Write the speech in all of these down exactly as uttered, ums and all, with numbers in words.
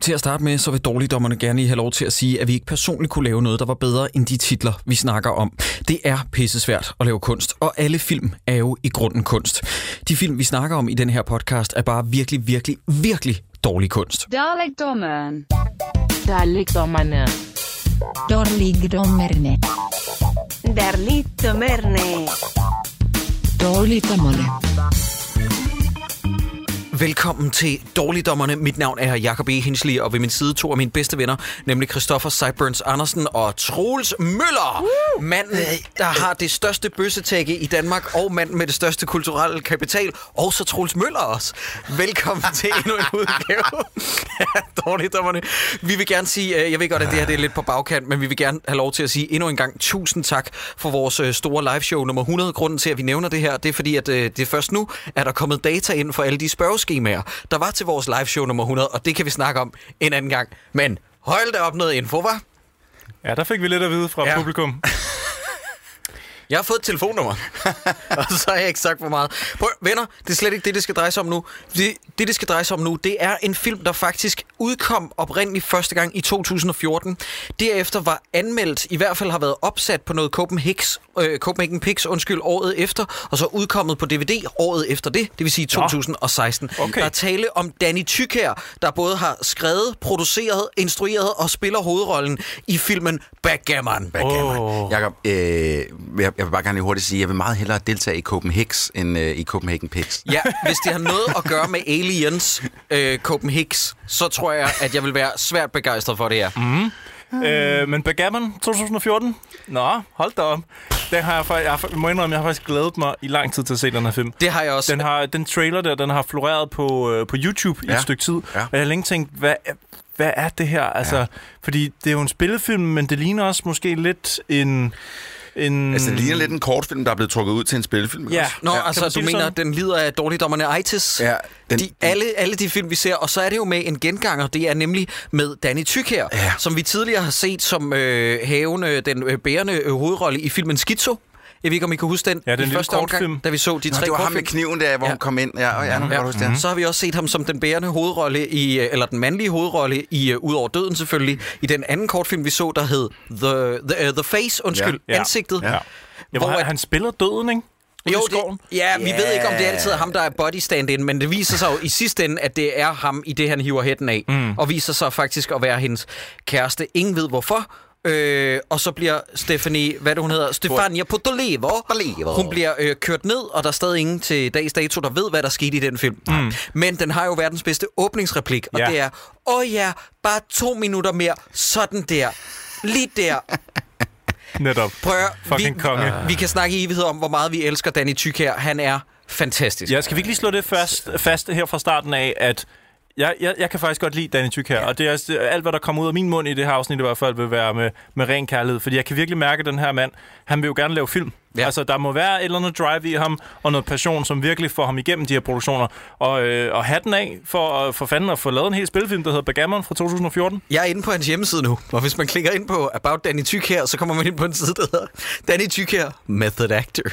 Til at starte med, så vil dårligdommerne gerne lige have lov til at sige, at vi ikke personligt kunne lave noget, der var bedre end de titler, vi snakker om. Det er pissesvært at lave kunst, og alle film er jo i grunden kunst. De film, vi snakker om i den her podcast, er bare virkelig, virkelig, virkelig dårlig kunst. Dårligdommeren. Dårligdommerne. Dårligdommerne. Dårligdommerne. Dårligdommerne. Velkommen til Dårligdommerne. Mit navn er Jacob E. Hinsley, og ved min side to af mine bedste venner, nemlig Christoffer Sideburns Andersen og Troels Møller. Woo! Manden, der har det største bøssetække i Danmark, og manden med det største kulturelle kapital, og så Troels Møller også. Velkommen til endnu en udgave af Dårligdommerne. Vi vil gerne sige, jeg ved godt, at det her det er lidt på bagkant, men vi vil gerne have lov til at sige endnu en gang tusind tak for vores store liveshow nummer hundrede. Grunden til, at vi nævner det her, det er fordi, at det er først nu, at der er kommet data ind for alle de spørgeskemaer, der var til vores liveshow nummer hundrede, og det kan vi snakke om en anden gang. Men hold da op noget info, hva'? Ja, der fik vi lidt at vide fra ja. publikum. Jeg har fået et telefonnummer, og så har jeg ikke sagt for meget. Prøv, venner, det er slet ikke det, det skal dreje sig om nu. Det, det, det skal dreje sig om nu, det er en film, der faktisk udkom oprindeligt første gang i to tusind og fjorten. Derefter var anmeldt, i hvert fald har været opsat på noget Copenhagen, øh, Copenhagen Pix, undskyld, året efter, og så udkommet på D V D året efter det, det vil sige to tusind og seksten. Okay. Der er tale om Danny Thykier, der både har skrevet, produceret, instrueret og spiller hovedrollen i filmen Backgammon. Backgammon. Oh. Jacob, øh, jeg, jeg vil bare gerne lige hurtigt sige, at jeg vil meget hellere deltage i Copenhagen end øh, i Copenhagen Pix. Ja, hvis det har noget at gøre med Aliens øh, Copenhagen, så tror jeg, at jeg vil være svært begejstret for det her. Mm. Øh, men Backgammon to tusind og fjorten? Nå, hold da op. Den har jeg, jeg, jeg må indrømme, jeg har faktisk glædet mig i lang tid til at se den her film. Det har jeg også. Den, har, den trailer der, den har floreret på, øh, på YouTube ja. i et stykke tid. Ja. Og jeg har længe tænkt, hvad, hvad er det her? Altså, ja. Fordi det er jo en spillefilm, men det ligner også måske lidt en... En... Altså, det ligner lidt en kortfilm, der er blevet trukket ud til en spillefilm. Ja. Også. Nå, ja. altså, du mener, at den lider af dårligdommerne itis? Ja. Den, de, alle, alle de film, vi ser, og så er det jo med en genganger, det er nemlig med Danny Thykier, ja. som vi tidligere har set som øh, havende, den øh, bærende øh, hovedrolle i filmen Schizo. Jeg ved ikke, om I kan huske den, ja, den i første omgang, da vi så de Nå, tre det var kortfilm. ham med kniven der, hvor ja. hun kom ind. Ja, og ja, nu ja. Mm-hmm. Så har vi også set ham som den bærende hovedrolle, i, eller den mandlige hovedrolle i uh, Ud over døden selvfølgelig, i den anden kortfilm, vi så, der hed The, the, uh, the Face, undskyld, ja. ansigtet. Ja. Ja, hvor han, han spiller døden, ikke? Jo, det, ja, vi yeah. ved ikke, om det altid er ham, der er body stand-in, men det viser sig jo i sidste ende, at det er ham i det, han hiver hætten af, mm. og viser sig faktisk at være hendes kæreste. Ingen ved hvorfor. Øh, og så bliver Stephanie, hvad det hun hedder, Stefania Potolevo, hun bliver øh, kørt ned, og der er stadig ingen til dags dato, der ved, hvad der skete i den film. Mm. Men den har jo verdens bedste åbningsreplik, og ja. det er, åh ja, bare to minutter mere, sådan der, lige der. Netop. Prøv at, Fucking vi, konge. Vi, vi kan snakke i evighed om, hvor meget vi elsker Danny Thykier. Han er fantastisk. Ja, skal vi ikke lige slå det fast, fast her fra starten af, at jeg, jeg, jeg kan faktisk godt lide Danny Thykier, ja. og det er alt, hvad der kommer ud af min mund i det her afsnit i hvert fald, vil være med, med ren kærlighed. Fordi jeg kan virkelig mærke, at den her mand, han vil jo gerne lave film. Ja. Altså, der må være et eller andet drive i ham, og noget passion, som virkelig får ham igennem de her produktioner. Og, øh, og hatten af for, for fanden at få lavet en hel spilfilm, der hedder Backgammon fra to tusind og fjorten. Jeg er inde på hans hjemmeside nu, og hvis man klikker ind på About Danny Thykier, så kommer man ind på en side, der hedder Danny Thykier, Method Actor.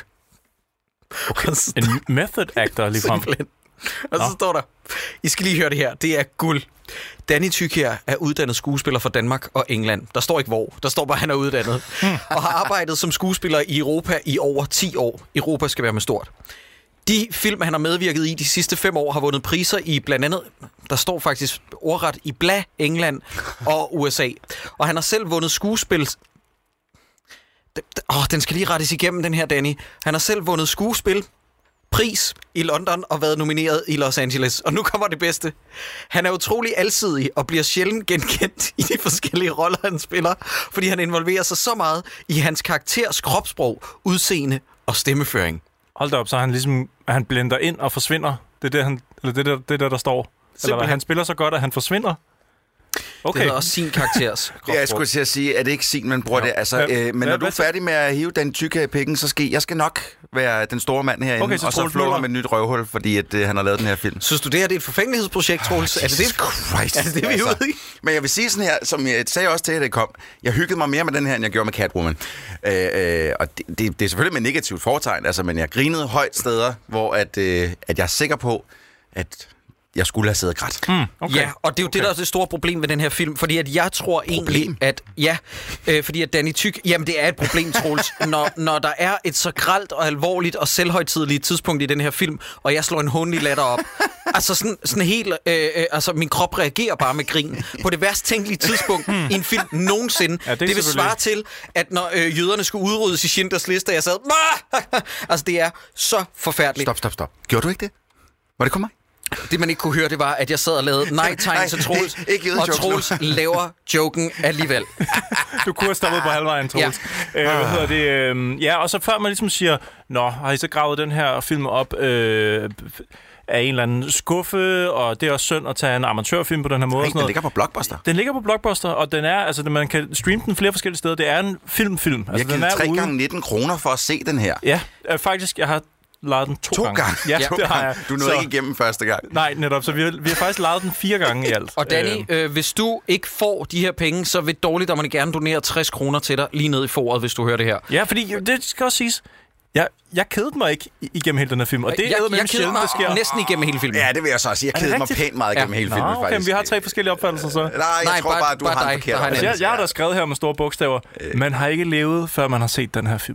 Okay. En method actor lige frem. Og så Nå. står der, I skal lige høre det her, det er guld. Danny Thykier er uddannet skuespiller fra Danmark og England. Der står ikke hvor, der står bare, at han er uddannet. Og har arbejdet som skuespiller i Europa i over ti år. Europa skal være med stort. De film, han har medvirket i de sidste fem år, har vundet priser i blandt andet, der står faktisk ordret, i Bla, England og U S A. Og han har selv vundet skuespil... Åh, den skal lige rettes igennem, den her, Danny. Han har selv vundet skuespil... pris i London og været nomineret i Los Angeles. Og nu kommer det bedste. Han er utrolig alsidig og bliver sjældent genkendt i de forskellige roller, han spiller, fordi han involverer sig så meget i hans karakters kropssprog, udseende og stemmeføring. Hold da op, så han ligesom han blender ind og forsvinder. Det er det, han, eller det, der, det der, der står. Simpelthen. Eller han spiller så godt, at han forsvinder. Okay. Det er også sin karakters ja, jeg skulle til at sige, at det ikke sin, man bruger ja. det. Altså, ja. øh, men ja, når du er færdig med at hive den tykke af pikken, så skal jeg skal nok være den store mand herinde, okay, så og så flå ham et nyt røvhul, fordi at, øh, han har lavet den her film. Synes du, det her det er et forfængelighedsprojekt, Troels? Oh, er det det? Christ. Er det det, vi er ude i? Men jeg vil sige sådan her, som jeg sagde også til, at det kom. Jeg hyggede mig mere med den her, end jeg gjorde med Catwoman. Øh, øh, og det, det, det er selvfølgelig med negativt fortegn, altså, men jeg grinede højt steder, hvor at, øh, at jeg er sikker på, at jeg skulle have siddet grædt. Mm, okay. Ja, og det er jo okay. det, der er det store problem ved den her film, fordi at jeg tror problem? egentlig, at... Ja, øh, fordi at Danny Tyk... Jamen, det er et problem, Troels, når, når der er et så grelt og alvorligt og selvhøjtideligt tidspunkt i den her film, og jeg slår en hundelig latter op. Altså sådan, sådan helt... Øh, øh, altså, min krop reagerer bare med grin på det værst tænkelige tidspunkt hmm. i en film nogensinde. Ja, det, det vil svare til, at når øh, jøderne skulle udryddes i Schindlers Liste, jeg sad... altså, det er så forfærdeligt. Stop, stop, stop. Gjorde du ikke det? Var det kun mig? Det, man ikke kunne høre, det var, at jeg sad og lavede nej-tegn til Troels, og Troels laver joken alligevel. Du kunne have stoppet på halvvejen, Troels. Ja. Øh, hvad hedder det? Øh, ja, og så før man ligesom siger, nå, har I så gravet den her film op øh, af en eller anden skuffe, og det er også synd at tage en amatørfilm på den her måde. Nej, den ligger på Blockbuster. Den ligger på Blockbuster, og den er, altså, man kan streame den flere forskellige steder. Det er en filmfilm. Altså, jeg har givet tre gange nitten kroner for at se den her. Ja, øh, faktisk, jeg har lejet den to, to gange. gange. Ja, to det har jeg. Du nåede så, ikke igennem første gang. Nej, netop. Så vi har, vi har faktisk lejet den fire gange i alt. Og Danny, øh, hvis du ikke får de her penge, så vil dårligdommerne gerne donere tres kroner til dig lige ned i foret, hvis du hører det her. Ja, fordi det skal også siges, jeg, jeg kedede mig ikke igennem hele den her film. Og det jeg, er jeg kedede mig sker. næsten igennem hele filmen. Ja, det vil jeg så også sige. Jeg kedede mig pænt meget igennem ja. hele filmen, okay, faktisk. Vi har tre forskellige opfattelser, så. Nej, jeg Nej, tror bare, bare, du bare har en forkert altså, jeg, jeg har da skrevet her med store bogstaver. Øh. Man har ikke levet, før man har set den her film.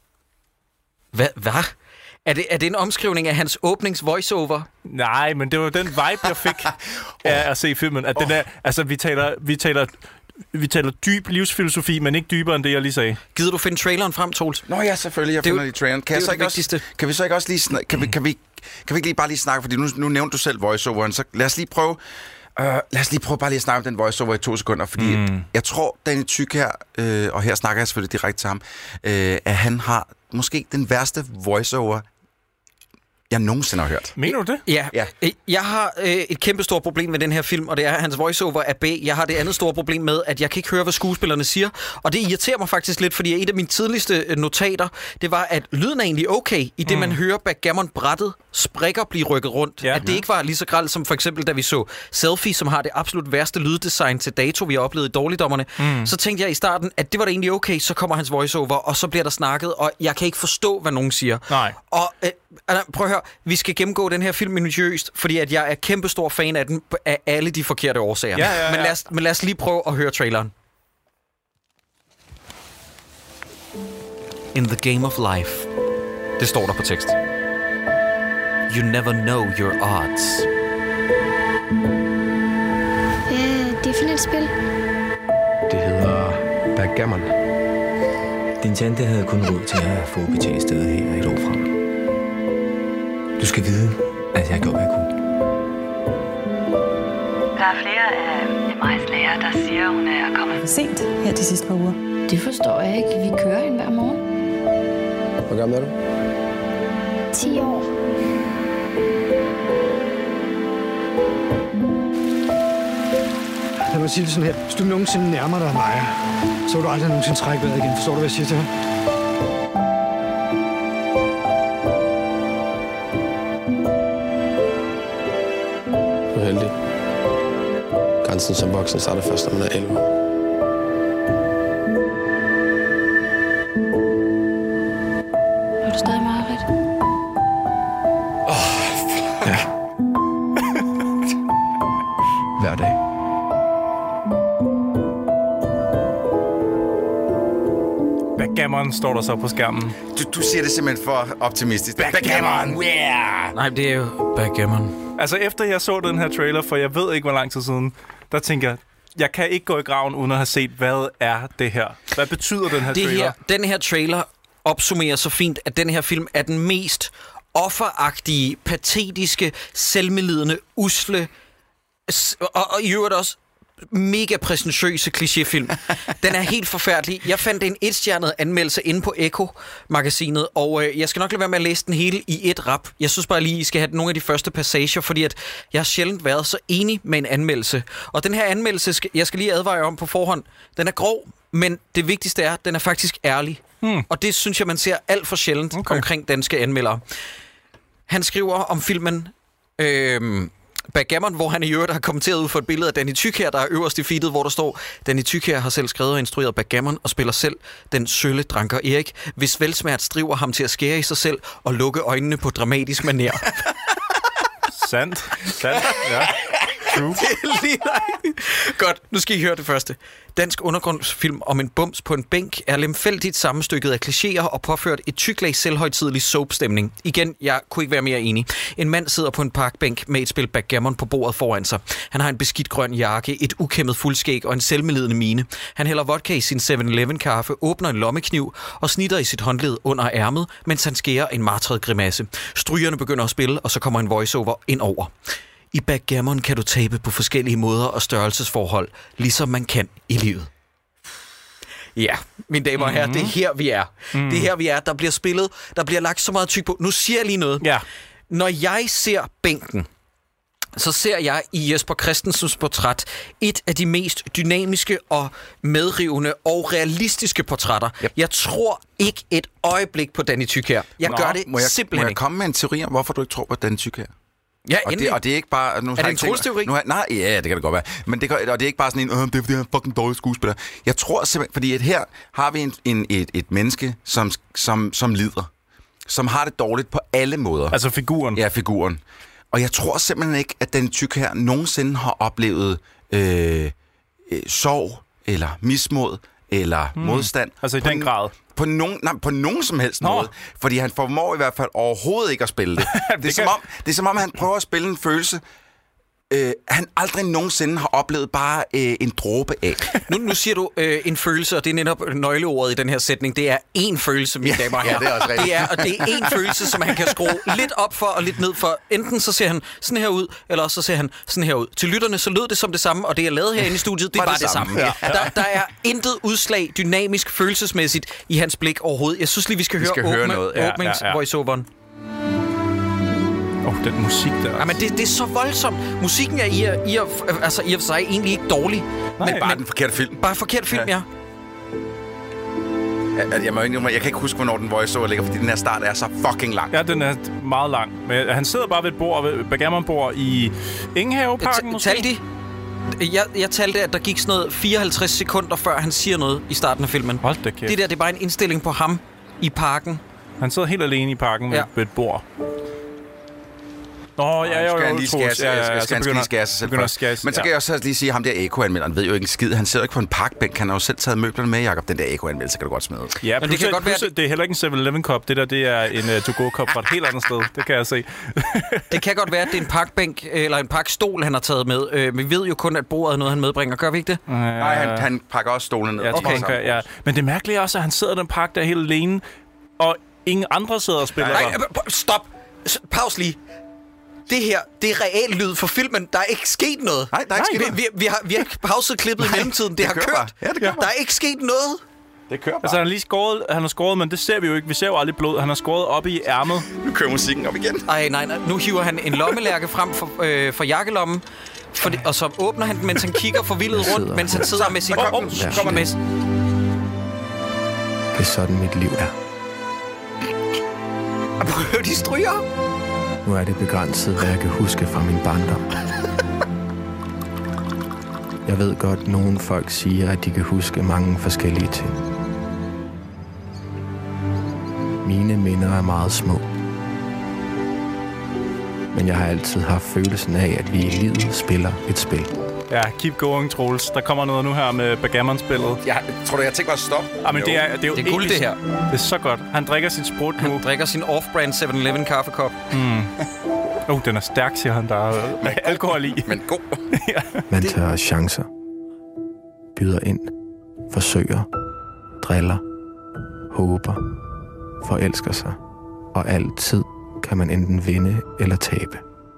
Hvad? Hvad? Er det, er det en omskrivning af hans åbnings voiceover? Nej, men det var den vibe, jeg fik af at se filmen. At oh. den er, altså, vi taler, vi, taler, vi taler dyb livsfilosofi, men ikke dybere end det, jeg lige sagde. Gider du finde traileren frem, Troels? Nå ja, selvfølgelig. Jeg finder lige traileren. Kan, det så ikke også, kan vi så ikke også lige snak, kan, vi, kan, vi, kan vi ikke lige bare lige snakke, fordi nu, nu nævnte du selv voiceoveren, så lad os lige prøve... Uh, lad os lige prøve bare lige at snakke om den voiceover i to sekunder, fordi mm. jeg tror, Danny Tyk her, øh, og her snakker jeg selvfølgelig direkte til ham, øh, at han har måske den værste voiceover, jeg nogensinde har hørt. Mener du det? Ja. ja. Jeg har øh, et kæmpe stort problem med den her film, og det er, at hans voiceover er B. Jeg har det andet store problem med, at jeg kan ikke høre, hvad skuespillerne siger. Og det irriterer mig faktisk lidt, fordi et af mine tidligste notater, det var, at lyden er egentlig okay, i det mm. man hører backgammon-brættet sprikker blive rykket rundt. Ja. At det ikke var lige så grelt som for eksempel, da vi så Selfie, som har det absolut værste lyddesign til dato, vi har oplevet i Dårligdommerne. Mm. Så tænkte jeg i starten, at det var det egentlig okay, så kommer hans voiceover, og så bliver der snakket, og jeg kan ikke forstå, hvad nogen siger. Nej. Og øh, prøv at høre, vi skal gennemgå den her film minutiøst, fordi at jeg er kæmpestor fan af den af alle de forkerte årsager. Ja, ja, ja. Men, lad os, men lad os lige prøve at høre traileren. In the game of life. Det står der på tekst. You never know your odds. Hvad er det for et spil? Det hedder backgammon. Din tante havde kun råd til at få betalt stedet her et år frem. Du skal vide, at jeg gjorde, hvad jeg kunne. Der er flere af Majas lærere, der siger, at hun er kommet for sent her de sidste par uger. Det forstår jeg ikke. Vi kører hende hver morgen. Hvor gammel er du? ti år. Lad mig sige det sådan her. Hvis du nogensinde nærmer dig mig, så vil du aldrig nogensinde trække vejret igen. Forstår du, hvad jeg siger til ham? Du er heldig. Grænsen som voksen starter først, når man er elleve år. Er du stadig mareridt? Åh, oh, ja. Hver dag. Backgammon står der så på skærmen. Du, du siger det simpelthen for optimistisk. Backgammon, yeah! Nej, det er jo backgammon. Altså, efter jeg så den her trailer, for jeg ved ikke, hvor lang tid siden, der tænker jeg, jeg kan ikke gå i graven, uden at have set, hvad er det her? Hvad betyder den her det trailer? Her, den her trailer opsummerer så fint, at den her film er den mest offeragtige, patetiske, selvmedlidende, usle, og, og i øvrigt også mega præsentøse klichéfilm. Den er helt forfærdelig. Jeg fandt en etstjernet anmeldelse inde på Echo-magasinet, og øh, jeg skal nok lade være med at læse den hele i et rap. Jeg synes bare lige, I skal have nogle af de første passager, fordi at jeg har sjældent været så enig med en anmeldelse. Og den her anmeldelse, skal, jeg skal lige advare om på forhånd, den er grov, men det vigtigste er, at den er faktisk ærlig. Hmm. Og det synes jeg, man ser alt for sjældent okay. omkring danske anmeldere. Han skriver om filmen... Øh, Backgammon, hvor han i øvrigt har kommenteret ud for et billede af Danny Tyk her, der er øverst i feedet, hvor der står, Danny Tyk her har selv skrevet og instrueret Backgammon og spiller selv den sølle dranker Erik, hvis velsmert striver ham til at skære i sig selv og lukke øjnene på dramatisk manér. Sandt. Sandt, ja. True. Det er lige rigtigt. Godt, nu skal I høre det første. Dansk undergrundsfilm om en bums på en bænk er lemfældigt sammenstykket af klichéer og påført et tyklag selvhøjtidelig soap-stemning. Igen, jeg kunne ikke være mere enig. En mand sidder på en parkbænk med et spil backgammon på bordet foran sig. Han har en beskidt grøn jakke, et ukæmmet fuldskæg og en selvmedlidende mine. Han hælder vodka i sin seven eleven kaffe, åbner en lommekniv og snitter i sit håndled under ærmet, mens han skærer en martret grimasse. Strygerne begynder at spille, og så kommer en voiceover ind over. I backgammon kan du tabe på forskellige måder og størrelsesforhold, ligesom man kan i livet. Ja, mine damer og herrer, mm-hmm. det er her, vi er. Mm. Det er her, vi er. Der bliver spillet, der bliver lagt så meget tyk på. Nu siger jeg lige noget. Ja. Når jeg ser bænken, så ser jeg i Jesper Christensens portræt et af de mest dynamiske og medrivende og realistiske portrætter. Yep. Jeg tror ikke et øjeblik på Danny Thykier. Jeg Nå, gør det må jeg, simpelthen må jeg komme med en teori om, hvorfor du ikke tror på Danny Thykier? Ja, og det, og det er ikke bare... Nu er det en trolsteori? Nej, ja, det kan det godt være. Men det, og det er ikke bare sådan en, det er fordi, han er fucking dårlig skuespiller. Jeg tror simpelthen, fordi at her har vi en, en, et, et menneske, som, som, som lider. Som har det dårligt på alle måder. Altså figuren? Ja, figuren. Og jeg tror simpelthen ikke, at den tyk her nogensinde har oplevet øh, øh, sorg, eller mismod, eller hmm. modstand. Altså i den en, grad? På nogen, nej, på nogen som helst Nå. måde. Fordi han formår i hvert fald overhovedet ikke at spille det. det, er det, som om, det er som om, han prøver at spille en følelse, øh, han aldrig nogensinde har oplevet bare øh, en dråbe af. nu, nu siger du øh, en følelse, og det er netop nøgleordet i den her sætning. Det er én følelse, mine ja, damer og herrer. Ja, det er også rigtigt. Det er, og det er én følelse, som han kan skrue lidt op for og lidt ned for. Enten så ser han sådan her ud, eller også så ser han sådan her ud. Til lytterne så lød det som det samme, og det jeg lavede herinde i studiet, det var, var det, det samme. samme. Ja. Der, der er intet udslag dynamisk følelsesmæssigt i hans blik overhovedet. Jeg synes lige, vi skal, vi skal høre, høre åbne, noget. Ja, åbnings-voiceoveren. Åh, oh, den musik der. Ja, men det, det er så voldsomt. Musikken er i, i, altså, i og for sig egentlig ikke dårlig. Nej, men bare men, den forkerte film. Bare forkert film, ja. ja. Jeg, jeg, må ikke, jeg kan ikke huske, hvornår den voiceover ligger, fordi den her start er så fucking lang. Ja, den er meget lang. Men han sidder bare ved et bord, ved backgammon-bord i Ingenhaveparken, måske? Talte de? Jeg, jeg talte, at der gik sådan noget fireoghalvtreds sekunder, før han siger noget i starten af filmen. Hold da kæft. Det der, det er bare en indstilling på ham i parken. Han sidder helt alene i parken ved, ja. ved et bord. Nå, ja, jeg skal han lige skære ja, ja, ja, sig selv først. Men så kan jeg også lige sige, at ham der Eko-anmelderen ved jo ikke en skid. Han sidder ikke på en parkbænk. Han har jo selv taget møblerne med, Jacob. Den der Eko-anmeldelse kan du godt smide. Ja, men det kan godt være... Det er heller ikke en seven eleven kop. Det der, det er en uh, to-go-kop fra et helt andet sted. Det kan jeg se. Det kan godt være, at det er en parkbænk eller en parkstol, han har taget med. Uh, vi ved jo kun, at bordet er noget, han medbringer. Gør vi ikke det? Uh, Nej, han, han pakker også stolen ned. Ja, okay. Okay, ja. Men det mærkelige er også, at han sidder i den park der helt alene, og ingen andre sidder og spiller. Nej, stop. Pause lige. Det her, det er real lyd for filmen. Der er ikke sket noget. Nej, der er ikke Nej, sket vi, vi, vi, har, vi har ikke pauset klippet Nej, i mellemtiden. Det, det har kørt. Ja, det kører der er ikke sket noget. Det kører bare. Altså, han har lige skåret, han har skåret, men det ser vi jo ikke. Vi ser jo aldrig blod. Han har skåret op i ærmet. Nu kører musikken op igen. Ej, nej, nej. Nu hiver han en lommelærke frem for, øh, for jakkelommen. For det, og så åbner han den, mens han kigger forvildet rundt, mens han sidder med sin... Oh, oh, ja. med... Det er sådan, mit liv er. Og prøv at høre, de stryger. Nu er det begrænset, hvad jeg kan huske fra min barndom. Jeg ved godt, at nogle folk siger, at de kan huske mange forskellige ting. Mine minder er meget små. Men jeg har altid haft følelsen af, at vi i livet spiller et spil. Ja, keep going, Troels. Der kommer noget nu her med backgammon-spillet. Jeg tror du, jeg tænker bare at stoppe? Ja, men det er, det er jo det er guld, det her. Det er så godt. Han drikker sit sprut nu. Han drikker sin off-brand seven eleven kaffekop. Mm. Oh, den er stærk, siger han. Der er alkohol i. Men god. Ja. Man tager chancer. Byder ind. Forsøger. Driller. Håber. Forelsker sig. Og altid kan man enten vinde eller tabe.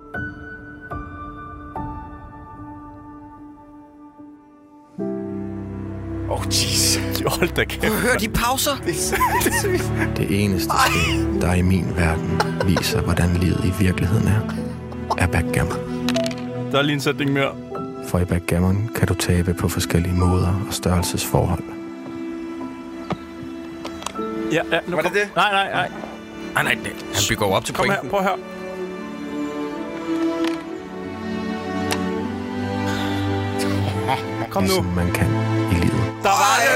Åh, oh, jeez. Hold da kæft. Hør de pauser. Det eneste spil, der i min verden viser, hvordan livet i virkeligheden er, er backgammon. Der er lige en sætning mere. For i backgammon kan du tabe på forskellige måder og størrelsesforhold. Ja, ja. Var det det? Nej, nej, nej. Nej, nej, nej. Han bygger op til Kom pointen. her, prøv at høre. Kom nu. Ligesom man kan i livet. Der var den! Der var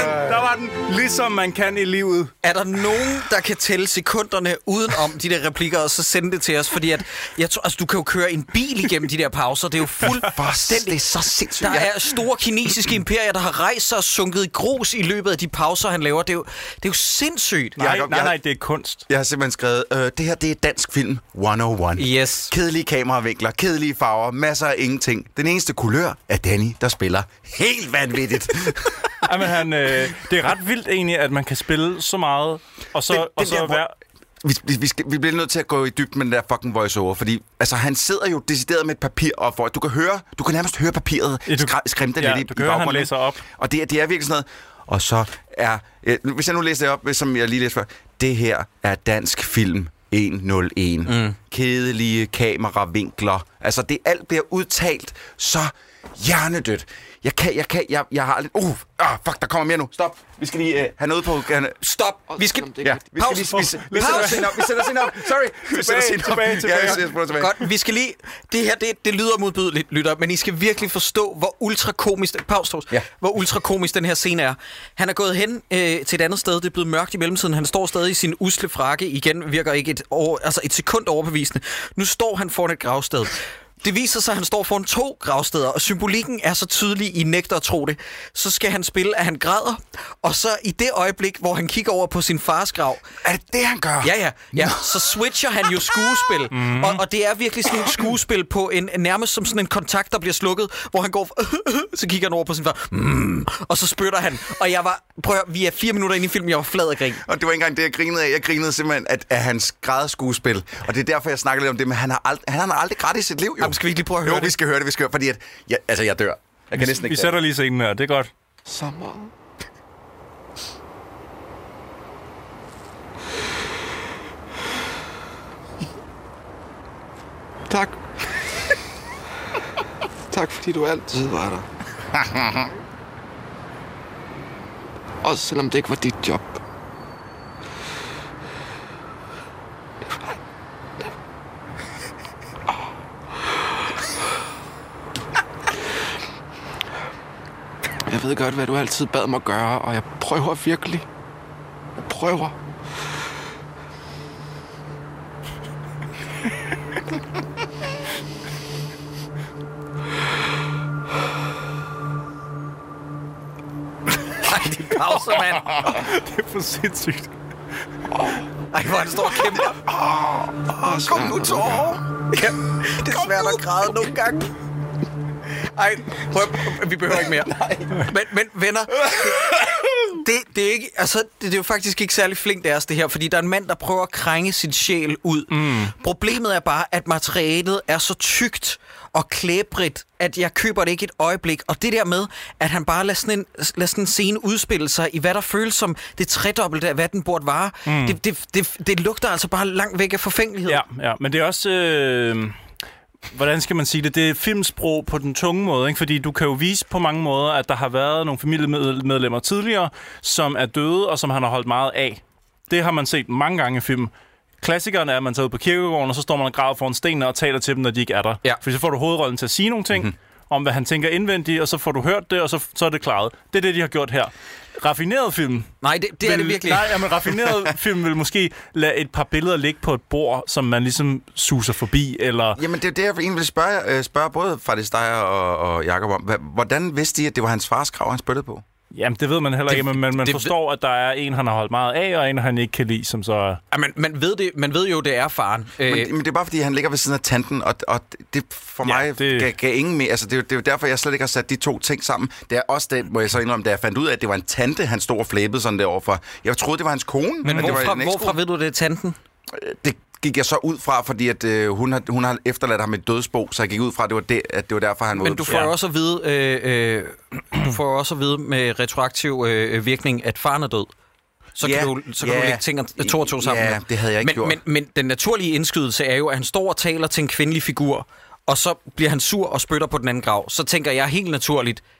fra den, ligesom man kan i livet. Er der nogen, der kan tælle sekunderne udenom de der replikker, og så sende det til os? Fordi at, jeg tror, altså, du kan jo køre en bil igennem de der pauser. Det er jo fuldstændig... Det er så sindssygt. Der er store kinesiske imperier, der har rejst sig og sunket i grus i løbet af de pauser, han laver. Det er jo, det er jo sindssygt. Nej, Jacob, nej, jeg- nej, det er kunst. Jeg har simpelthen skrevet, øh, det her det er dansk film et nul et. Yes. Kedelige kameravinkler, kedelige farver, masser af ingenting. Den eneste kulør er Danny, der spiller helt vanvittigt. Jamen, han, øh, det er ret vildt egentlig, at man kan spille så meget, og så, Det- og det så der, hvor- være... Vi, vi, vi, skal, vi bliver nødt til at gå i dybden med den der fucking voice-over, fordi altså, han sidder jo decideret med et papir op for, du kan høre, du kan nærmest høre papiret Ja, du- skra- skrimte ja, lidt i, du i kan høre, han baggrunden. læser op. Og det, det er virkelig sådan noget. Og så er, øh, hvis jeg nu læser det op, som jeg lige læste før, det her er dansk film et nul et. Mm. Kedelige kameravinkler. Altså, det alt bliver udtalt så hjernedødt. Jeg kan, jeg kan, jeg, jeg har aldrig... Uh, ah, fuck, der kommer mere nu. Stop. Vi skal lige uh, have noget på... Uh, Stop. Vi skal... ja, vi skal lige... Vi, vi, vi sætter os ind op. Vi sætter os ind op. Sorry. Vi sætter os ind op. tilbage, tilbage. Ja, vi sætter os tilbage. Godt, vi skal lige... Det her, det, det lyder modbydeligt, lytter, men I skal virkelig forstå, hvor ultrakomisk... Pause, Troels. Ja. Hvor ultrakomisk den her scene er. Han er gået hen øh, til et andet sted. Det er blevet mørkt i mellemtiden. Han står stadig i sin usle frakke. Igen virker ikke et, år, altså et sekund overbevisende. Nu står han foran et gravsted. Det viser sig, at han står foran to gravsteder, og symbolikken er så tydelig, I nægter at tro det. Så skal han spille, at han græder, og så i det øjeblik, hvor han kigger over på sin fars grav... Er det det, han gør? Ja, ja, ja. Så switcher han jo skuespil, mm. og, og det er virkelig sådan et skuespil på en nærmest som sådan en kontakt, der bliver slukket, hvor han går... så kigger han over på sin far, mm, og så spytter han. Og jeg var... Prøv at høre, vi er fire minutter inde i filmen, jeg var flad af grin. Og det var ikke engang det, jeg grinede af. Jeg grinede simpelthen af, af hans grædeskuespil. Og det er derfor, jeg snakker lidt om det, men han har, ald- han har aldrig grædt i sit liv, jo. Jamen, skal vi ikke lige prøve at høre jo, det? vi skal høre det, vi skal høre, fordi at... Ja, altså, jeg dør. Jeg kan næsten ikke... Vi sætter lige scenen her, det er godt. Så meget. Tak. Tak, fordi du altid var der. Også selvom det ikke var dit job. Jeg ved godt, hvad du altid bad mig gøre, og jeg prøver virkelig. Jeg prøver. Ej, de pauser, mand. Det er for sindssygt. Ej, hvor han står og kæmper. Oh, kom nu, tårer. Ja, det er svært at græde nogle gange. Ej, prøv, vi behøver ikke mere. Men, men venner, det, det, det, er ikke, altså, det, det er jo faktisk ikke særlig flinkt af os, det her, fordi der er en mand, der prøver at krænge sin sjæl ud. Mm. Problemet er bare, at materialet er så tykt og klæbrigt, at jeg køber det ikke et øjeblik. Og det der med, at han bare lader sådan en, lader sådan en scene udspille sig i, hvad der føles som det tredobbelte af, hvad den burde vare, mm. det, det, det, det lugter altså bare langt væk af forfængelighed. Ja, ja, men det er også... Øh... Hvordan skal man sige det? Det er filmsprog på den tunge måde, ikke? Fordi du kan jo vise på mange måder, at der har været nogle familiemedlemmer tidligere, som er døde, og som han har holdt meget af. Det har man set mange gange i film. Klassikeren er, at man tager ud på kirkegården, og så står man og græder foran stenene og taler til dem, når de ikke er der. Ja. For så får du hovedrollen til at sige nogle ting, mm-hmm. om hvad han tænker indvendigt, og så får du hørt det, og så, så er det klaret. Det er det, de har gjort her. Raffineret film... Nej, det, det vil, er det virkelig. Nej, men raffineret film vil måske lade et par billeder ligge på et bord, som man ligesom suser forbi, eller... Jamen, det er det, jeg egentlig vil spørge, øh, spørge både Fadi Steyer og, og Jacob om. Hva- Hvordan vidste de, at det var hans fars grav, han spyttede på? Jamen, det ved man heller ikke, Det- men man det- forstår, at der er en, han har holdt meget af, og en, han ikke kan lide, som så... Ja, man, man, ved det, man ved jo, det er faren. Men, Øh, men det er bare, fordi han ligger ved siden af tanten, og, og det for Ja, mig det- det... gav, gav ingen mere. Altså, det, er jo, det er jo derfor, jeg slet ikke har sat de to ting sammen. Det er også det, må jeg så indrømme, da jeg fandt ud af, at det var en tante, han stod og flæbede sådan derovre for. Jeg troede, det var hans kone. men det hvorfra, var en hvorfra ved du det, tanten? Det gik jeg så ud fra, fordi at, øh, hun, har, hun har efterladt ham et dødsbo, så jeg gik ud fra, at det var, det, at det var derfor, han var Men ude du på- får jo også at vide, øh, øh, du får jo også at vide med retroaktiv øh, virkning, at faren er død. Så Ja, kan du, så kan ja, du lægge ting og to og to sammen. ja, det havde jeg ikke men, gjort. Men, men den naturlige indskydelse er jo, at han står og taler til en kvindelig figur, og så bliver han sur og spytter på den anden grav. Så tænker jeg helt naturligt,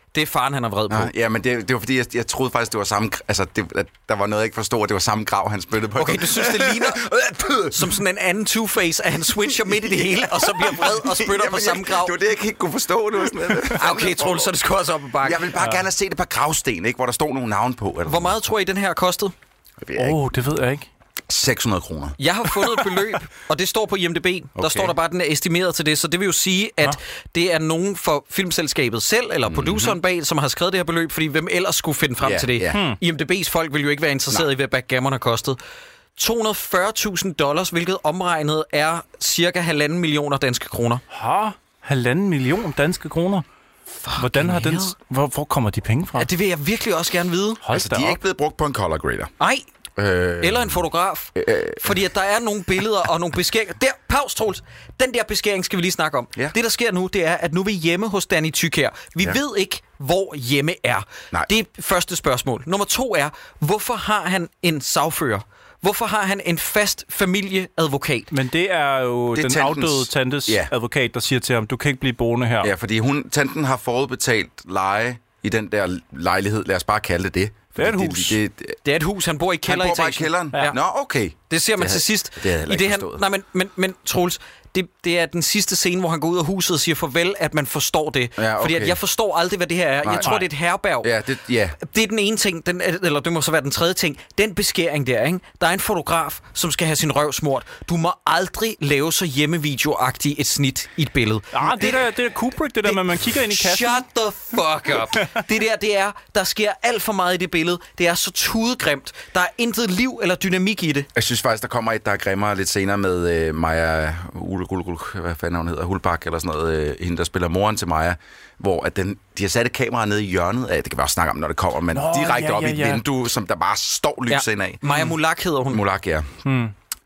Det er faren, han er vred på. Ja, ja, men det, det var fordi, jeg, jeg troede faktisk, det var samme... Altså, det, at der var noget, jeg ikke forstod, at det var samme grav, han spyttede på. Okay, du synes, det ligner som sådan en anden Two-Face, at han switcher midt i det hele, og så bliver vred og spytter ja, på jeg, samme grav. Det var det, jeg ikke helt kunne forstå. Det var sådan, okay, Troels, så er det sgu også op ad bakken. Jeg vil bare ja. gerne have set et par gravsten, ikke, hvor der stod nogle navne på. Eller hvor meget tror I, den her kostede? Åh, oh, det ved jeg ikke. seks hundrede kroner. Jeg har fundet et beløb, og det står på I M D B. Okay. Der står der bare, at den er estimeret til det. Så det vil jo sige, at ja. det er nogen for filmselskabet selv, eller mm-hmm. produceren bag, som har skrevet det her beløb, fordi hvem ellers skulle finde frem yeah, til det? Yeah. I M D B's folk vil jo ikke være interesseret i, hvad backgammon har kostet. to hundrede og fyrre tusind dollars, hvilket omregnet er cirka halvanden millioner danske kroner. Ha? Halvanden million danske kroner? Fucking Hvordan har den... Hvor, hvor kommer de penge fra? Ja, det vil jeg virkelig også gerne vide. Hold altså, de er op. ikke blevet brugt på en color grader. Nej. Øh, Eller en fotograf. Øh, fordi at der er nogle billeder og nogle beskæringer. Der, pause, Troels. Den der beskæring skal vi lige snakke om. Ja. Det, der sker nu, det er, at nu er vi hjemme hos Danny Thykier. Vi ja. ved ikke, hvor hjemme er. Nej. Det er første spørgsmål. Nummer to er, hvorfor har han en sagfører? Hvorfor har han en fast familieadvokat? Men det er jo det er den tantens, afdøde tantes ja. advokat, der siger til ham, du kan ikke blive boende her. Ja, fordi hun, tanten har forudbetalt leje i den der lejlighed. Lad os bare kalde det det. Det er et hus. Det, det, det er et hus. Han bor i kælderetagen. Han bor bare i kælderen? Ja. Nå, okay. Det ser man det til sidst. Det havde jeg i det ikke han, nej, men, men, men Troels, det, det er den sidste scene, hvor han går ud af huset og siger farvel, at man forstår det. Ja, okay. Fordi at jeg forstår aldrig, hvad det her er. Nej, jeg tror, nej. det er et herberg. Ja, det, ja. det er den ene ting, den, eller det må så være den tredje ting. Den beskæring der, ikke? Der er en fotograf, som skal have sin røv smurt. Du må aldrig lave så hjemmevideoagtigt et snit i et billede. Ah, det, der, det er Kubrick, det der, det, man kigger ind i kassen. Shut the fuck up. det der, det er, der sker alt for meget i det billede. Det er så tudegrimt. Der er intet liv eller dynamik i det. Jeg synes faktisk, der kommer et, der er grimmere lidt senere med øh, Maja Ule, Ule, Ule, hvad fanden hun hedder, Hulbak eller sådan noget, øh, hende, der spiller moren til Maja, hvor at den, de har sat et kamera nede i hjørnet af, det kan vi også snakke om, når det kommer, men Nå, direkte ja, op ja, ja. i et vindue, som der bare står lys ja. ind af. Maja Mulak hedder hun. Mulak, ja. Hmm.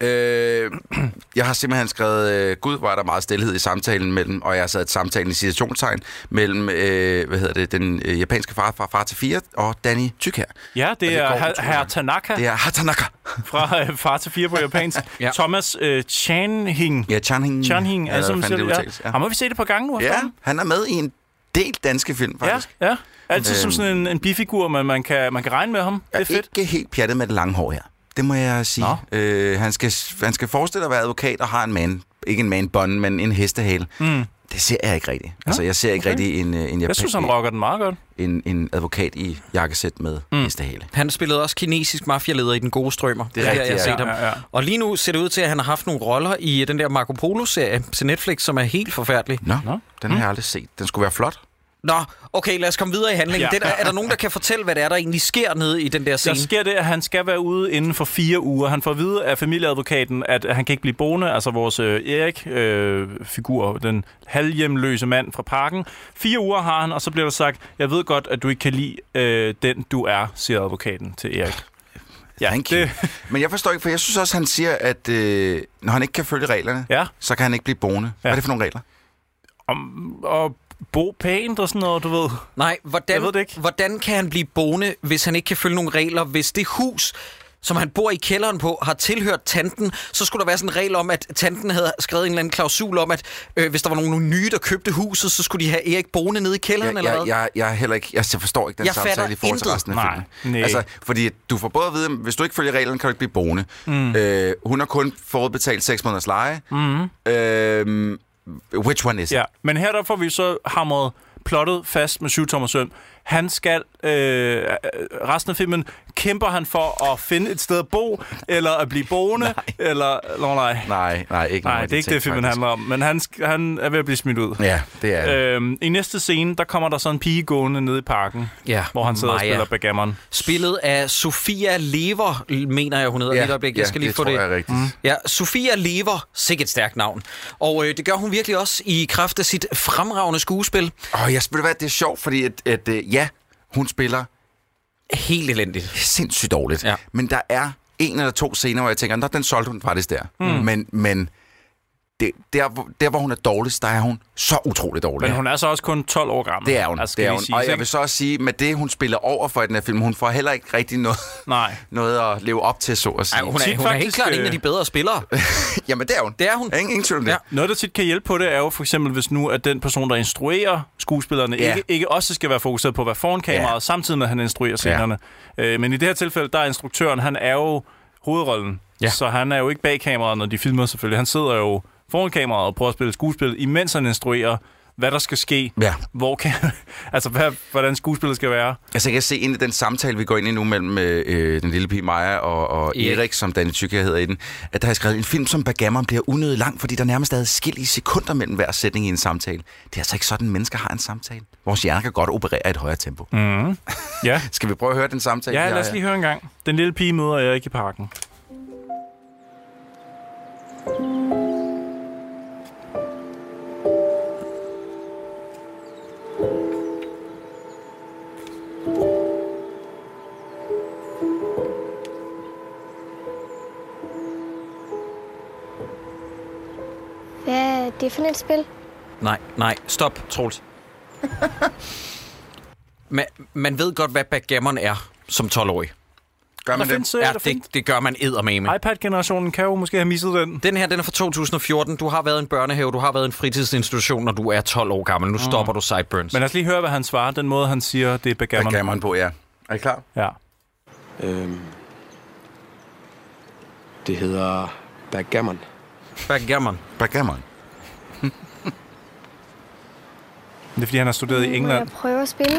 Øh, jeg har simpelthen skrevet, øh, gud, hvor er der meget stilhed i samtalen mellem, og jeg har sat samtalen i citationstegn, mellem, øh, hvad hedder det, den øh, japanske far fra Far til fire og Danny Thykier. Ja, det, det er herr Tanaka. Det er herr Tanaka. Fra øh, Far til fire på japansk. ja. Thomas øh, Chanhing. Ja, Chanhing. Chanhing, ja, som siger, ja. ja. Har må vi se det på gangen nu? Ja, han er med i en del danske film, faktisk. Ja, ja. Altid øhm. som sådan en, en bifigur, men man kan, man kan regne med ham. Det er fedt. Ikke helt pjattet med det lange hår her. Det må jeg sige. Øh, han, skal, han skal forestille at være advokat og har en man, ikke en man-bun, men en hestehale. Mm. Det ser jeg ikke rigtigt. Ja, altså, jeg ser ikke okay. rigtig en, en japan... Jeg synes, han rocker den meget godt. En, en advokat i jakkesæt med mm. hestehale. Han spillede også kinesisk mafialeder i Den Gode Strømmer. Det er rigtigt, jeg har set ja, ham. Ja, ja. Og lige nu ser det ud til, at han har haft nogle roller i den der Marco Polo-serie til Netflix, som er helt forfærdelig. Nå, Nå. den har mm. jeg aldrig set. Den skulle være flot. Nå, okay, lad os komme videre i handlingen. Ja. Den, er, er der nogen, der kan fortælle, hvad det er, der egentlig sker nede i den der scene? Der sker det, at han skal være ude inden for fire uger. Han får at vide af familieadvokaten, at han kan ikke blive boende, altså vores øh, Erik-figur, øh, den halvhjemløse mand fra parken. Fire uger har han, og så bliver der sagt, jeg ved godt, at du ikke kan lide øh, den, du er, siger advokaten til Erik. Ja, det... Men jeg forstår ikke, for jeg synes også, han siger, at øh, når han ikke kan følge reglerne, ja. så kan han ikke blive boende. Ja. Hvad er det for nogle regler? Om, og bo pænt og sådan noget, du ved. Nej, hvordan, ved det ikke. hvordan kan han blive boende, hvis han ikke kan følge nogle regler? Hvis det hus, som han bor i kælderen på, har tilhørt tanten, så skulle der være sådan en regel om, at tanten havde skrevet en eller anden klausul om, at øh, hvis der var nogle nye, der købte huset, så skulle de have Erik boende nede i kælderen, ja, eller jeg, hvad? Jeg, jeg, heller ikke, jeg forstår ikke den jeg samtale i forhold til resten af filmen. Altså, fordi du får både at vide, hvis du ikke følger reglerne, kan du ikke blive boende. Mm. Øh, hun har kun forudbetalt seks måneders leje. Mm. Øh, Which one is it? Ja, men her der får vi så hamret plottet fast med syvtommer søm. Han skal, øh, resten af filmen, kæmper han for at finde et sted at bo, eller at blive boende, nej. eller, eller nej. Nej, nej, ikke Nej, det er ikke det, filmen handler om, men han, han er ved at blive smidt ud. Ja, det er øhm, I næste scene, der kommer der så en pige gående nede i parken, ja, hvor han sidder Maja. og spiller backgammon. Spillet af Sofia Lever, mener jeg, hun hedder. Ja, jeg ja skal lige det få tror det. jeg er rigtigt. Mm. Ja, Sofia Lever, sikkert et stærkt navn. Og øh, det gør hun virkelig også i kraft af sit fremragende skuespil. Åh, oh, jeg spiller hvad, det er sjovt, fordi at, at, at ja, hun spiller helt elendigt. Sindssygt dårligt. Ja. Men der er en eller to scener, hvor jeg tænker, den solgte hun faktisk der. Mm. Men, men det, der, hvor, der, hvor hun er dårligst, der er hun så utrolig dårlig. Men hun er så også kun tolv år gammel. Det er hun, altså, det er hun. Sige, Og jeg vil så også sige, med det, hun spiller over for i den her film, hun får heller ikke rigtig noget, Nej. noget at leve op til, så at sige. Ej, hun er, hun er helt klart en af de bedre spillere. Jamen, det er hun. Det er hun. Ingen, ingen tvivl om det. Ja. Noget, der tit kan hjælpe på det, er jo for eksempel, hvis nu at den person, der instruerer skuespillerne, Ja. ikke, ikke også skal være fokuseret på at være foran kameraet, Ja. samtidig med, at han instruerer scenerne. Ja. Øh, men i det her tilfælde, der er instruktøren, han er jo hovedrollen. Ja. Så han er jo ikke bag kameraet, når de filmer selvfølgelig. Han sidder jo foran kameraet og prøver at spille skuespil, imens han instruerer, hvad der skal ske, Ja. hvor kan, altså hvad, hvordan skuespillet skal være. Altså, jeg kan se ind i den samtale, vi går ind i nu mellem øh, den lille pige Maja og, og Erik. Erik, som Danny Thykier hedder i den, at der er skrevet en film som Backgammon bliver unødigt lang, fordi der nærmest er adskillige sekunder mellem hver sætning i en samtale. Det er altså ikke sådan, mennesker har en samtale. Vores hjerner kan godt operere i et højere tempo. Mm. Ja. Skal vi prøve at høre den samtale? Ja, vi har lad os her? lige høre en gang. Den lille pige møder Erik i parken. Hvad er det for et spil? Nej, nej. Stop, Troels. man, man ved godt, hvad backgammon er som tolv-årig. Gør man Der det? findes, øh, Ja, der det, findes. det gør man eddermame. iPad-generationen kan jo måske have misset den. Den her, den er fra to tusind og fjorten. Du har været i en børnehave, du har været i en fritidsinstitution, når du er tolv år gammel. Nu stopper du Sideburns. Men lad os lige høre, hvad han svarer. Den måde, han siger, det er backgammon. Backgammon på, ja. Er I klar? Ja. Øhm, det hedder backgammon. Backgammon. Backgammon. Det er, fordi han har studeret i Må England. jeg prøve at spille?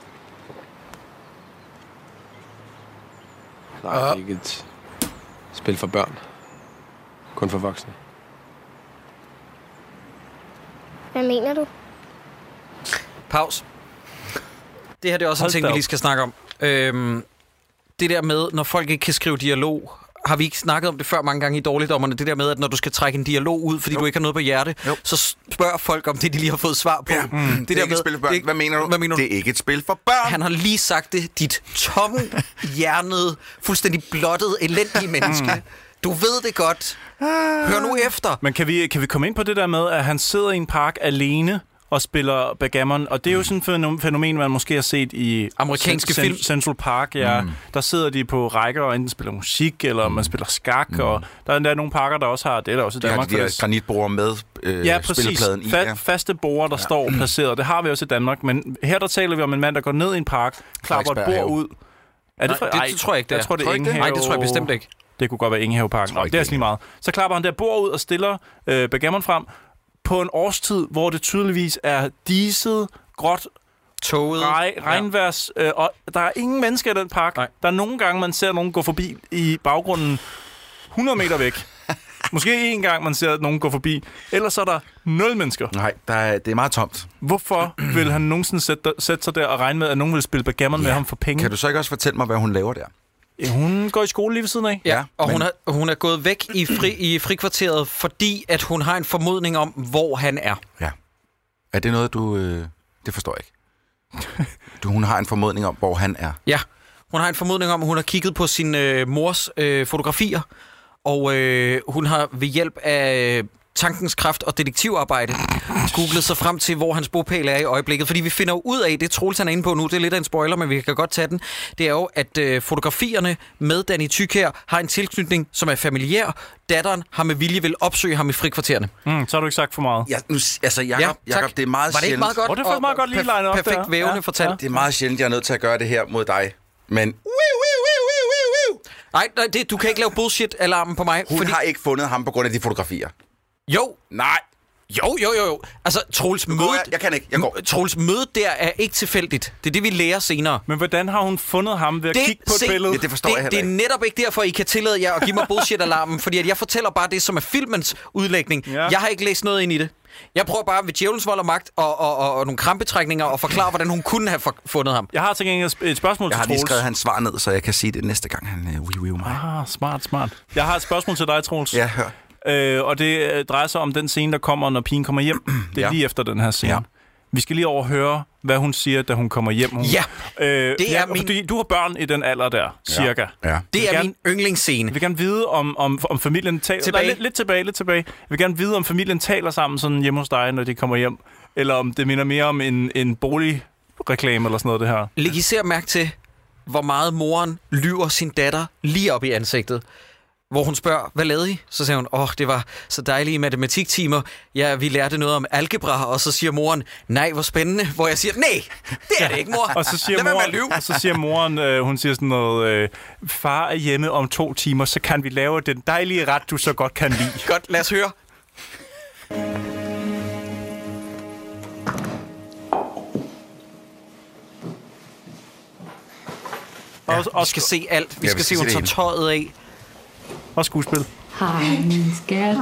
Nej, det er ikke et spil for børn. Kun for voksne. Hvad mener du? Pause. Det her det er også Hold en ting, da vi op. lige skal snakke om. Øhm, det der med, når folk ikke kan skrive dialog, har vi ikke snakket om det før mange gange i Dårligdommerne, det der med, at når du skal trække en dialog ud, fordi jo. du ikke har noget på hjerte, jo. så spørger folk om det, de lige har fået svar på. Ja. Mm. Det, det er ikke et spil for børn. Hvad mener du? Hvad mener du? Det er ikke et spil for børn. Han har lige sagt det, dit tomme, hjernede, fuldstændig blottet, elendige menneske. Du ved det godt. Hør nu efter. Men kan vi, kan vi komme ind på det der med, at han sidder i en park alene og spiller backgammon, og det er jo sådan et fænomen, man måske har set i Amerikanske Cent- film. Central Park, ja. Mm. Der sidder de på rækker og enten spiller musik, eller man spiller skak, mm. og der er endda nogle parker, der også har, det er der også i De har Danmark. de der for det- granitbord med øh, Ja, præcis. spillepladen i. Fa- Ja. faste borde, der ja. står placeret. Det har vi også i Danmark, men her der taler vi om en mand, der går ned i en park, klapper et Frederiksberg bord Have. ud. Er Nej, fra- det, Ej, det tror jeg ikke, det jeg er. tror, det er Tror I ikke det? Ingenhave. Nej, det tror jeg bestemt ikke. Det kunne godt være Ingenhaveparken. Nå, ikke, det er det lige meget. Så klapper han der bord ud og stiller øh, backgammon frem på en årstid, hvor det tydeligvis er diset, gråt, Toget. Rej, regnværs, øh, og der er ingen mennesker i den park. Nej. Der er nogle gange, man ser nogen gå forbi i baggrunden hundrede meter væk. Måske en gang, man ser nogen gå forbi. Ellers er der nul mennesker. Nej, der er, det er meget tomt. Hvorfor vil han nogensinde sætte, sætte sig der og regne med, at nogen vil spille backgammon ja. med ham for penge? Kan du så ikke også fortælle mig, hvad hun laver der? Hun går i skole lige ved siden af. Ja, Ja, og men- hun, er, hun er gået væk i, fri, i frikvarteret, fordi at hun har en formodning om, hvor han er. Ja. Er det noget, du... Øh, det forstår jeg ikke. Du, hun har en formodning om, hvor han er. Ja, hun har en formodning om, at hun har kigget på sin øh, mors øh, fotografier, og øh, hun har ved hjælp af øh, tankens kraft og detektivarbejde googlet sig frem til, hvor hans bopæl er i øjeblikket. Fordi vi finder jo ud af, det Troels han er inde på nu, det er lidt af en spoiler, men vi kan godt tage den, det er jo, at øh, fotografierne med Danny Thykier har en tilknytning, som er familiær. Datteren har med vilje vil opsøge ham i frikvartererne. Mm, så har du ikke sagt for meget. Ja, nu, altså, Jacob, Ja, ja, tak. Jacob, det er meget Var det ikke sjældent. meget godt? Åh, det er faktisk Og- meget godt lige perf- linet op Perfekt der. vævende Ja, fortalt. ja. Det er meget sjældent, jeg er nødt til at gøre det her mod dig. Men Nej, nej det, du kan ikke lave bullshit-alarmen på mig. hun fordi... har ikke fundet ham på grund af de fotografier. Jo, Nej. jo, jo, jo, jo. Altså, Troels går mødet... jeg. Jeg kan ikke. Jeg går. Troels mødet der er ikke tilfældigt. Det er det, vi lærer senere. Men hvordan har hun fundet ham ved at Det- kigge på et se- billede? Ja, det forstår det, jeg det heller er ikke. netop ikke derfor, I kan tillade jer at give mig bullshit-alarmen, fordi at jeg fortæller bare det, som er filmens udlægning. Ja. Jeg har ikke læst noget ind i det. Jeg prøver bare ved djævelens vold og magt og, og, og, og nogle krampetrækninger og forklare, hvordan hun kunne have for, fundet ham. Jeg har til gengæld et spørgsmål Jeg har til lige Troels. skrevet hans svar ned, så jeg kan sige det næste gang, han uh, wee-wee mig. Ah, smart, smart. Jeg har et spørgsmål til dig, Troels. Ja, hør. Øh, og det øh, drejer sig om den scene, der kommer, når pigen kommer hjem. Det er Ja. lige efter den her scene. Ja. Vi skal lige overhøre hvad hun siger, da hun kommer hjem. Hun, Ja, øh, det er ja, min... fordi du har børn i den alder der, cirka. Ja. Det er gerne- min yndlingsscene. Jeg vil gerne vide, om, om, om familien taler... Tilbage. Nej, lidt, lidt tilbage, lidt tilbage. Jeg vil gerne vide, om familien taler sammen sådan hjemme hos dig, når de kommer hjem. Eller om det minder mere om en, en boligreklame eller sådan noget, det her. Læg især mærke til, hvor meget moren lyver sin datter lige op i ansigtet. Hvor hun spørger, hvad lavede I? Så siger hun, åh, oh, det var så dejlige matematiktimer. Ja, vi lærte noget om algebra. Og så siger moren, nej, hvor spændende. Hvor jeg siger, nej, det er det ikke, mor. Og så siger Lad være med at moren, lyve. og så siger moren øh, hun siger sådan noget, øh, far er hjemme om to timer, så kan vi lave den dejlige ret, du så godt kan lide. Godt, lad os høre. Ja, Og, og, vi skal se alt. Vi Ja, skal vi se, skal hun se tager det tøjet af. og skuespil. Hej, min skat.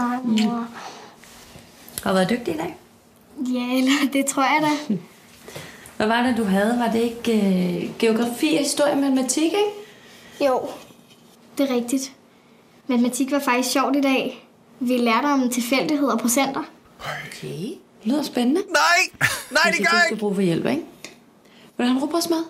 Har du været dygtig i dag? Ja, eller det tror jeg da. Hvad var det, du havde? Var det ikke øh, geografi, historie og matematik, ikke? Jo, det er rigtigt. Matematik var faktisk sjovt i dag. Vi lærte om tilfældigheder og procenter. Okay. Det lyder spændende. Nej, nej, det gør du jeg skal ikke. bruge for hjælp, ikke? Vil du have en rugbrødsmad?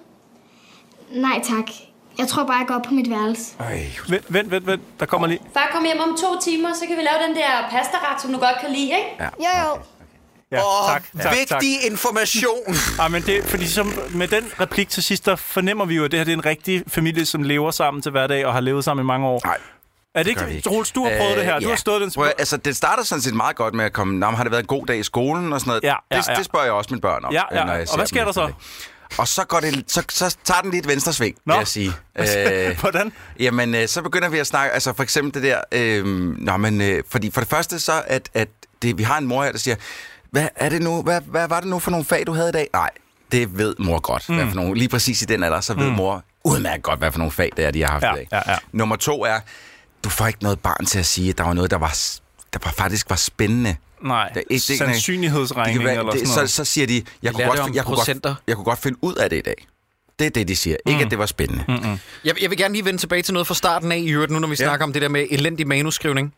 Nej tak. Jeg tror bare, jeg går op på mit værelse. Vent, vent, vent, vent. Der kommer lige... Far, kom hjem om to timer, så kan vi lave den der pastaret, som du godt kan lide, ikke? Jo, jo. Ja, Åh, tak, tak, tak. vigtig information. Ja, men det, fordi som, med den replik til sidst, der fornemmer vi jo, at det her det er en rigtig familie, som lever sammen til hverdag og har levet sammen i mange år. Nej. Er det gør vi ikke, ikke. Troels, du har prøvet Øh, det her? Du ja. har stået den... Prøv, at- altså, det starter sådan set meget godt med at komme... Nå, men har det været en god dag i skolen og sådan noget? Ja, ja, det, ja. det spørger jeg også mine børn om. Ja, ja. når jeg Og ser hvad dem sker der så? eftermiddag. Og så, går det, så, så tager den lige et venstre sving, Nå. vil jeg sige. Øh, Hvordan? Jamen, øh, så begynder vi at snakke... Altså, for eksempel det der... Øh, nå, men, øh, fordi for det første så, at, at det, vi har en mor her, der siger... Hvad er det nu? Hvad, hvad var det nu for nogle fag, du havde i dag? Nej, det ved mor godt. Mm. Hvad for nogle, lige præcis i den alder, så ved mm. mor udmærket godt, hvad for nogle fag det er, de har haft Ja, i dag. ja, ja. Nummer to er, du får ikke noget barn til at sige, at der var noget, der var, der var faktisk var spændende. Nej, Det er ikke- det er ikke- sandsynlighedsregning Det kan være- eller det- sådan så, noget. så siger de, jeg kunne, lærte godt, om jeg, kunne procenter. godt, jeg kunne godt finde ud af det i dag. Det er det, de siger. Mm. Ikke, at det var spændende. Mm. Jeg, jeg vil gerne lige vende tilbage til noget fra starten af, i øvrigt, nu når vi ja. snakker om det der med elendig manuskrivning.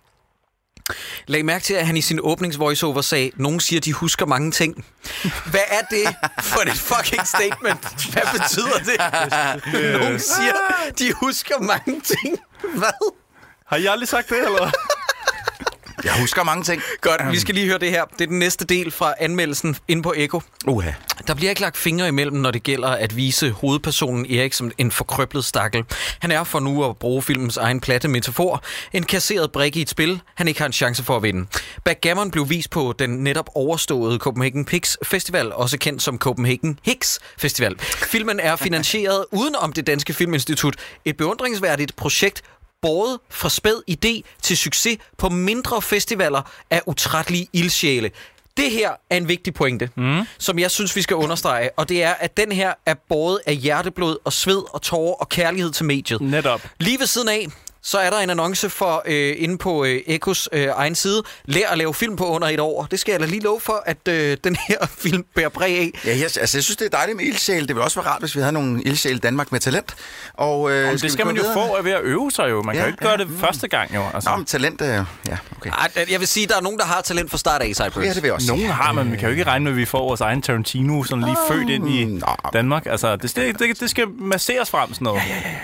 Lag mærke til, at han i sin åbningsvoiceover sagde, nogen siger, de husker mange ting. Hvad er det for et fucking statement? Hvad betyder det? Nogen siger, de husker mange ting. Hvad? Har I aldrig sagt det, eller? Jeg husker mange ting. Godt, vi skal lige høre det her. Det er den næste del fra anmeldelsen inde på Ekko. Uha. Der bliver ikke lagt fingre imellem, når det gælder at vise hovedpersonen Erik som en forkrøblet stakkel. Han er, for nu at bruge filmens egen platte metafor, en kasseret brik i et spil, han ikke har en chance for at vinde. Backgammon blev vist på den netop overståede Copenhagen Pix Festival, også kendt som Copenhagen Hicks Festival. Filmen er finansieret uden om det Danske Filminstitut. Et beundringsværdigt projekt, båret fra spæd idé til succes på mindre festivaler af utrættelige ildsjæle. Det her er en vigtig pointe, mm. som jeg synes, vi skal understrege, og det er, at den her er båret af hjerteblod og sved og tårer og kærlighed til mediet. Netop. Lige ved siden af, så er der en annonce for øh, inde på øh, Ekkos øh, egen side. Lær at lave film på under et år. Det skal jeg da lige love for, at øh, den her film bærer præg af. Ja, jeg, altså, jeg synes, det er dejligt med ildsjæl. Det ville også være rart, hvis vi havde nogle ildsjæl i Danmark med talent. Og, øh, Jamen, det skal man jo videre? få af ved at øve sig jo. Man Ja, kan jo ikke ja, gøre det mm. første gang jo. Altså. Nå, men talent er... Ja, okay. Ej, jeg vil sige, at der er nogen, der har talent fra start af, Cypress. Ja, det vil jeg også Nogen sige. har man, vi kan jo ikke regne med, at vi får vores egen Tarantino sådan lige født ind i Nå. Danmark. Altså, det, det, det, det skal masseres frem sådan noget. Ja, ja, ja.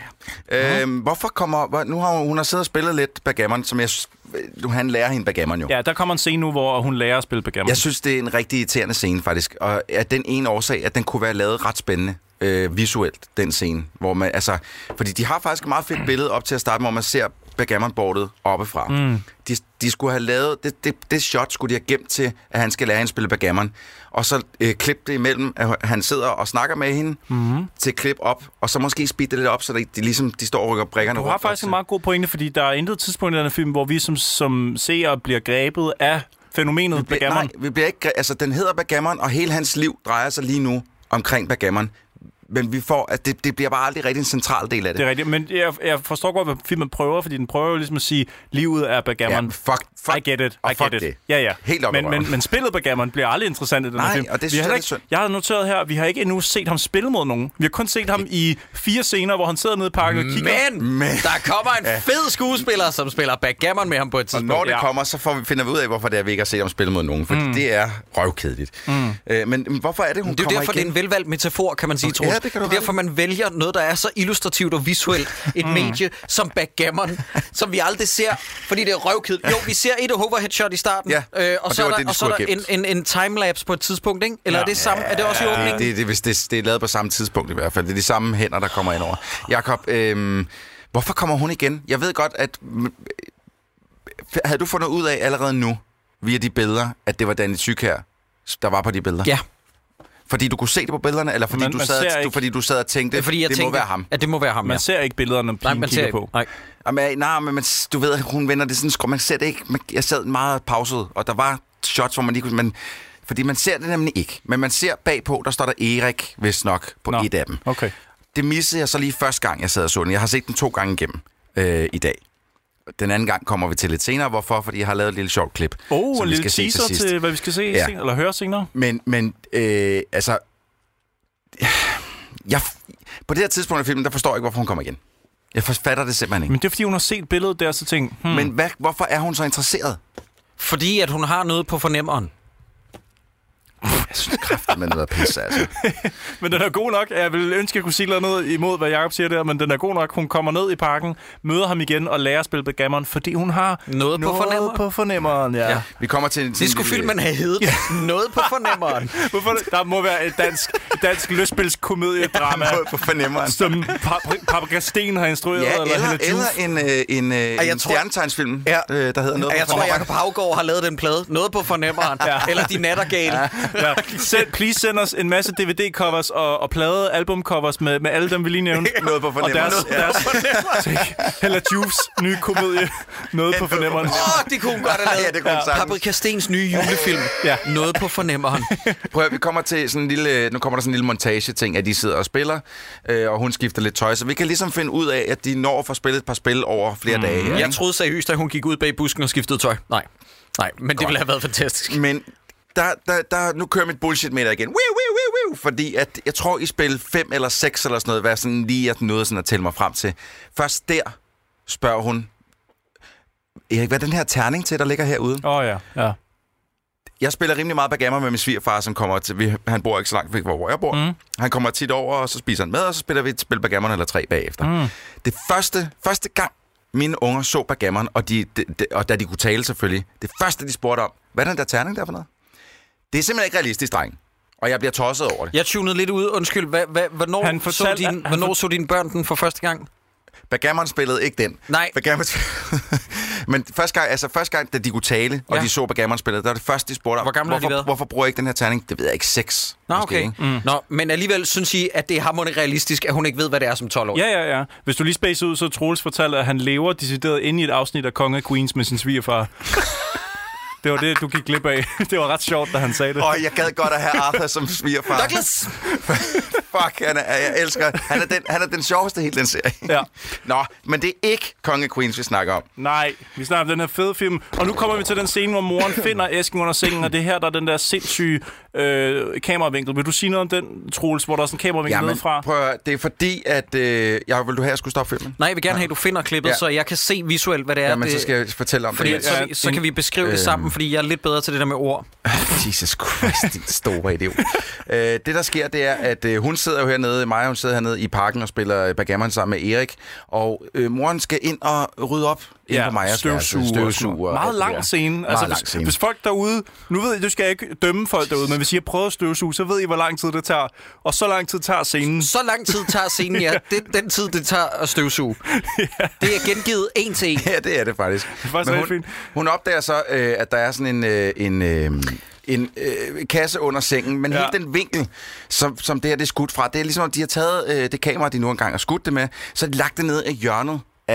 Øhm, hvorfor kommer... hvor- Nu har hun, hun har siddet og spillet lidt backgammon, som jeg... s- Nu han lærer hende backgammon jo. Ja, der kommer en scene nu, hvor hun lærer at spille backgammon. Jeg synes, det er en rigtig irriterende scene, faktisk. Og at den ene årsag, at den kunne være lavet ret spændende øh, visuelt, den scene. Hvor man, altså, fordi de har faktisk et meget fedt billede op til at starte, hvor man ser backgammon-bordet oppefra. Mm. De, de skulle have lavet... Det, det, det shot skulle de have gemt til, at han skal lære hende at spille backgammon. Og så øh, klip det imellem, at han sidder og snakker med hende, mm. til klip op, og så måske speede det lidt op, så de, de ligesom de står og rykker brikkerne Du har rundt. faktisk en meget god pointe, fordi der er intet tidspunkt i den her film, hvor vi som, som seere bliver grebet af fænomenet Vi bliver- backgammon. Nej, vi bliver ikke... Altså, den hedder backgammon, og hele hans liv drejer sig lige nu omkring backgammon. men vi får, at det, det bliver bare aldrig rigtig en central del af det. Det er rigtigt, men jeg, jeg forstår godt, hvad filmen prøver, fordi den prøver jo ligesom at sige, livet er backgammon. Ja, fuck, fuck, I get it, og I fuck get it. det. Ja, ja. Helt op men, men, men spillet backgammon bliver aldrig interessant i den Nej, her film. og det vi synes har jeg ikke, er synd. jeg har noteret her, vi har ikke endnu set ham spille mod nogen. Vi har kun set ham i fire scener, hvor han sidder nede i parken og kigger. Men, men der kommer en ja. fed skuespiller, som spiller backgammon med ham på et tidspunkt. Og når det ja. kommer, så får vi, finder vi ud af, hvorfor det er, vi ikke har set ham spille mod nogen. For mm. det er røvkedeligt. Mm. Øh, men hvorfor er det, hun det er kommer derfor, igen? det er en velvalgt metafor, kan man sige, Okay. Troels. Ja, det kan du det er derfor, man vælger noget, der er så illustrativt og visuelt. Et mm. medie som backgammon, som vi aldrig ser, fordi det er røvkedeligt. Jo, vi ser et overhead shot i starten, ja. øh, og, og, så er der, det, og så er der en, en, en timelapse på et tidspunkt, ikke? Eller ja. er det samme? Er det også i åbningen? Det, det, det, det, det er lavet på samme tidspunkt i hvert fald. Det er de samme hænder, der kommer ind over. Jakob, øh, hvorfor kommer hun igen? Jeg ved godt, at... Havde du fundet ud af allerede nu, via de billeder, at det var Danny Thykier, der var på de billeder? Ja. Fordi du kunne se det på billederne, eller fordi, man, du, man sad, ikke, du, fordi du sad og tænkte, fordi jeg det tænkte, må være ham? At det må være ham, Man ja. ser ikke billederne, når pigen kigger på. Nej. Jamen, nej, men man, du ved, hun vender det sådan skråt. Man ser det ikke. Man, jeg sad meget pauset, og der var shots, hvor man lige kunne... Man, fordi man ser det nemlig ikke. Men man ser bagpå, der står der Erik, vist nok, på Nå, et af dem. Okay. Det missede jeg så lige første gang, jeg sad og så den. Jeg har set den to gange igennem øh, i dag. Den anden gang kommer vi til lidt senere. Hvorfor? Fordi jeg har lavet et lille sjovt klip. Åh, oh, en vi lille skal teaser se til, til, hvad vi skal se ja. senere, eller høre senere. Men, men øh, altså... Jeg, på det her tidspunkt af filmen, der forstår jeg ikke, hvorfor hun kommer igen. Jeg fatter det simpelthen ikke. Men det er, fordi hun har set billedet der, så tænker hmm. Men hvad, hvorfor er hun så interesseret? Fordi at hun har noget på fornemmeren. Jeg synes kraftigt, man noget pisse, altså. Men den er god nok. Jeg vil ønske, at jeg kunne sige noget imod, hvad Jacob siger der, men den er god nok. Hun kommer ned i parken, møder ham igen og lærer at spille backgammon, fordi hun har noget, noget på fornemmeren. på fornemmeren. Ja. Ja. Vi kommer til, til det skulle filmen have heddet. Ja. Noget på fornemmeren. Hvorfor? Der må være et dansk, dansk lystspilskomediedrama. Noget på fornemmeren. Som Paprika Sten har instrueret. Ja, eller, eller, eller en, øh, en, øh, en stjernetegnsfilm, ja. øh, der hedder Noget jeg på fornemmeren. Jeg tror, Jacob Haugaard har lavet den plade. Noget på fornemmeren. Ja. Eller De Nattergale. Ja. Send, please send os en masse D V D-covers og, og plade albumcovers med, med alle dem, vi lige nævnte. Noget på fornemmeren. Og deres, deres Hella Juves nye komedie, Noget på fornemmeren. Åh, oh, det kunne hun godt have lavet. Ja, det kunne ja. Paprika Stens nye julefilm. Ja. Noget på fornemmeren. Prøv at, vi kommer til sådan en lille, nu kommer der sådan en lille montage-ting, at de sidder og spiller, øh, og hun skifter lidt tøj, så vi kan ligesom finde ud af, at de når at få spillet et par spil over flere mm. dage. Ja. Jeg troede seriøst, at hun gik ud bag busken og skiftede tøj. Nej, nej, men godt. Det ville have været fantastisk. Men der, der, der, nu kører mit bullshit-meter igen. Wiu, wiu, wiu, wiu, fordi at, jeg tror, i spil fem eller seks eller sådan noget, hvad sådan lige at noget sådan at tælle mig frem til. Først der spørger hun, Erik, hvad er den her terning til, der ligger herude? Åh oh, ja, ja. Jeg spiller rimelig meget backgammon med min svigerfar, som kommer til... Vi, han bor ikke så langt væk, hvor jeg bor. Mm. Han kommer tit over, og så spiser han mad, og så spiller vi et spil backgammon eller tre bagefter. Mm. Det første, første gang, mine unger så backgammon, og, de, de, de, og da de kunne tale selvfølgelig, det første, de spurgte om, hvad er den der terning der for noget? Det er simpelthen ikke realistisk, dreng. Og jeg bliver tosset over det. Jeg tunede lidt ud. Undskyld, hvad, hvad, hvornår, han fortalte, så din, han, hvornår han så dine børn den for første gang? Backgammon spillede ikke den. Nej. Backgammon Men første gang, altså første gang, da de kunne tale, og ja. de så Backgammon spillet, der var det første, de spurgte om, hvor gammel hvorfor, har de været? Hvorfor bruger jeg ikke den her terning? Det ved jeg ikke, seks. Nå, måske, okay. Ikke? Mm. Nå, men alligevel synes I, at det er hammerende realistisk, at hun ikke ved, hvad det er som tolv år. Ja, ja, ja. Hvis du lige spacer ud, så Troels fortalte, at han lever decideret inde i et afsnit af Konge af Queens med sin svigerfar. Det var det, du gik glip af. Det var ret sjovt, da han sagde det. Åh, oh, jeg gad godt at have Arthur som svigerfar. Douglas! Fuck, han er, jeg elsker. Han er den, han er den sjoveste i hele den serie. Ja. Nå, men det er ikke Konge Queens, vi snakker om. Nej, vi snakker om den her fede film. Og nu kommer vi til den scene, hvor moren finder æsken under sengen, og det her, der er den der sindssyge øh, kameravinkel. Vil du sige noget om den, Troels, hvor der er sådan en kameravinkel Jamen, nedefra? Prøv at, det er fordi, at... Øh, jeg vil du have, at jeg skulle stoppe filmen? Nej, jeg vil gerne have, at du finder klippet, ja. Så jeg kan se visuelt, hvad det er. Jamen, det... så skal jeg fortælle om fordi, det. Så, ja, så kan vi beskrive øh, det sammen, fordi jeg er lidt bedre til det der med ord. Jesus Christ, din store idiot. øh, det, der sker, det er, at øh, hun sidder jo hernede, Maja, hun sidder hernede i parken og spiller backgammon sammen med Erik, og øh, moren skal ind og rydde op ind ja, på Majas støvsuge. Støvsuge. Meget lang scene. Meget altså, lang hvis, scene. hvis folk derude... Nu ved I, du skal ikke dømme folk derude, men hvis I har prøvet at støvsuge, så ved I, hvor lang tid det tager. Og så lang tid tager scenen. Så lang tid tager scenen, ja. Det er den tid, det tager at støvsuge. ja. Det er gengivet en til en. Ja, det er det faktisk. Det er faktisk men hun, fint. Hun opdager så, øh, at der er sådan en... Øh, en øh, en øh, kasse under sengen, men ja. hele den vinkel, som, som det her det er skudt fra, det er ligesom, at de har taget øh, det kamera, de nu engang har skudt det med, så har de lagt det ned i hjørnet af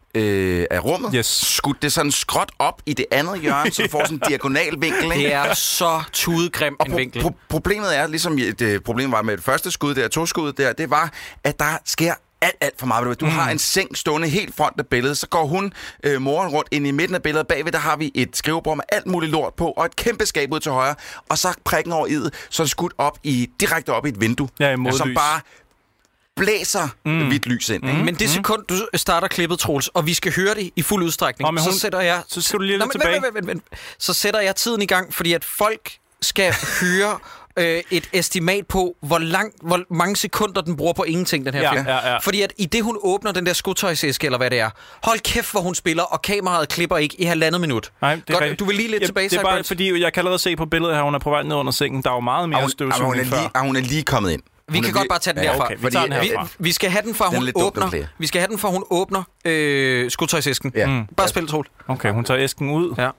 øh, af rummet. Yes. Skudt det sådan skråt op i det andet hjørne, så du får sådan en diagonal vinkel. Ikke? Det er så tudegrim en pro- vinkel. Pro- problemet er, ligesom det problem var med det første skud, der to skud der, det var, at der sker alt, alt for meget. Du mm. har en seng stående helt front af billedet, så går hun, øh, moren, rundt ind i midten af billedet. Bagved, der har vi et skrivebord med alt muligt lort på, og et kæmpe skab ud til højre, og så prikken over i'et, så er det skudt op i, direkte op i et vindue, ja, i som bare blæser mm. hvidt lys ind. Ikke? Mm. Men det sekund, du starter klippet, Troels, og vi skal høre det i fuld udstrækning, oh, hun, så sætter jeg... Så skal du lige lidt Nå, tilbage. Men, men, men, men, så sætter jeg tiden i gang, fordi at folk skal høre øh, et estimat på, hvor, lang, hvor mange sekunder den bruger på ingenting, den her ja, film. Ja, ja. Fordi at i det, hun åbner den der skotøjsæske, eller hvad det er, hold kæft, hvor hun spiller, og kameraet klipper ikke i halvandet minut. Nej, det er Godt, du vil lige lidt ja, tilbage, det er bare, Cyburns. fordi jeg kan allerede se på billedet her, hun er på vej ned under sengen. Der er jo meget mere støvsugning hun, er lige, hun er lige kommet ind. Vi hun kan godt bare tage den ja, derfra. Okay, vi, tager den herfra. Vi, vi skal have den fra, hun åbner. Vi skal have den fra, hun åbner øh, skotøjsæsken. Ja. Mm. Bare spil, Troels. Okay, hun tager æsken ud. Ja.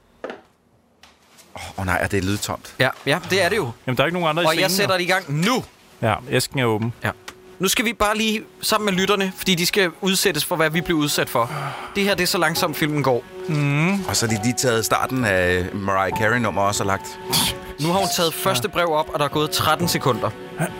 Åh oh, nej, er det lydtomt? Ja, ja, det er det jo. Jamen, der er ikke nogen andre i Og scenen, jeg sætter det i gang nu. Ja, æsken er åben. Ja. Nu skal vi bare lige sammen med lytterne, fordi de skal udsættes for, hvad vi blev udsat for. Det her, det er så langsomt, filmen går. Mm. Og så har de lige taget starten af Mariah Carey-nummer også og lagt. Nu har hun taget første brev op, og der er gået tretten sekunder.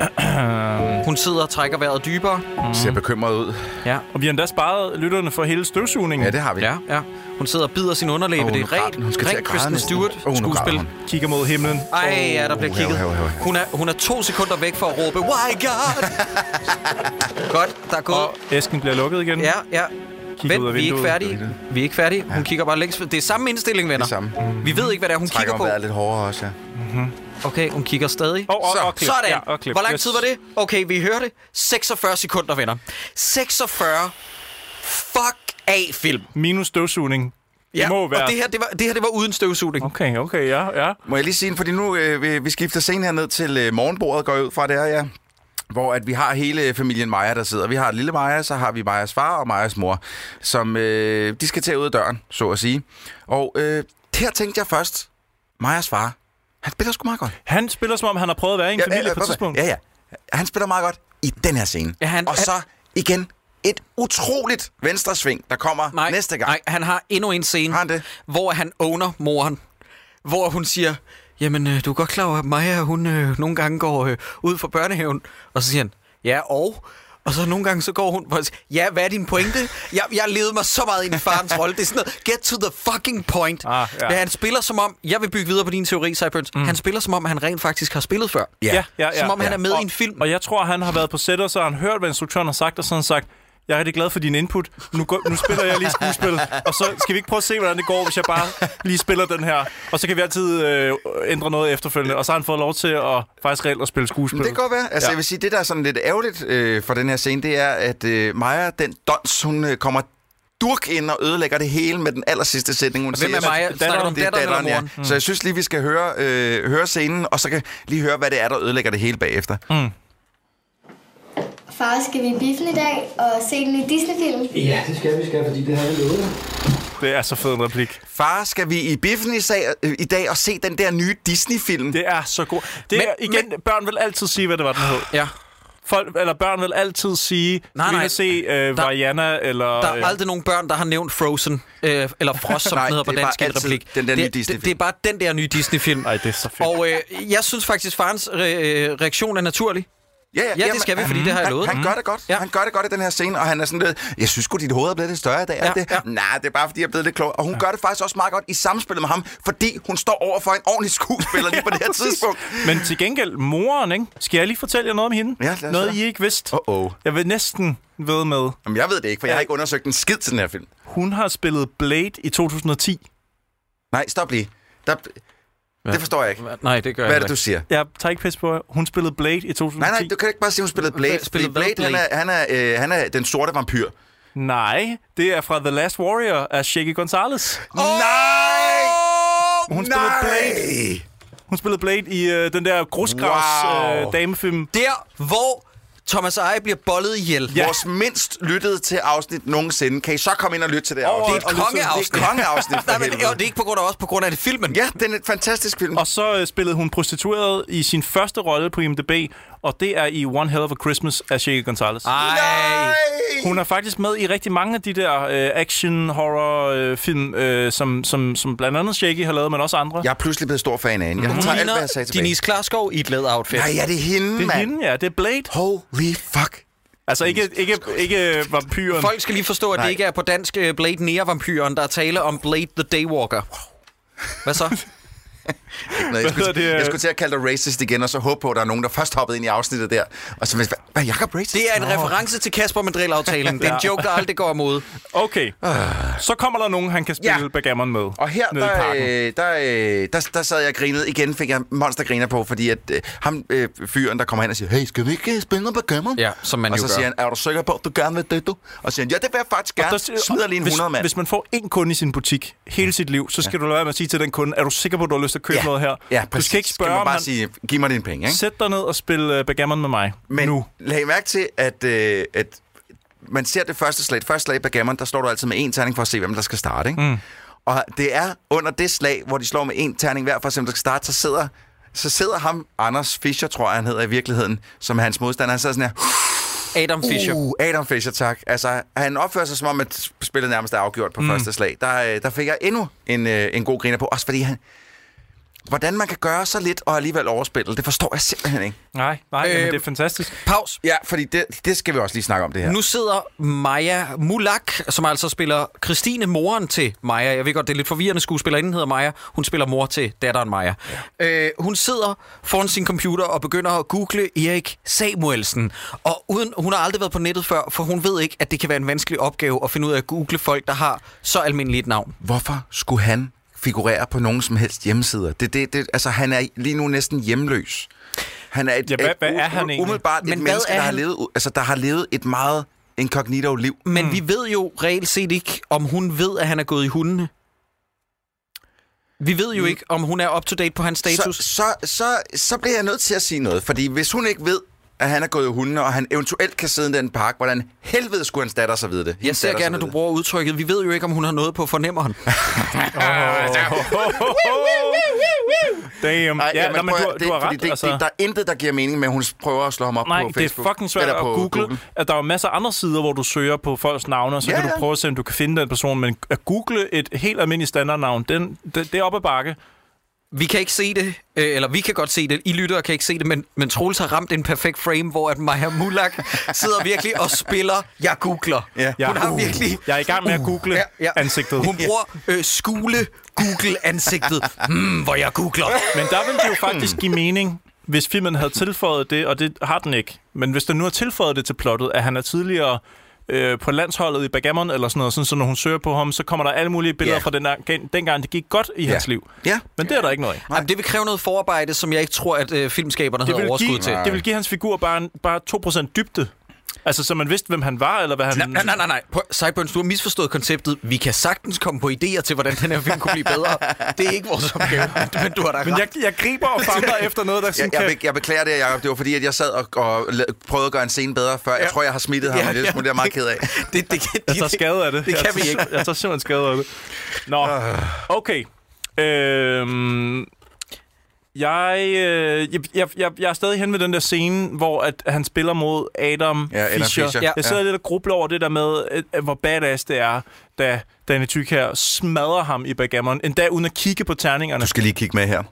Hun sidder og trækker vejret dybere. Mm. Ser bekymret ud. Ja. Og vi har endda sparet lytterne for hele støvsugningen. Ja, det har vi. Ja, ja. Hun sidder og bider sin underlæbe. Oh, det er rent, rent Kristen Stewart-skuespil. Kigger mod himlen. Ej, ja, der bliver oh, kigget. Hæv, hæv, hæv. Hun er, hun er to sekunder væk for at råbe, why God? Godt, der er gået... Og æsken bliver lukket igen. Ja, ja. Kigger Vent, vi er ikke færdige. Vi er ikke færdige. Hun ja. kigger bare længst. Det er samme indstilling, venner. Det er samme. Mm. Vi ved ikke, hvad det er, hun Trækker kigger på. lidt hårdere også, ja. Mm-hmm. Okay, hun kigger stadig. Oh, oh, Så, og klip. sådan. Ja, og klip. Hvor lang Yes. tid var det? Okay, vi hører det. seksogfyrre sekunder, venner. seksogfyrre Fuck af film. Minus støvsugning. Ja, det må være... og det her, det var, det her, det var uden støvsugning. Okay, okay, ja, ja. Må jeg lige sige, fordi nu øh, vi, vi skifter scenen her ned til øh, morgenbordet, går jeg ud fra det her, ja. Hvor at vi har hele familien Maja, der sidder. Vi har lille Maja, så har vi Majas far og Majas mor, som øh, de skal tage ud af døren, så at sige. Og øh, her tænkte jeg først, Majas far, han spiller sgu meget godt. Han spiller, som om han har prøvet at være i en ja, familie ja, på et tidspunkt. Ja, ja. Han spiller meget godt i den her scene. Ja, han, og så igen et utroligt venstresving, der kommer nej, næste gang. Nej, han har endnu en scene, han det? hvor han owner moren. Hvor hun siger, jamen, øh, du er godt klar over, at Maja, hun øh, nogle gange går øh, ud fra børnehaven. Og så siger han, ja, og... Og så nogle gange så går hun og siger, ja, hvad er din pointe? Jeg, jeg levede mig så meget ind i farens rolle. Det er sådan noget, get to the fucking point. Ah, ja. Men han spiller som om, jeg vil bygge videre på din teori, Cyburns. Mm. Han spiller som om, han rent faktisk har spillet før. Ja, ja, ja. Som om ja. han er med og, i en film. Og jeg tror, han har været på sæt, og så har han hørt, hvad instruktøren har sagt, og så har han sagt, jeg er rigtig glad for din input. Nu, går, nu spiller jeg lige skuespil, og så skal vi ikke prøve at se, hvordan det går, hvis jeg bare lige spiller den her. Og så kan vi altid øh, ændre noget efterfølgende. Og så har han fået lov til at faktisk reelt at spille skuespil. Det kan godt være. Altså, ja. Jeg vil sige, det der er sådan lidt ærgerligt øh, for den her scene, det er, at øh, Maja, den dons, hun øh, kommer durk ind og ødelægger det hele med den aller sidste sætning. Hun Hvem er siger, Maja? det Snakker du om datteren eller ja. moren? Mm. Så jeg synes lige, vi skal høre, øh, høre scenen, og så kan lige høre, hvad det er, der ødelægger det hele bagefter. Mm. Far, skal vi i biffen i dag og se den nye Disney-film? Ja, det skal vi, skal, fordi det har jeg lovet. Det er så fed en replik. Far, skal vi i biffen i, sag, øh, i dag og se den der nye Disney-film? Det er så godt. Det Men- er, igen, men, børn vil altid sige, hvad det var, den hed. Ja. Folk, eller børn vil altid sige, Nej, vi nej. kan se øh, Der- Vaiana, eller... Der er aldrig nogen børn, der har nævnt Frozen, øh, eller Frost, som Nej, den hedder på det er dansk bare altid replik. den der nye det, det, Disney-film. det er bare den der nye Disney-film. Ej, det er så fedt. Og øh, jeg synes faktisk, farens re- reaktion er naturlig. Ja, ja, Ja, det jamen, skal vi, fordi det har jeg han, lovet. Han gør det godt. Ja. Han gør det godt i den her scene, og han er sådan lidt, jeg synes sgu, dit hoved er blevet lidt større i dag. Ja, Ja, det? ja. Nej, det er bare, fordi jeg er blevet lidt klog. Og hun gør det faktisk også meget godt i samspillet med ham, fordi hun står over for en ordentlig skuespiller lige på det her tidspunkt. Men til gengæld, moren, ikke? Skal jeg lige fortælle jer noget om hende? Ja, lad os noget, høre. I ikke vidste. Uh-oh. Jeg vil næsten ved med. Jamen, jeg ved det ikke, for jeg har ikke undersøgt en skid til den her film. Hun har spillet Blade i to tusind og ti. Nej, stop lige. Der... Det forstår jeg ikke. Nej, det gør Hvad er jeg det, du siger? Jeg tager ikke pis på jer. Hun spillede Blade i to tusind og ti. Nej, nej, du kan ikke bare sige, hun spillede Blade. Hvad- spillede Fordi Blade, hvad han er, han, er, øh, han er den sorte vampyr. Nej, det er fra The Last Warrior af Shaky Gonzalez. Nej! Hun spillede Nej! Blade. Hun spillede Blade i øh, den der grusgravs Wow. øh, damefilm. Der, hvor Thomas Eje bliver bollet ihjel. Ja. Vores mindst lyttede til afsnit nogensinde. Kan I så komme ind og lytte til det afsnit? Det er et kongeafsnit. Det er kongeafsnit. Nej, men det er ikke på grund af os, på grund af det filmen. Ja, det er en fantastisk film. Og så øh, spillede hun prostitueret i sin første rolle på I M D B, og det er i One Hell of a Christmas af Shaky Gonzalez. Ej! Hun er faktisk med i rigtig mange af de der øh, action-horror-film, øh, øh, som, som, som blandt andet Shaky har lavet, men også andre. Jeg er pludselig blevet stor fan af hende. Jeg Hun tager alt, hvad ligner jeg sagde tilbage. Denise Klarskov i et læderoutfit. Nej, ja, det er hende, Det er mand. hende, ja. Det er Blade. Holy fuck. Altså ikke, ikke, ikke vampyren. Folk skal lige forstå, at Nej. det ikke er på dansk uh, Blade Nea-vampyren, der er tale om Blade the Daywalker. Hvad så? Jeg skulle, det, jeg skulle til at kalde dig racist igen, og så håbe på, at der er nogen, der først hoppede ind i afsnittet der. Og så hvad, hvad Jacob racist? Det er en oh. reference til Kasper Mandrill-aftalen. Det er en joke, der aldrig går imod. Okay. Så kommer der nogen, han kan spille ja. backgammon med. Og her, der, øh, der, øh, der, der sad jeg og grinede. Igen fik jeg monstergriner på, fordi at øh, ham øh, fyren, der kommer hen og siger, hey, skal vi ikke spille noget backgammon? Ja, som man og jo så gør. siger han, er du sikker på, at du gerne vil det, du? Og så siger han, ja, det vil jeg faktisk gerne. Der, Smider lige en hvis, hundrede mand. Hvis man får en kunde i sin butik hele sit liv, så skal ja. du lade være med at sige til den kunde, er du sikker på, at du har lyst til at købe ja. noget her? Ja, du skal ikke spørge, skal man bare man, sige, giv mig dine penge, ikke? Sæt dig ned og spil uh, backgammon med mig. Men nu. lag mærke til, at, øh, at man ser det første slag. Det første slag i backgammon, der står du altid med en terning for at se, hvem der skal starte, ikke? Mm. Og det er under det slag, hvor de slår med en terning hver for at se, hvem der skal starte, så sidder, så sidder ham, Anders Fischer, tror jeg, han hedder i virkeligheden, som er hans modstander. Han sidder sådan her... Adam Fischer. Uh, Adam Fischer, tak. Altså, han opfører sig som om, at spillet nærmest er afgjort på mm. første slag. Der, der fik jeg endnu en, en god griner på. Også fordi han... Hvordan man kan gøre så lidt og alligevel overspille, det forstår jeg simpelthen ikke. Nej, nej, øh, men det er fantastisk. Pause. Ja, fordi det, det skal vi også lige snakke om, det her. Nu sidder Maja Mulak, som altså spiller Christine, moren til Maja. Jeg ved godt, det er lidt forvirrende. Skuespillerinden hedder Maja. Hun spiller mor til datteren Maja. Ja. Øh, hun sidder foran sin computer og begynder at google Erik Samuelsen. Og uden, hun har aldrig været på nettet før, for hun ved ikke, at det kan være en vanskelig opgave at finde ud af at google folk, der har så almindeligt et navn. Hvorfor skulle han figurerer på nogen som helst hjemmesider? Det, det, det, altså, han er lige nu næsten hjemløs. Han er et, ja, hvad, et, hvad er han egentlig? Umiddelbart Men et hvad menneske, er der har, han? levet, altså, der har levet et meget incognito liv. Men mm. vi ved jo reelt set ikke, om hun ved, at han er gået i hundene. Vi ved jo mm. ikke, om hun er up to date på hans status. Så, så, så, så bliver jeg nødt til at sige noget, fordi hvis hun ikke ved, at han er gået i hundene, og han eventuelt kan sidde i den park, hvordan helvede skulle hans datter så vide det? Jeg ser gerne, at du bruger udtrykket. Vi ved jo ikke, om hun har noget på fornemmeren. Damn. Nej, ja, ja, men men prøv, du, det, du har ret. det, altså. det, der er intet, der giver mening med, at hun prøver at slå ham op Nej, på Facebook. Nej, det er fucking svært at google, google. At der er masser af andre sider, hvor du søger på folks navne, og så ja, kan du prøve at se, om du kan finde den person. Men at google et helt almindeligt standardnavn, den, det, det er op ad bakke. Vi kan ikke se det, eller vi kan godt se det. I lyttere kan ikke se det, men, men Troels har ramt en perfekt frame, hvor at Maja Mulak sidder virkelig og spiller, jeg googler. Ja. Hun har virkelig... Jeg er i gang med at google uh, ja, ja. ansigtet. Hun bruger øh, skule Google-ansigtet. Hmm, hvor jeg googler. Men der vil det jo faktisk give mening, hvis filmen havde tilføjet det, og det har den ikke. Men hvis den nu har tilføjet det til plottet, at han er tidligere øh, på landsholdet i backgammon eller sådan noget, sådan, så når hun søger på ham, så kommer der alle mulige billeder yeah. fra den der, dengang det gik godt i yeah. hans liv. Ja. Yeah. Men det er der ikke noget af. Jamen, det vil kræve noget forarbejde, som jeg ikke tror, at øh, filmskaberne havde overskud give, til. Det vil give hans figur bare, bare to procent dybde. Altså, så man vidste, hvem han var, eller hvad han... Nej, nej, nej, nej. Sideburns, du har misforstået konceptet. Vi kan sagtens komme på idéer til, hvordan den her film kunne blive bedre. Det er ikke vores opgave, men du har da ret. Men jeg, jeg griber og famler efter noget, der sådan jeg, jeg, kan... be, jeg beklager det, Jacob. Det var fordi, at jeg sad og, og prøvede at gøre en scene bedre før. Jeg ja. tror, jeg har smittet ham, ja, ja. det er jeg meget ked af. det, det, det, jeg tager skade af det. Det kan jeg vi tager, ikke. Jeg tager simpelthen skade af det. Nå, okay. Øhm... Jeg, øh, jeg, jeg, jeg er stadig hen ved den der scene, hvor at han spiller mod Adam ja, Fischer. Fischer. Ja. Jeg sidder ja. lidt og grubler over det der med, at, hvor badass det er, da Danny Tyk her smadrer ham i backgammon, endda uden at kigge på terningerne. Du skal lige kigge med her.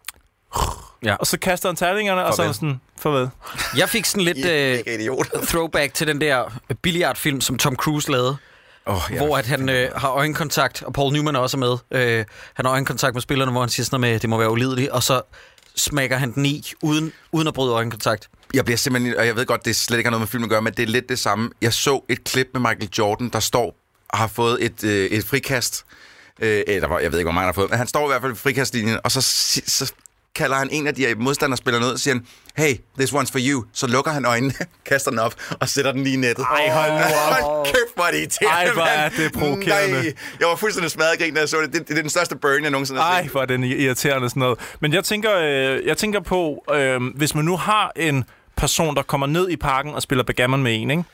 Ja. Og så kaster han terningerne, farvel. Og så er sådan, farvel. Jeg fik sådan lidt øh, throwback til den der billiardfilm, som Tom Cruise lavede. Oh, ja. Hvor at han øh, har øjenkontakt, og Paul Newman er også med. Øh, han har øjenkontakt med spillerne, hvor han siger sådan noget med, det må være ulideligt, og så smækker han den i, uden, uden at bryde øjenkontakt. Jeg bliver simpelthen, og jeg ved godt, det slet ikke har noget med filmen at gøre, men det er lidt det samme. Jeg så et klip med Michael Jordan, der står og har fået et, øh, et frikast. Øh, eller jeg ved ikke, hvor mange han har fået, men han står i hvert fald i frikastlinjen, og så, så kalder han en af de modstanderspillere ned og siger han, hey, this one's for you. Så lukker han øjnene, kaster den op og sætter den lige i nettet. Ej, hold nu op. Hold kæft, hvor er det irriterende, Ej, hvor er det provokerende. Nej, jeg var fuldstændig smadret grin, da jeg så det. Det, det er den største burn, jeg nogensinde har set. Ej, hvor er den irriterende sådan noget. Men jeg tænker, øh, jeg tænker på, øh, hvis man nu har en person, der kommer ned i parken og spiller backgammon med en, ikke?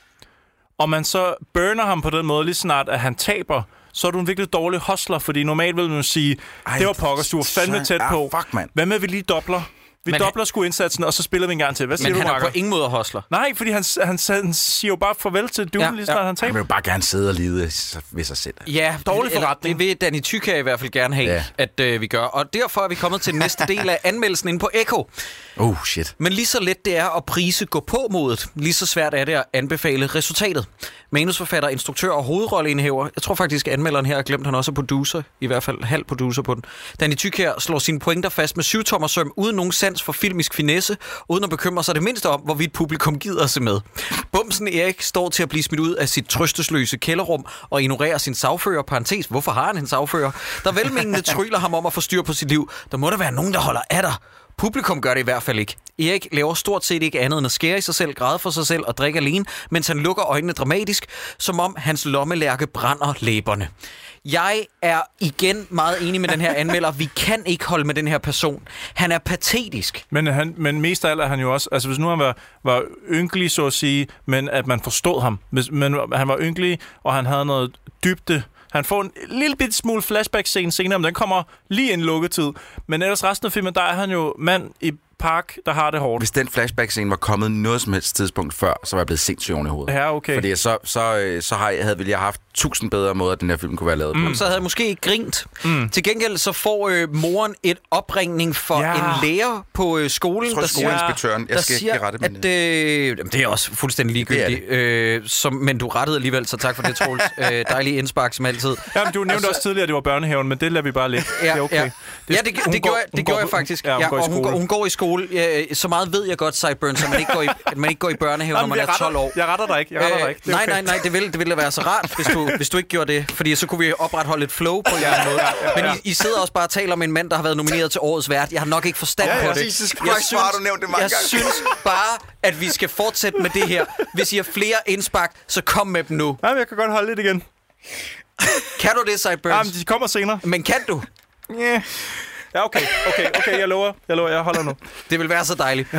Og man så burner ham på den måde, lige snart, at han taber, så er du en virkelig dårlig hustler, fordi normalt vil man sige, Ej, det var pokkers, du var fandme tæt på. Ah, fuck, man. Hvad med, vi lige dobler? Vi men dobler sgu indsatsen, og så spiller vi en gang til. Hvad siger men du, han Marker? er på ingen måde hustler. Nej, fordi han, han, han siger jo bare farvel til duen, ja, lige snart ja. han taber. Han vil jo bare gerne sidde og lide ved sig selv. Ja, dårlig forretning. Det vil Danny Thykier i hvert fald gerne have, ja. at øh, vi gør. Og derfor er vi kommet til næste del af anmeldelsen inde på Echo. Oh, shit. Men lige så let det er at prise gå på modet, lige så svært er det at anbefale resultatet. Manusforfatter, instruktør og hovedrolleindehaver. Jeg tror faktisk, at anmelderen her har glemt, han også er producer. I hvert fald halv producer på den. Danny Thykier slår sine pointer fast med syvtommersøm, uden nogen sans for filmisk finesse, uden at bekymre sig det mindste om, hvorvidt publikum gider at se med. Bumsen Erik står til at blive smidt ud af sit trøstesløse kælderrum og ignorerer sin sagfører, parentes, hvorfor har han en sagfører, der velmenende tryller ham om at få styr på sit liv. Der må der være nogen, der holder af dig. Publikum gør det i hvert fald ikke. Erik laver stort set ikke andet end at skære i sig selv, græde for sig selv og drikke alene, mens han lukker øjnene dramatisk, som om hans lommelærke brænder læberne. Jeg er igen meget enig med den her anmelder. Vi kan ikke holde med den her person. Han er patetisk. Men, han, men mest af alt er han jo også... Altså, hvis nu han var, var ynkelig, så at sige, men at man forstod ham. Hvis, men han var ynkelig, og han havde noget dybde. Han får en lille bit smule flashback-scene senere, men den kommer lige en lukketid. Men ellers resten af filmen, der er han jo mand i park, der har det hårdt. Hvis den flashback-scene var kommet noget som helst tidspunkt før, så var jeg blevet sindssygt oven i hovedet. Ja, okay. Fordi så, så, så har jeg, havde ville jeg haft tusind bedre måder, at den her film kunne være lavet på. Mm. Så havde jeg måske ikke grint. Mm. Til gengæld så får øh, moren et opringning for ja. en lærer på øh, skolen, tror, der siger, jeg der skal siger rette at øh, det er også fuldstændig ligegyldigt. Øh, som, men du rettede alligevel, så tak for det, Troels. øh, dejlig indspark som altid. Jamen, du nævnte altså, også tidligere, at det var børnehaven, men det lader vi bare ligge. Ja, det er okay. ja. Det, ja, det, det, det, gjorde, det gjorde jeg faktisk. Ja, hun, ja, går og hun, går, hun går i skole. Ja, så meget ved jeg godt, Sideburns, at man ikke går i, man ikke går i børnehave, når man er tolv år. Jeg retter dig ikke. Jeg retter dig ikke. Nej, okay. nej, nej, det ville, det ville være så rart, hvis du, hvis du ikke gjorde det. Fordi så kunne vi opretholde et flow på en eller anden måde. Men I, I sidder også bare og taler om en mand, der har været nomineret til årets vært. Jeg har nok ikke forstand ja, ja, på det. Jesus Christ, jeg synes, du nævnt det mange jeg gange. synes bare, at vi skal fortsætte med det her. Hvis I har flere indspark, så kom med dem nu. Nej, men jeg kan godt holde lidt igen. Kan du det, Sideburns? Jamen, de kommer senere. Men kan du? Yeah. Ja, okay, okay, okay, jeg lover. Jeg lover, jeg holder nu. Det vil være så dejligt.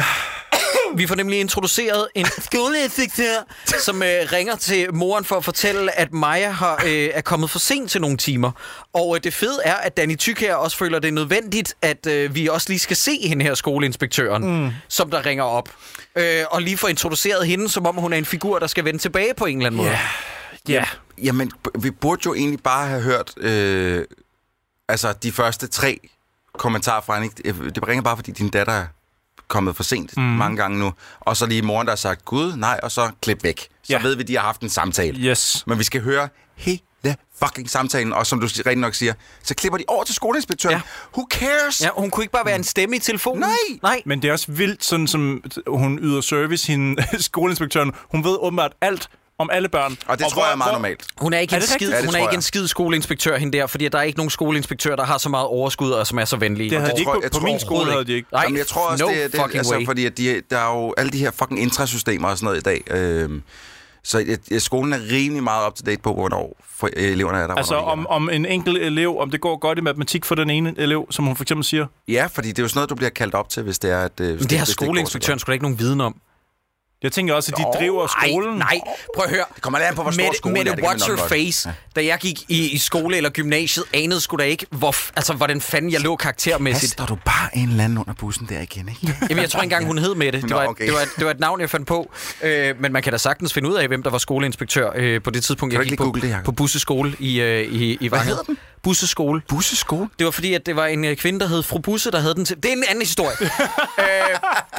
Vi får nemlig introduceret en skoleinspektør, som øh, ringer til moren for at fortælle, at Maja har, øh, er kommet for sent til nogle timer. Og øh, det fede er, at Danny Thykier også føler, det er nødvendigt, at øh, vi også lige skal se hende her skoleinspektøren, mm. som der ringer op. Øh, og lige få introduceret hende, som om hun er en figur, der skal vende tilbage på en eller anden måde. Ja, yeah. yeah. Jamen, vi burde jo egentlig bare have hørt øh, altså de første tre kommentarer fra hende. Det ringer bare, fordi din datter er kommet for sent mm. mange gange nu. Og så lige moren, der har sagt, gud, nej, og så klip væk. Så ja. ved vi, de har haft en samtale. Yes. Men vi skal høre hele fucking samtalen, og som du rigtig nok siger, så klipper de over til skoleinspektøren. Ja. Who cares? Ja, hun kunne ikke bare være en stemme i telefonen. Nej. Nej. Men det er også vildt, sådan som hun yder service, hende skoleinspektøren. Hun ved åbenbart alt om alle børn. Og det og tror hvor, jeg er meget normalt. Hun er ikke, er en, skid, ja, hun er ikke en skid skoleinspektør hende der, fordi der er ikke nogen skoleinspektør, der har så meget overskud og som er så venlige. Det havde de ikke på, jeg på tror, min skole, havde de ikke. Nej, Jamen, jeg tror også, no det, det altså, way. fordi at de, der er jo alle de her fucking intrasystemer og sådan noget i dag. Øhm, så jeg, skolen er rimelig meget up to date på, hvornår for eleverne er der. Altså om, om en enkelt elev, om det går godt i matematik for den ene elev, som hun for eksempel siger? Ja, fordi det er jo sådan noget, du bliver kaldt op til, hvis det er... At, hvis Men det, det har skoleinspektøren sgu da ikke nogen viden om. Jeg tænker også, at de oh, driver skolen. Nej, nej, prøv at høre. Det kommer an på, hvor stor skolen er. Mette, what's your face? Ja. Da jeg gik i, i skole eller gymnasiet, anede sgu da ikke, hvor, altså, hvordan fanden jeg lå karaktermæssigt. Kaster du bare en eller anden under bussen der igen, ikke? Jamen, jeg tror ikke engang, hun hed Mette. Det var, okay. det, var et, det var et navn, jeg fandt på. Øh, men man kan da sagtens finde ud af, hvem der var skoleinspektør øh, på det tidspunkt, jeg gik på, det, på Busseskole i, øh, i, i Hvad hedder den? Busseskole. Busseskole? Det var fordi, at det var en kvinde, der hed Fru Busse, der havde den til... Det er en anden historie. øh,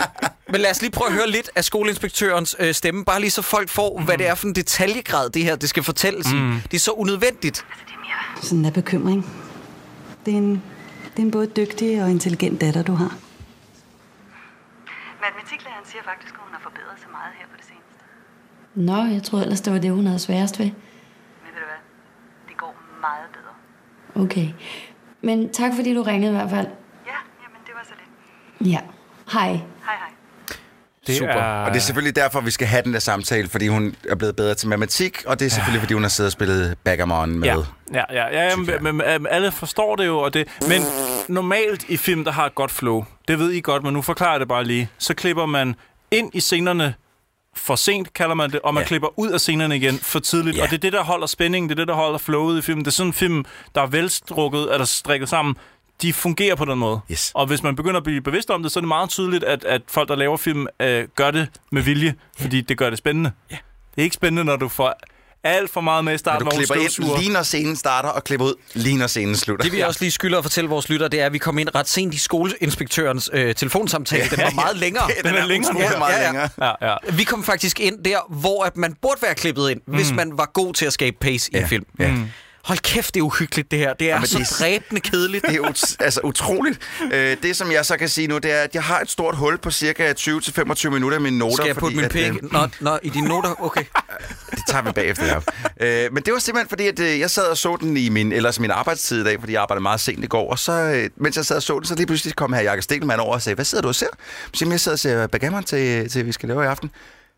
men lad os lige prøve at høre lidt af skoleinspektørens øh, stemme, bare lige så folk får, mm. hvad det er for en detaljegrad, det her, det skal fortælles mm. i. Det er så unødvendigt. Sådan er bekymring. Det er, en, det er en både dygtig og intelligent datter, du har. Matematiklæreren siger faktisk, at hun har forbedret sig meget her på det seneste. Nå, jeg troede ellers, det var det, hun havde sværest ved. Men ved du hvad? Det går meget bedre. Okay. Men tak, fordi du ringede i hvert fald. Ja, jamen det var så lidt. Ja. Hej. Hej, hej. Det Super. Er... Og det er selvfølgelig derfor, vi skal have den der samtale, fordi hun er blevet bedre til matematik, og det er selvfølgelig, ja. fordi hun har siddet og spillet backgammon med. Ja, ja, ja, ja men, men alle forstår det jo, og det, men normalt i film, der har et godt flow, det ved I godt, men nu forklarer jeg det bare lige, så klipper man ind i scenerne for sent, kalder man det, og man ja. klipper ud af scenerne igen for tidligt. Ja. Og det er det, der holder spændingen, det er det, der holder flowet i filmen. Det er sådan en film, der er velstrukket, eller strikket sammen. De fungerer på den måde. Yes. Og hvis man begynder at blive bevidst om det, så er det meget tydeligt, at, at folk, der laver film, øh, gør det med vilje, fordi det gør det spændende. Ja. Det er ikke spændende, når du får alt for meget med i starten. Når du klipper ind lige når scenen starter, og klipper ud lige når scenen slutter. Det vi også lige skylder at fortælle vores lyttere, det er, at vi kom ind ret sent i skoleinspektørens øh, telefonsamtale. Den var meget længere. Den, den er, er længere. Ja, meget ja, ja. længere. Ja, ja. Vi kom faktisk ind der, hvor at man burde være klippet ind, mm. hvis man var god til at skabe pace ja. i en film. Ja. Mm. Hold kæft, det er uhyggeligt, det her. Det er ja, så det er, dræbende kedeligt. Det er ut- altså utroligt. Øh, det, som jeg så kan sige nu, det er, at jeg har et stort hul på cirka tyve til femogtyve minutter i mine noter. Skal jeg putte min pik? Øh, nå, nå, i dine noter? Okay. Det tager vi bagefter, ja. øh, Men det var simpelthen fordi, at øh, jeg sad og så den i min, ellers min arbejdstid i dag, fordi jeg arbejdede meget sent i går. Og så, øh, mens jeg sad og så den, så lige pludselig kom her Jakob Stelman over og sagde, hvad sidder du og ser? Så jeg sidder og ser backgammon til, til vi skal lave i aften.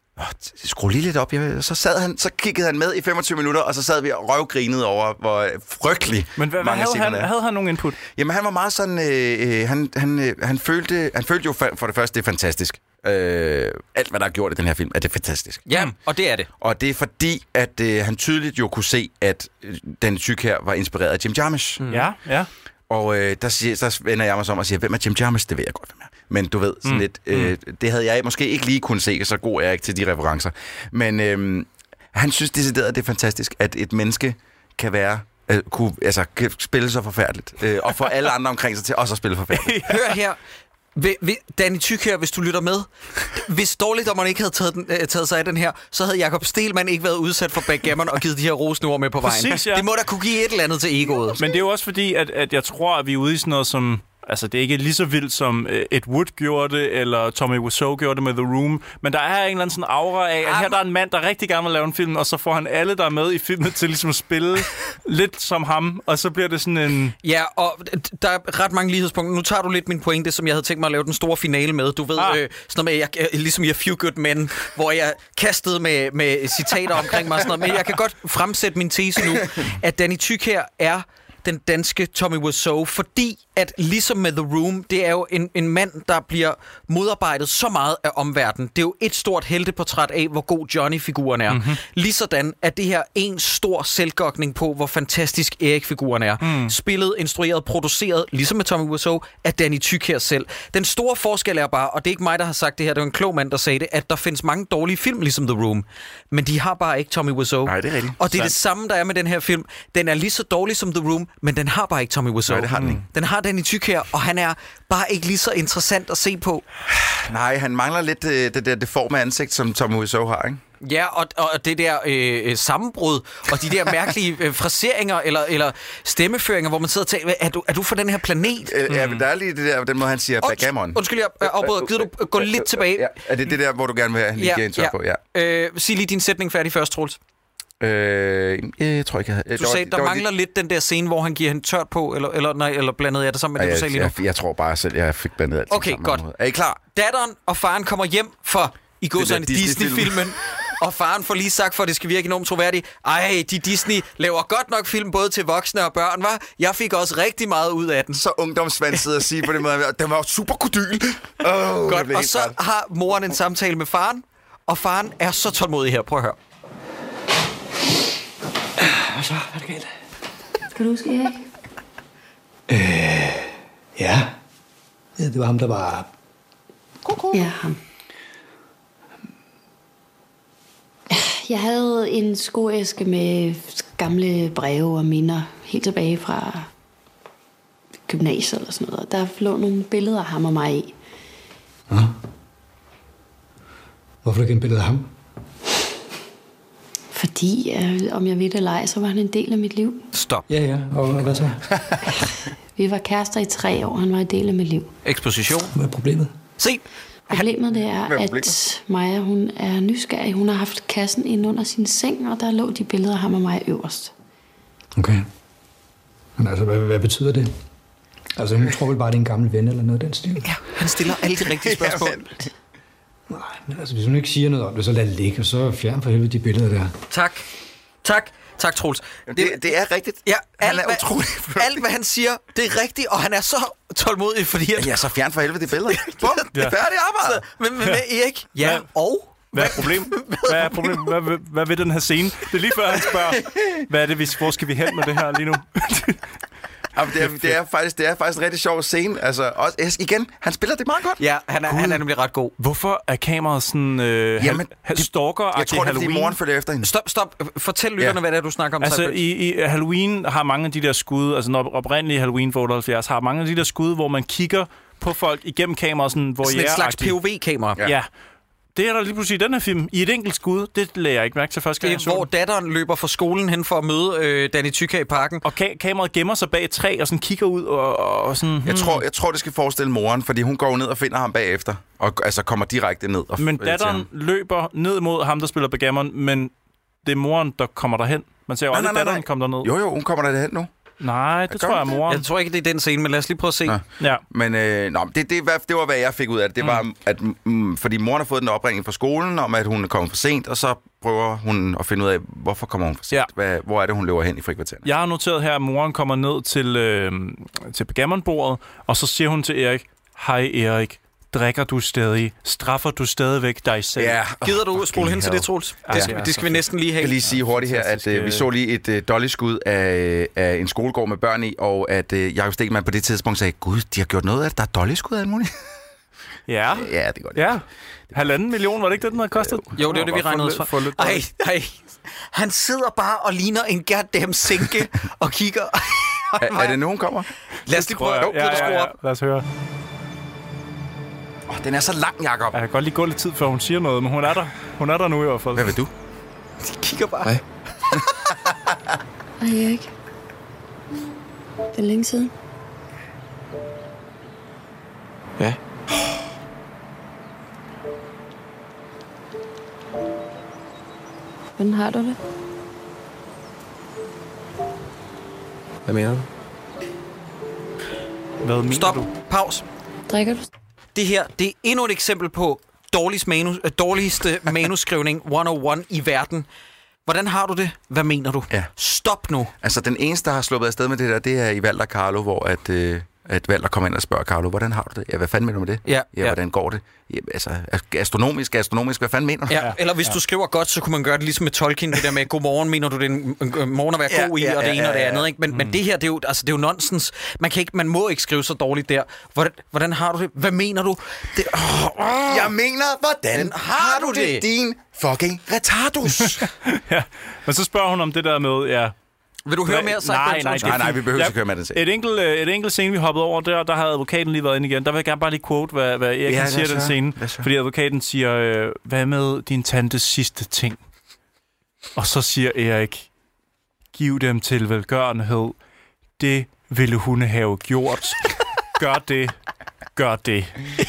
Skru lige lidt op. Jeg, så sad han, så kiggede han med i femogtyve minutter, og så sad vi og røvgrinede over, hvor frygtelig. Men hvad, hvad havde han? Havde han nogen input? Jamen han var meget sådan, øh, han, han, øh, han følte, han følte jo for det første, det er fantastisk. Øh, alt hvad der er gjort i den her film, er det fantastisk. Ja, mm. og det er det. Og det er fordi, at øh, han tydeligt jo kunne se, at øh, den tyk her var inspireret af Jim Jarmusch. Mm. Ja, ja. Og øh, der, siger, der vender jeg mig om og siger, hvem er Jim Jarmusch? Det ved jeg godt, hvem er. Men du ved, sådan mm. lidt, øh, det havde jeg måske ikke lige kunne se, så god er jeg ikke til de referencer. Men øh, han synes decideret, at det er fantastisk, at et menneske kan være, øh, kunne, altså, kan spille så forfærdeligt, øh, og få alle andre omkring sig til også at spille forfærdeligt. Hør her. Ved, ved, Danny Tyk her, hvis du lytter med. Hvis dårligdommerne ikke havde taget, den, øh, taget sig af den her, så havde Jakob Stelman ikke været udsat for backgammon og givet de her rosende ord med på vejen. Præcis, ja. Det må da kunne give et eller andet til egoet. Men det er jo også fordi, at, at jeg tror, at vi er ude i sådan noget som... Altså, det er ikke lige så vildt, som Ed Wood gjorde det, eller Tommy Wiseau gjorde det med The Room. Men der er en eller anden sådan aura af, at her der er en mand, der rigtig gerne vil lave en film, og så får han alle, der er med i filmen, til ligesom at spille lidt som ham, og så bliver det sådan en... Ja, og der er ret mange lighedspunkter. Nu tager du lidt min pointe, som jeg havde tænkt mig at lave den store finale med. Du ved, ah. øh, sådan noget med, jeg, ligesom i A Few Good Men, hvor jeg kastede med, med citater omkring mig, sådan noget. Men jeg kan godt fremsætte min tese nu, at Danny Tyk her er den danske Tommy Wiseau, fordi at ligesom med The Room, det er jo en, en mand, der bliver modarbejdet så meget af omverdenen. Det er jo et stort helteportræt af, hvor god Johnny-figuren er. Mm-hmm. Ligesådan er det her en stor selvgokning på, hvor fantastisk Erik-figuren er. Mm. Spillet, instrueret, produceret, ligesom med Tommy Wiseau, af Danny Tyk her selv. Den store forskel er bare, og det er ikke mig, der har sagt det her, det var en klog mand, der sagde det, at der findes mange dårlige film, ligesom The Room, men de har bare ikke Tommy Wiseau. Nej, det er rigtigt. Og det er det samme, der er med den her film. Den er lige så dårlig som The Room, men den har bare ikke Tommy Wiseau. Nej, det har den ikke. Den har Danny Tyk her, og han er bare ikke lige så interessant at se på. Nej, han mangler lidt øh, det der deforme ansigt, som Tommy Wiseau har, ikke? Ja, og, og det der øh, sammenbrud, og de der mærkelige øh, fraseringer eller, eller stemmeføringer, hvor man sidder og tænker, er du, er du for den her planet? Øh, ja, men der er lige det der, den måde, han siger backgammon. Undskyld, jeg afbryder. Gider du gå lidt tilbage? Ja, er det det der, hvor du gerne vil have lige ja, en tør ja. på? Ja. Øh, sig lige din sætning færdig først, Troels. Øh, jeg tror ikke, jeg havde... Du sagde, der, der mangler lidt... lidt den der scene, hvor han giver hende tørt på, eller, eller, nej, eller blandede jeg det sammen med ja, det, du sagde lige nu? Jeg, jeg tror bare selv, jeg fik blandet alt okay, sammen. Okay, godt. Er I klar? Datteren og faren kommer hjem for i går sådan Disney-filmen, og faren får lige sagt, for at det skal virke enormt troværdigt, ej, de Disney laver godt nok film både til voksne og børn, var? Jeg fik også rigtig meget ud af den. Så ungdomsvandet at sige på den måde, den var super kodyl. Oh, godt, og så ret. har moren en samtale med faren, og faren er så tålmodig her. Prøv at høre. Hvad så? Hvad er det galt? Skal du huske Erik? Øh, ja. ja. Det var ham, der var... Ja, ham. Jeg havde en skoæske med gamle breve og minder helt tilbage fra gymnasiet eller sådan noget. Der lå nogle billeder af ham og mig i. Ja. Hvorfor ikke en billede af ham? Fordi, øh, om jeg ved det eller ej, så var han en del af mit liv. Stop. Ja, ja. Og hvad så? Vi var kærester i tre år. Han var en del af mit liv. Eksposition. Hvad er problemet? Se. Problemet det er, er at Maja, hun er nysgerrig. Hun har haft kassen ind under sin seng, og der lå de billeder af ham og mig øverst. Okay. Men altså, hvad, hvad betyder det? Altså, hun tror vel bare, det er en gammel ven eller noget af den stil? Ja, han stiller alle de rigtige spørgsmål. Nej, men altså, hvis hun ikke siger noget om det, så lad det ligge, og så fjern for helvede de billeder der. Tak. Tak. Tak, Troels. Det, det, det er rigtigt. Ja, han alt, er hvad, utrolig alt, hvad han siger, det er rigtigt, og han er så tålmodig, fordi... At... Ja, så fjern for helvede de billeder. Bum, ja. Det er færdigt arbejde. Men, men, men Erik, ja, Hvad? og... Hvad er problemet? Hvad er problemet? Hvad, hvad, hvad vil den her scene? Det er lige før, han spørger, hvad er det, vi, hvor skal vi hen med det her lige nu? Jamen, det, er, det, er faktisk, det er faktisk en rigtig sjov scene. Altså, også, igen, han spiller det meget godt. Ja, han er, han er nemlig ret god. Hvorfor er kameraet sådan øh, Jamen, hal- stalker-agtig jeg tror, det er, fordi moren følger efter hende. Stop, stop. Fortæl lytterne, ja. hvad det er, du snakker om. Altså, i, i Halloween har mange af de der skud, altså når oprindelige Halloween for otteoghalvfjerds, har mange af de der skud, hvor man kigger på folk igennem kameraet, sådan, hvor sådan et slags P O V-kamera. Ja. ja. Det er der lige pludselig i den her film. I et enkelt skud, det lagde jeg ikke mærke til første gang. Det er, hvor datteren løber fra skolen hen for at møde øh, Danny Thyka i parken. Og ka- kameraet gemmer sig bag et træ og sådan kigger ud og, og sådan... Hmm. Jeg, tror, jeg tror, det skal forestille moren, fordi hun går ned og finder ham bagefter. Og altså kommer direkte ned. Og men datteren løber ned mod ham, der spiller backgammon, men det er moren, der kommer derhen. Man ser jo aldrig, datteren kommer derned. Jo, jo, hun kommer derhen nu. Nej, det jeg tror jeg er moren. Jeg tror ikke, det er den scene, men lad os lige prøve at se. Ja. Ja. Men øh, nå, det, det, det var, hvad jeg fik ud af det. Det var, mm. at mm, fordi moren har fået den opringning fra skolen, om at hun er kommet for sent, og så prøver hun at finde ud af, hvorfor kommer hun for sent. Ja. Hvad, hvor er det, hun løber hen i frikvartererne? Jeg har noteret her, at moren kommer ned til, øh, til backgammonbordet, og så siger hun til Erik, hej Erik, drikker du stadig? Straffer du stadigvæk dig selv? Ja. Gider du spole hen til det, Troels? Ja. Det, skal, det skal vi næsten lige have. Jeg kan lige sige hurtigt her, at øh, vi så lige et øh, dolly-skud af, af en skolegård med børn i, og at øh, Jacob Stegmann på det tidspunkt sagde, gud, de har gjort noget af det. Der er dolly-skud af alt muligt. Ja. Ja, det er godt. Ja. Halvanden million, var det ikke det, den havde kostet? Jo, det er det, vi regnede ud fra. Ej, ej. Han sidder bare og ligner en goddamn sænke og kigger. er, er det nu, hun kommer? Lad os lige prøve at ja, ja, ja. Lad os høre. Oh, den er så lang, Jacob. Jeg kan godt lige gå lidt tid, før hun siger noget, men hun er der. Hun er der nu i hvert fald. Hvad vil du? De kigger bare. Hej. Hej Erik. Det er længe siden. Ja. Hvordan har du det? Hvad mener du? Hvad mener Stop. du? Pause. Drikker du? Det her, det er endnu et eksempel på dårligst manus, øh, dårligste manuskrivning et nul et i verden. Hvordan har du det? Hvad mener du? Ja. Stop nu. Altså, den eneste, der har sluppet afsted med det der, det er i Valder Carlo, hvor at, øh, at Valder kommer ind og spørger Carlo, hvordan har du det? Ja, hvad fanden mener du med det? Ja, ja, ja. hvordan går det? Ja, altså, astronomisk, astronomisk, hvad fanden mener du? Ja, eller hvis ja. du skriver godt, så kunne man gøre det ligesom med Tolkien, det der med, godmorgen, mener du, det er en morgen at være ja, god i, ja, og det ja, ene og det ja, ja. andet, ikke? Men, mm. men det her, det er jo, altså, det er jo nonsens. Man, kan ikke, man må ikke skrive så dårligt der. Hvordan, hvordan har du det? Hvad mener du? Det, oh, oh. Jeg mener, hvordan har du det, din fucking retardus? Ja, men så spørger hun om det der med, ja... Vil du høre mere? Nej, nej, nej, nej, vi behøver ikke høre med den scene. Et enkelt, et enkelt scene, vi hoppede over der, der havde advokaten lige været inde igen. Der vil jeg gerne bare lige quote, hvad, hvad Erik ja, siger den scene. Fordi advokaten siger, øh, hvad med din tantes sidste ting? Og så siger Erik, giv dem til velgørenhed. Det ville hun have gjort. Gør det. Gør det.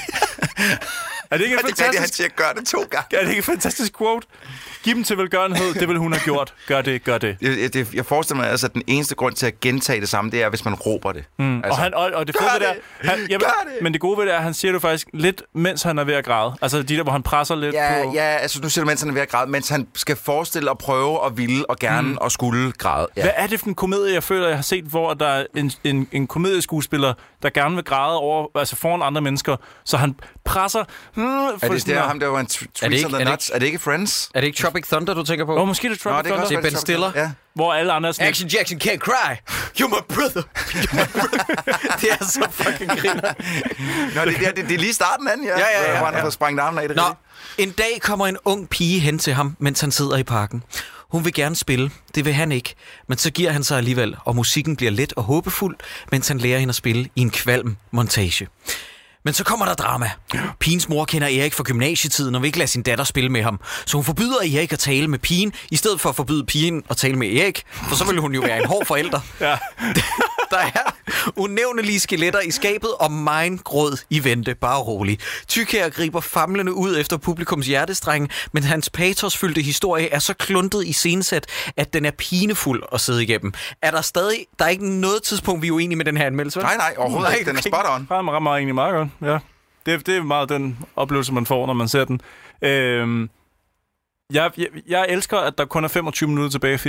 Er det ikke en fantastisk... Det er, han siger, gør det to gange. Er det ikke en fantastisk quote? Giv dem til velgørenhed, det vil hun have gjort. Gør det, gør det. Jeg, jeg, jeg forestiller mig altså, at den eneste grund til at gentage det samme, det er, hvis man råber det. Mm. Altså, og, han, og, og det fede ved det er, han, jamen, det. Men det gode ved det er, at han siger det faktisk lidt, mens han er ved at græde. Altså de der, hvor han presser lidt ja, på... Ja, altså nu siger du, mens han er ved at græde, mens han skal forestille at prøve og ville og gerne mm. og skulle græde. Ja. Hvad er det for en komedie, jeg føler, jeg har set, hvor der er en, en, en komedieskuespiller, der gerne vil græde over, altså foran andre mennesker, så han presser... Hmm, er det der, ham der var en Trees on the Nuts? Er det ikke Friends? Er det ikke Tropic Thunder, du tænker på? Åh, oh, måske det er Tropic Thunder. Det er Ben Stiller. Ja. Hvor alle andre er sådan... Action Jackson can't cry. You're my brother. You're my brother. Det er så fucking griner. Nå, det, det, det, det er lige starten af den, ja. Ja, ja, ja. Hvor han har fået sprængt armen af det. Nå, en dag kommer en ung pige hen til ham, mens han sidder i parken. Hun vil gerne spille. Det vil han ikke. Men så giver han sig alligevel, og musikken bliver let og håbefuld, mens han lærer hende at spille i en kvalm montage. Men så kommer der drama. Pigens mor kender Erik fra gymnasietiden og vil ikke lade sin datter spille med ham. Så hun forbyder Erik at tale med pigen, i stedet for at forbyde pigen at tale med Erik. For så ville hun jo være en hård forælder. Ja. Der er unævnelige skeletter i skabet og megen gråd i vente. Bare rolig. Thykaer griber famlende ud efter publikums hjertestrenge, men hans patosfyldte historie er så kluntet i scenesæt, at den er pinefuld at sidde igennem. Er der stadig... Der er ikke noget tidspunkt, vi er uenige med den her anmeldelse, vel? Nej, nej, overhovedet nej, ikke. Den er spot on. Ja, man rammer egentlig meget godt, ja. Det, det er meget den oplevelse, man får, når man ser den. Øhm, jeg, jeg, jeg elsker, at der kun er femogtyve minutter tilbage i filmen.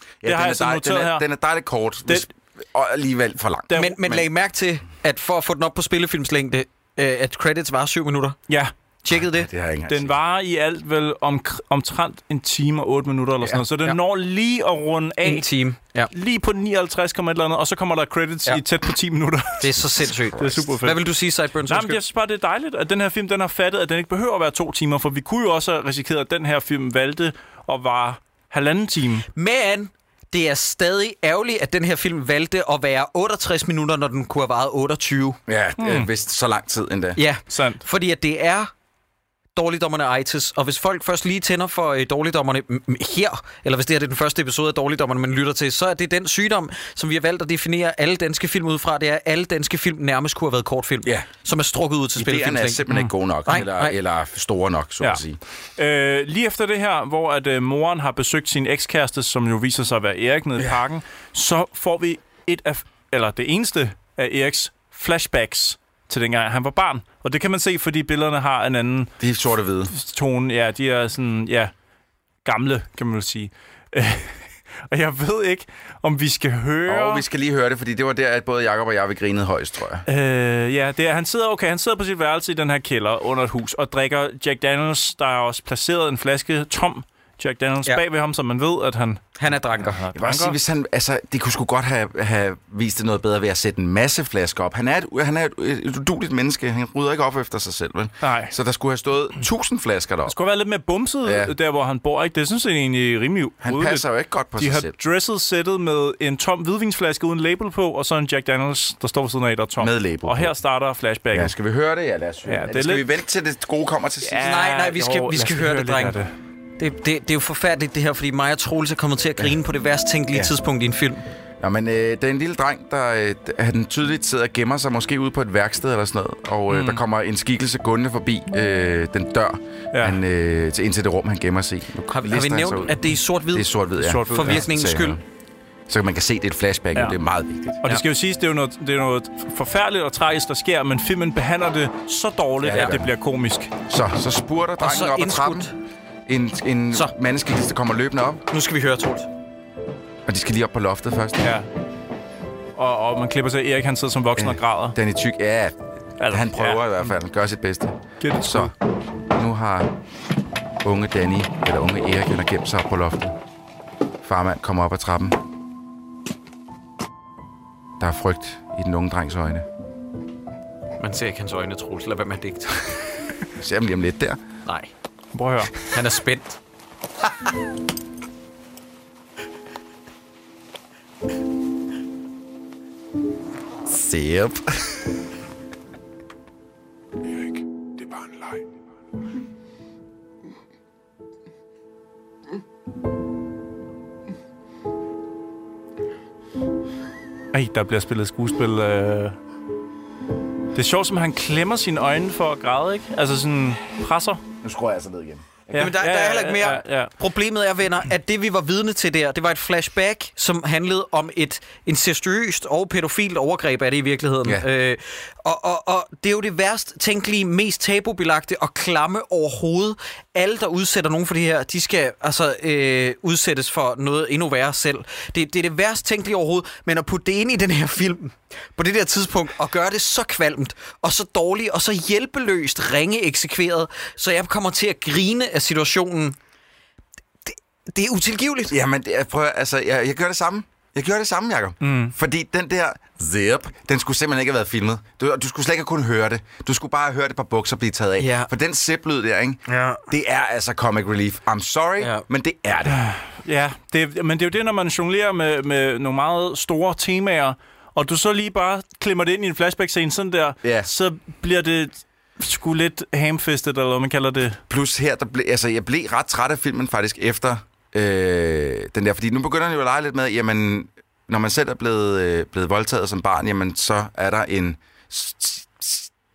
Ja, det har den, jeg er så dej, noteret den, er, her. den er dejligt kort, Det- hvis, og alligevel for langt. Der- Men, men lag mærke til, at for at få den op på spillefilmslængde, øh, at credits var syv minutter. Ja, Tjekkede det? Det har jeg ikke den engang varer i alt vel om, omtrent en time og otte minutter eller sådan Ja. noget, så den Ja. når lige at runde af. En time. Ja. Lige på nioghalvtreds komma et eller andet, og så kommer der credits Ja. i tæt på ti minutter. Det er så sindssygt. Det er super fedt. Hvad vil du sige, Sideburns? Nej, men jeg synes bare, det er dejligt, at den her film, den har fattet, at den ikke behøver at være to timer, for vi kunne jo også have risikeret, at den her film valgte at vare halvanden time. Men det er stadig ærgerligt, at den her film valgte at være otteogtres minutter, når den kunne have varet otteogtyve. Ja, det er vist så lang tid endda. Ja, Sandt. fordi at det er Dårligdommerne itis, og hvis folk først lige tænder for øh, Dårligdommerne m- her, eller hvis det her er den første episode af Dårligdommerne, man lytter til, så er det den sygdom, som vi har valgt at definere alle danske film ud fra. Det er, at alle danske film nærmest kunne have været kortfilm, Ja. som er strukket ud til Idéerne spillefilmslængde. er simpelthen ikke gode nok, Nej, eller, nej. eller store nok, så Ja. at sige. Øh, lige efter det her, hvor at øh, moren har besøgt sin ekskæreste, som jo viser sig at være Erik nede i parken, så får vi et af, eller det eneste af Eriks flashbacks til dengang han var barn. Og det kan man se, fordi billederne har en anden De er sorte hvide. tone. Ja, de er sådan, ja, gamle, kan man vel sige. Og jeg ved ikke, om vi skal høre... Og vi skal lige høre det, fordi det var der, at både Jakob og jeg vi grinede højst, tror jeg. Øh, ja, det er, han sidder okay, han sidder på sit værelse i den her kælder under et hus og drikker Jack Daniels. Der er også placeret en flaske tom Jack Daniels Ja. bag ved ham, så man ved, at han... Han er dranker. han er Jeg vil også sige, dranker. hvis han, altså, det kunne sgu godt have, have vist det noget bedre ved at sætte en masse flasker op. Han er et, han er et, et uduligt menneske. Han rydder ikke op efter sig selv, vel? Nej. Så der skulle have stået tusind flasker derop. Det skulle være lidt mere bumset, Ja. ja. der hvor han bor, ikke? Det synes jeg egentlig er rimelig Han ryddeligt. passer jo ikke godt på De sig har selv. dresset sættet med en tom hvidvinsflaske uden label på, og så en Jack Daniels, der står ved siden af, der er tom. Med label Og på. her starter flashbacken. Ja, skal vi høre det? Ja, lad os høre Ja, ja, det det. er Skal lidt- vi vente til det gode kommer til sidst? Ja, Nej, nej, vi skal, jo, vi lad skal os høre det, lidt dreng. af det. Det, det, det er jo forfærdeligt, det her, fordi mig og Troels er kommet til at grine på det værst tænkelige Ja. tidspunkt i en film. Nå, men øh, det er en lille dreng, der øh, han tydeligt sidder og gemmer sig måske ude på et værksted eller sådan noget. Og øh, Mm. der kommer en skikkelse gående forbi øh, den dør, Ja. ja. han, øh, til, ind til det rum, han gemmer sig i. Nu Har vi, har lister vi han sig ud. nævnt, at det er i sort-hvid? Det er sort-hvid, ja. Sort-hvid, For ja. virkningens sagde skyld. han. Så man kan se, det er et flashback, Ja. ja. Det er meget vigtigt. Og det skal jo siges, det er jo noget, det er noget forfærdeligt og tragisk, der sker, men filmen behandler det så dårligt, Ja, det at gør det den. bliver komisk. Så, så spurter drengen så op ad indskudt. trappen. En, en Så. mandeskikkelse, der kommer løbende op. Nu skal vi høre, Troels. Og de skal lige op på loftet først. Ja. Og, og man klipper sig, Erik han sidder som voksen og græder. Danny Tyk, ja, Altså, han prøver ja. i hvert fald. Han gør sit bedste. Get it Så, nu har unge Danny, eller unge Erik, han har gemt sig op på loftet. Farmand kommer op ad trappen. Der er frygt i den unge drengs øjne. Man ser ikke hans øjne, Troels. Lad være med at digte. Jeg ser ham lige om lidt der. Nej. Prøv at høre. Han er spændt. Sep. Erik, det er bare en leg. Ej, der bliver spillet skuespil. Øh... Det er sjovt, som han klemmer sine øjne for at græde, ikke? Altså sådan presser. Nu skruer jeg altså ned igen. Ja, Jamen, der, der er heller ikke mere. Ja, ja. Problemet er, venner, at det, vi var vidne til der, det var et flashback, som handlede om et incestuøst og pædofilt overgreb af det i virkeligheden. Ja. Øh, og, og, og det er jo det værst tænkelige, mest tabubelagte og klamme overhovedet. Alle, der udsætter nogen for det her, de skal altså øh, udsættes for noget endnu værre selv. Det, det er det værst tænkelige overhovedet, men at putte det ind i den her film på det der tidspunkt, og gøre det så kvalmt, og så dårligt, og så hjælpeløst ringe eksekveret, så jeg kommer til at grine af situationen. Det, det er utilgiveligt. Jamen, det, jeg prøver, altså, jeg, jeg gør det samme. Jeg gør det samme, Jacob. Mm. Fordi den der zip, den skulle simpelthen ikke have været filmet. Du, du skulle slet ikke have kunnet høre det. Du skulle bare have hørt et par bukser blive taget af. Ja. For den zip-lyd der, ikke? Ja. Det er altså comic relief. I'm sorry, Ja. men det er det. Ja, det, men det er jo det, når man jonglerer med, med nogle meget store temaer, og du så lige bare klemmer det ind i en flashback-scene sådan der, Ja. så bliver det sgu lidt hamfistet, eller hvad man kalder det. Plus her, der ble, altså, jeg blev ret træt af filmen faktisk efter øh, den der. Fordi nu begynder den jo at lege lidt med, jamen, når man selv er blevet, øh, blevet voldtaget som barn, jamen, så er der en s- s-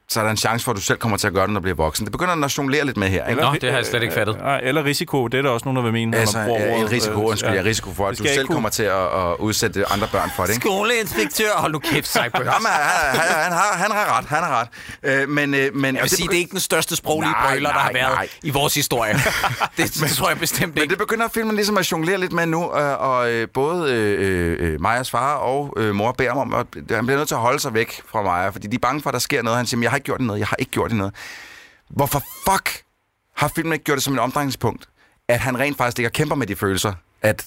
så er der en chance for, at du selv kommer til at gøre det, når du bliver voksen. Det begynder at jonglere lidt med her, ikke? Nå, det har jeg slet ikke fattet. Eller risiko, det er der også nogen, der vil mene. Altså, man ja, en risiko, undskyld, ja. risiko for, at du selv kunne... kommer til at, at udsætte andre børn for det, ikke? Skoleinspektør, hold nu kæft, Cyburns. Jamen, han, han, han, har, han har ret, han har ret. Øh, men, øh, men, jeg vil sige, begy- det er ikke den største sproglige brøler, der har været nej. i vores historie. det men, tror jeg bestemt ikke. Men det begynder filmen ligesom at jonglere lidt med nu, og, og øh, både øh, øh, Majas far og øh, mor beder ham om, at han bliver nødt til at holde sig væk fra Maja, fordi de er bange for, at der sker noget. Han siger, jeg har ikke gjort noget, jeg har ikke gjort noget. Hvorfor fuck har filmen ikke gjort det som et omdrejningspunkt, at han rent faktisk ligger og kæmper med de følelser, at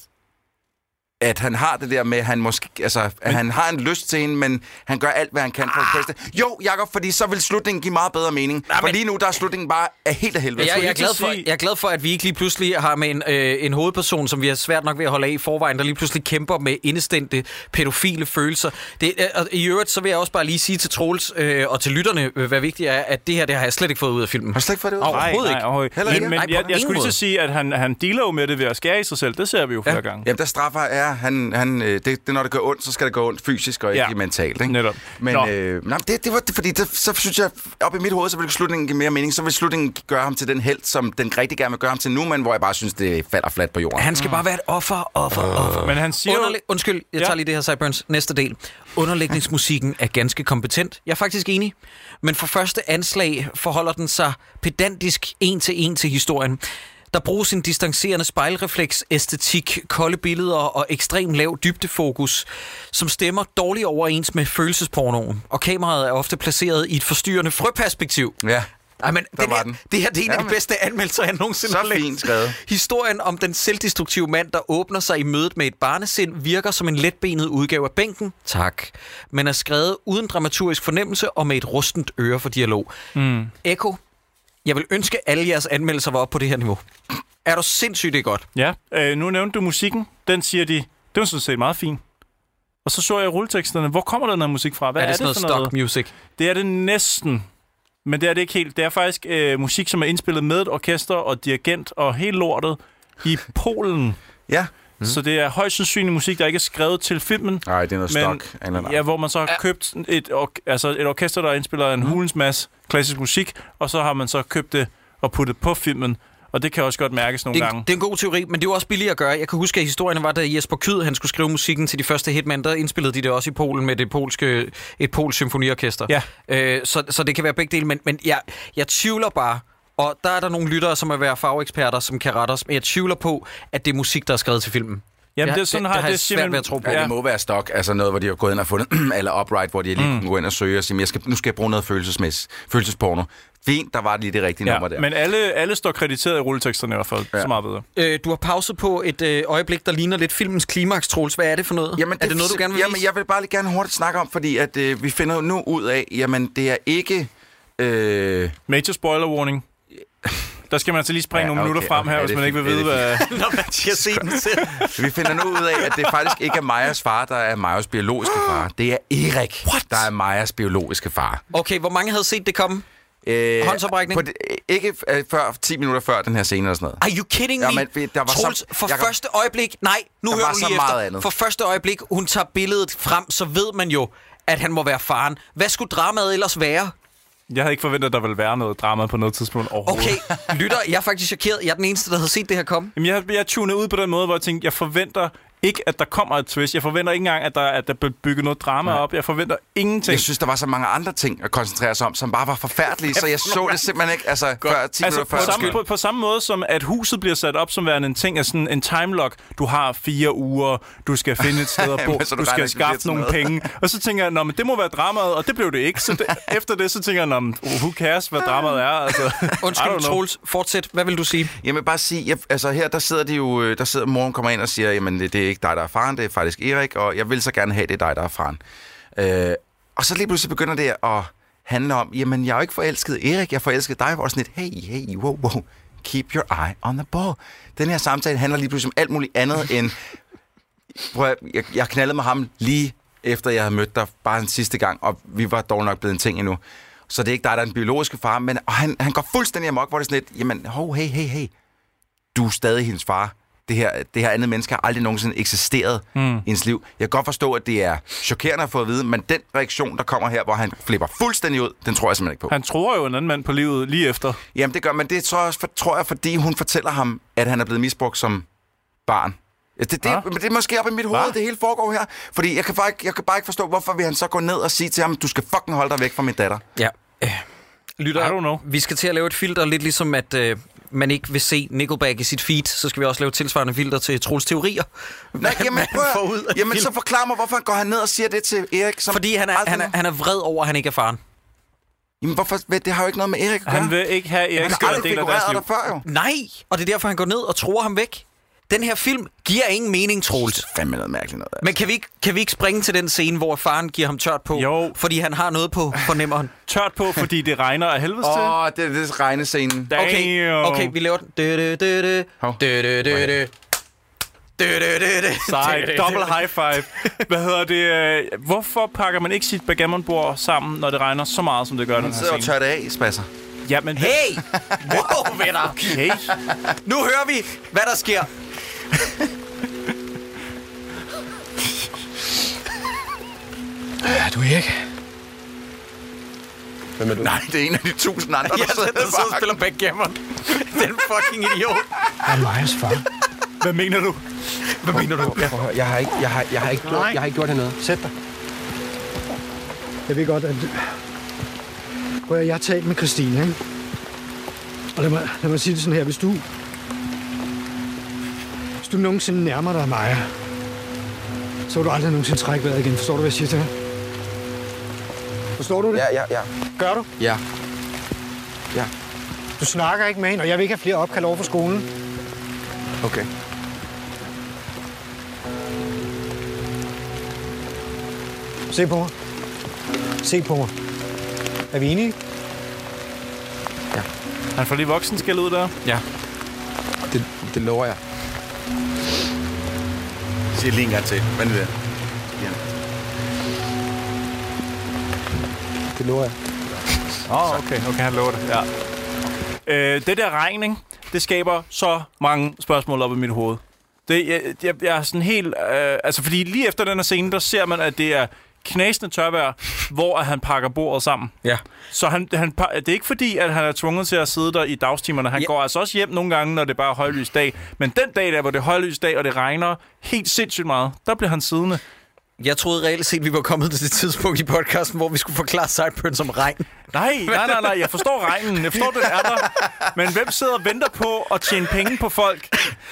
at han har det der med, at han måske, altså, at men, han har en lyst til hende, men han gør alt, hvad han kan for ah. det bedste. Jo, Jacob, fordi så vil slutningen give meget bedre mening. Nej, for lige nu, der er slutningen bare af helt af helvede. Jeg, jeg, er glad for, jeg er glad for, at vi ikke lige pludselig har med en, øh, en hovedperson, som vi har svært nok ved at holde af i forvejen, der lige pludselig kæmper med indestændte pædofile følelser. Det, øh, og i øvrigt, så vil jeg også bare lige sige til Troels øh, og til lytterne, øh, hvad vigtigt er, at det her, det har jeg slet ikke fået ud af filmen. Har du slet ikke fået det ud? Overhovedet ikke. Nej, nej, men, men nej, jeg, jeg skulle lige så sige, at han, han dealer jo med det ved at skære i sig selv. Det ser vi jo ja. flere gange. Jamen, der straffer er, han... han Det, det, når det gør ondt, så skal det gå ondt fysisk og ikke ja. mentalt, ikke? Netop. Men øh, nej, det, det var det, fordi det, så synes jeg, op i mit hoved, så vil slutningen give mere mening. Så vil slutningen gøre ham til den helt, som den rigtig gerne vil gøre ham til nu, men hvor jeg bare synes, det falder fladt på jorden. Han skal mm. bare være et offer, offer, uh. offer. Men han siger Underlæg- Undskyld, jeg tager ja. lige det her, Cyburns. Næste del. Underlægningsmusikken er ganske kompetent. Jeg er faktisk enig. Men for første anslag forholder den sig pedantisk en til en til historien. Der bruges en distancerende spejlrefleks-æstetik, kolde billeder og ekstrem lav dybdefokus, som stemmer dårligt overens med følelsespornoen. Og kameraet er ofte placeret i et forstyrrende frøperspektiv. Ja. Ej, men den her, det her det er en ja, af de bedste anmeldelser, jeg nogensinde har læst. Så fint skrevet. Historien om den selvdestruktive mand, der åbner sig i mødet med et barnesind, virker som en letbenet udgave af Bænken. Tak. Men er skrevet uden dramaturgisk fornemmelse og med et rustent øre for dialog. Mm. Eko. Jeg vil ønske, at alle jeres anmeldelser var oppe på det her niveau. Er du sindssygt det godt? Ja. Øh, nu nævnte du musikken. Den siger de, det var sådan set meget fint. Og så så jeg rulleteksterne. Hvor kommer den her musik fra? Hvad er det, er sådan det noget for noget stock music? Det er det næsten. Men det er det ikke helt. Det er faktisk øh, musik, som er indspillet med et orkester og dirigent og helt lortet i Polen. Ja. Mm. Så det er højst sandsynlig musik, der ikke er skrevet til filmen. Nej, det er noget men, stock. Eller ja, hvor man så har købt et, or- altså et orkester, der indspiller en mm. hulens masse klassisk musik, og så har man så købt det og puttet på filmen. Og det kan også godt mærkes nogle det, gange. Det er en god teori, men det er jo også billigt at gøre. Jeg kan huske, at historien var, da Jesper Kyd, han skulle skrive musikken til de første Hitman, der indspillede de det også i Polen med det polske, et polsk symfoniorkester. Ja. Øh, så, så det kan være begge dele, men, men jeg, jeg tvivler bare, og der er der nogle lyttere, som er være fageksperter, som kan rette os, men jeg tvivler på, at det er musik, der er skrevet til filmen. Jamen, det, sådan det, har, det har jeg det svært ved at tro på. Ja, det må være stock, altså noget, hvor de har gået ind og fundet, eller upright, hvor de lige mm. kunne gå ind og søge og sige, jeg skal, nu skal jeg bruge noget følelsesmæssigt, følelsesporno. Fint, der var lige det rigtige ja, nummer der. Men alle, alle står krediteret i rulleteksterne i hvert fald, ja. Så meget bedre. Øh, du har pauset på et øh, øjeblik, der ligner lidt filmens klimaks, Troels. Hvad er det for noget? Jamen, det, er det noget, du gerne vil jamen, vise? jeg vil bare lige gerne hurtigt snakke om, fordi at, øh, vi finder nu ud af, jamen, det er ikke... Øh... Major spoiler warning. Der skal man altså lige springe ja, okay, nogle minutter frem her, okay, hvis man ikke vil vide, hvad... Når man siger se den selv. Vi finder nu ud af, at det faktisk ikke er Majas far, der er Majas biologiske far. Det er Erik, What? der er Majas biologiske far. Okay, hvor mange havde set det komme? Øh, Håndsoprækning? Det, ikke øh, før, ti minutter før den her scene eller sådan noget. Are you kidding me? Ja, men, der var Troels, så, for jeg, første øjeblik... Nej, nu hører du lige efter. Andet. For første øjeblik, hun tager billedet frem, så ved man jo, at han må være faren. Hvad skulle dramaet ellers være? Jeg havde ikke forventet, at der ville være noget drama på noget tidspunkt overhovedet. Okay, lytter, jeg er faktisk chokeret. Jeg er den eneste, der havde set det her komme. Jamen, jeg, jeg tunet ud på den måde, hvor jeg tænkte, jeg forventer ikke, at der kommer et twist. Jeg forventer ikke engang, at der, at der bliver bygget noget drama op. Jeg forventer ingenting. Jeg synes, der var så mange andre ting at koncentrere sig om, som bare var forfærdelige, så jeg så det simpelthen ikke, altså godt. før ti altså, minutter på før. Samme, på, på samme måde som, at huset bliver sat op som værende en ting af sådan en timelock. Du har fire uger, du skal finde et sted at bo, du, du skal skaffe nogle penge. Og så tænker jeg, nå, men det må være dramaet, og det blev det ikke. Så det, efter det, så tænker jeg, nå, men who cares, hvad dramaet er? Altså, undskyld, Troels, fortsæt. Hvad vil du sige? Jamen bare sige, jeg, altså her, der sidder de jo, der sidder moren kommer ind og siger, jamen det, det er ikke dig, der er faren, det er faktisk Erik, og jeg vil så gerne have, det er dig, der er faren. Øh, og så lige pludselig begynder det at handle om, jamen jeg er jo ikke forelsket Erik, jeg forelskede dig, hvor sådan et, hey, hey, wow, wow, keep your eye on the ball. Den her samtale handler lige pludselig om alt muligt andet end, prøv, jeg, jeg knaldede med ham lige efter jeg havde mødt dig, bare en sidste gang, og vi var dog nok blevet en ting endnu. Så det er ikke dig, der er den biologiske far, men og han, han går fuldstændig amok, hvor det er sådan et, jamen, hov, hey, hey, hey, du er stadig hendes far. det her, det her andet menneske har aldrig nogensinde eksisteret mm. i ens liv. Jeg kan godt forstå, at det er chokerende at få at vide, men den reaktion, der kommer her, hvor han flipper fuldstændig ud, den tror jeg simpelthen ikke på. Han tror jo en anden mand på livet lige efter. Jamen det gør, men det tror jeg, for, tror jeg fordi hun fortæller ham, at han er blevet misbrugt som barn. Det, det, det, det er måske op i mit hoved, Hva? det hele foregår her. Fordi jeg kan, bare ikke, jeg kan bare ikke forstå, hvorfor vil han så gå ned og sige til ham, du skal fucking holde dig væk fra min datter. Ja. Lytter, vi skal til at lave et filter, lidt ligesom at øh, man ikke vil se Nickelback i sit feed, så skal vi også lave tilsvarende filter til Troels teorier. Nej, jamen, prøv, jamen så forklar mig, hvorfor han går han ned og siger det til Erik. Som Fordi han er, han, er, han er vred over, at han ikke er faren. Jamen hvorfor? Det har jo ikke noget med Erik at gøre. Han vil ikke have Erik skal være del af deres liv. Før, jo. Nej, og det er derfor, han går ned og tror ham væk. Den her film giver ingen mening, Troels. Det er fandme noget mærkeligt noget. Altså. Men kan vi, ikke, kan vi ikke springe til den scene, hvor faren giver ham tørt på? Jo. Fordi han har noget på, fornemmer han. Tørt på, fordi det regner af helvedes til? Åh, oh, det er det regnescenen. Okay, okay, vi laver den. Dø, dø, dø, dø. Dø, dø, dø, dø. Sej, double high five. Hvad hedder det? Hvorfor pakker man ikke sit backgammonbord sammen, når det regner så meget, som det gør den her scene? Man sidder og tør det af, Spasser. Ja, men... Hey! Wow, venner! Okay. Nu hører vi, hvad der sker. Ja, du er ikke. Hvem er du? Nej, det er en af de tusind andre, ja, der sidder der og spiller backgammon. Den fucking idiot. Jeg er Majas far. Hvad mener du? Hvad mener du? Ja. Jeg har ikke, jeg har, jeg har ikke, gjort, jeg har ikke gjort det noget. Sæt dig. Jeg ved godt, at... Prøv at jeg har talt med Christine, ikke? Og lad mig, lad mig sige det sådan her. Hvis du... Hvis du nogensinde nærmer dig Maja, så vil du aldrig nogensinde trække vejret igen. Forstår du, hvad jeg siger til dig? Forstår du det? Ja, ja, ja. Gør du? Ja. Ja. Du snakker ikke med hende, og jeg vil ikke have flere opkald over for skolen. Okay. Se på mig. Se på mig. Er vi enige? Ja. Han får lige voksen skæld ud der. Ja. Det, det lover jeg. Sig lige en gang til. Hvad er det? Ja. Det lover jeg. Åh, oh, okay. Okay, han lover det. Ja. Øh, det der regn, ikke? Det skaber så mange spørgsmål op i mit hoved. Det, jeg, jeg, jeg er sådan helt... Øh, altså, fordi lige efter den her scene, der ser man, at det er knasende tørvejr, hvor han pakker bordet sammen. Ja. Så han, han, det er ikke fordi, at han er tvunget til at sidde der i dagstimerne. Han ja. går altså også hjem nogle gange, når det bare er højlys dag. Men den dag der, hvor det er højlys dag, og det regner helt sindssygt meget, der bliver han siddende. Jeg troede reelt set, vi var kommet til det tidspunkt i podcasten, hvor vi skulle forklare Sideburn som regn. Nej, nej, nej, nej. Jeg forstår regnen. Jeg forstår, det er der. Men hvem sidder og venter på at tjene penge på folk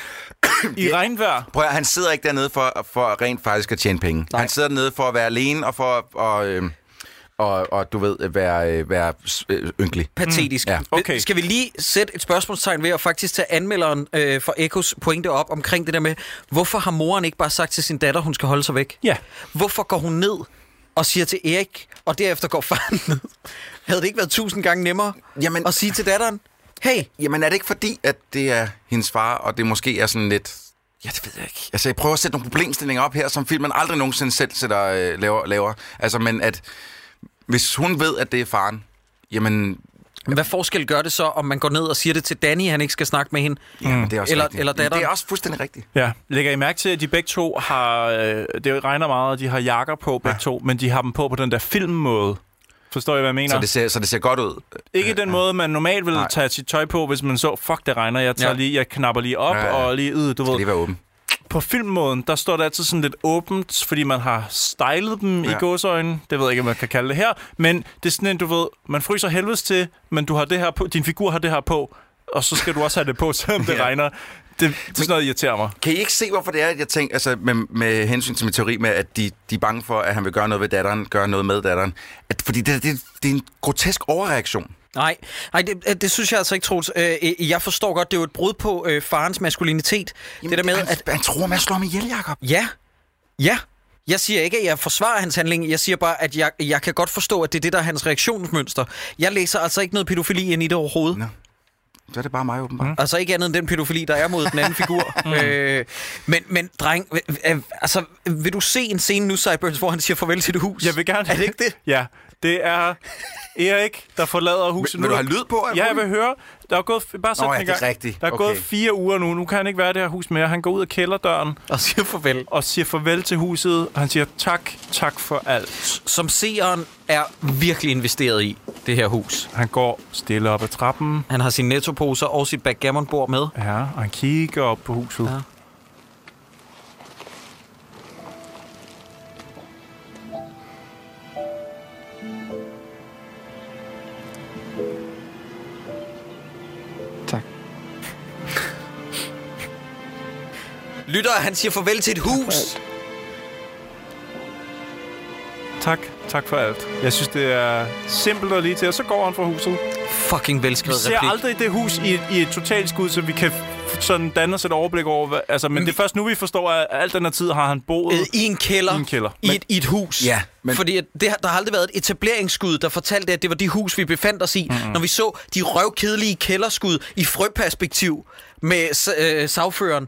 i ja. regnvejr? Prøv at, han sidder ikke dernede for, for rent faktisk at tjene penge. Nej. Han sidder dernede for at være alene og for at... Og, øh, Og, og du ved, være, være ynkelig. Patetisk. Mm. Ja. Okay. Skal vi lige sætte et spørgsmålstegn ved at faktisk tage anmelderen øh, for Ekos pointe op omkring det der med, hvorfor har moren ikke bare sagt til sin datter, hun skal holde sig væk? Ja. Hvorfor går hun ned og siger til Erik, og derefter går faren ned? Havde det ikke været tusind gange nemmere Jamen, at sige til datteren, hey? Jamen er det ikke fordi, at det er hendes far, og det måske er sådan lidt... Ja, det ved jeg ikke. Altså, jeg prøver at sætte nogle problemstillinger op her, som filmen aldrig nogensinde selv sætter, øh, laver, laver. Altså, men at... Hvis hun ved, at det er faren, jamen... Men hvad forskel gør det så, om man går ned og siger det til Danny, han ikke skal snakke med hende? Ja, men det er også eller, rigtigt. Eller datteren? Det er også fuldstændig rigtigt. Ja. Lægger I mærke til, at de begge to har... Øh, det regner meget, og de har jakker på begge ja. to, men de har dem på på den der filmmåde. Forstår I, hvad jeg mener? Så det ser, så det ser godt ud? Ikke den måde, man normalt ville Nej. tage sit tøj på, hvis man så, fuck, det regner. Jeg, tager ja. lige, jeg knapper lige op ja, ja. og lige ud, du ved. Skal lige være åben. På filmmåden, der står det altid sådan lidt åbent, fordi man har stylet dem ja. i gåseøjne. Det ved jeg ikke, om man kan kalde det her. Men det er sådan en, du ved, man fryser helvedes til, men du har det her på, din figur har det her på, og så skal du også have det på, selvom det ja. regner. Det, det er sådan noget, der irriterer mig. Kan I ikke se, hvorfor det er, at jeg tænker, altså med, med hensyn til min teori med, at de, de er bange for, at han vil gøre noget ved datteren, gøre noget med datteren? At, fordi det, det, det er en grotesk overreaktion. Nej, nej det, det synes jeg altså ikke, Troels. Øh, jeg forstår godt, det er jo et brud på øh, farens maskulinitet. Jamen, det der med, han, at han tror, man slår ham ihjel, Jacob. Ja, ja. Jeg siger ikke, at jeg forsvarer hans handling. Jeg siger bare, at jeg, jeg kan godt forstå, at det er det, der er hans reaktionsmønster. Jeg læser altså ikke noget pædofili ind i det overhovedet. Nå. Så er det bare mig, åbenbart. Mm. Altså ikke andet end den pædofili, der er mod den anden figur. mm. øh, men, men, dreng, øh, altså, vil du se en scene nu, Sideburns, hvor han siger farvel til det hus? Jeg vil gerne. Er det ikke det? Ja. Det er Erik, der forlader huset vil, nu. Vil du have lyd på? Ja, jeg vil høre. Der er gået, bare Nå, ja, det er rigtigt. Der er okay. gået fire uger nu. Nu kan han ikke være i det her hus mere. Han går ud af kælderdøren. Og siger farvel. Og siger farvel til huset. Og han siger tak, tak for alt. Som seeren er virkelig investeret i det her hus. Han går stille op ad trappen. Han har sine nettoposer og sit backgammon-bord med. Ja, og han kigger op på huset. Ja. Tak. Lytter, han siger farvel til et hus. Tak, tak for alt. Jeg synes, det er simpelt og lige til, og så går han fra huset. Fucking velskrevet replik. Vi ser aldrig det hus i et, i et totalt skud, så vi kan sådan danne os et overblik over, hvad, altså, men det er først nu, vi forstår, at alt den her tid har han boet øh, i en kælder. I, en kælder. I, et, i et hus. Ja, men... Fordi det, der har aldrig været et etableringsskud, der fortalte, at det var de hus, vi befandt os i. Mm-hmm. Når vi så de røvkedelige kælderskud i frøperspektiv med øh, sagføreren.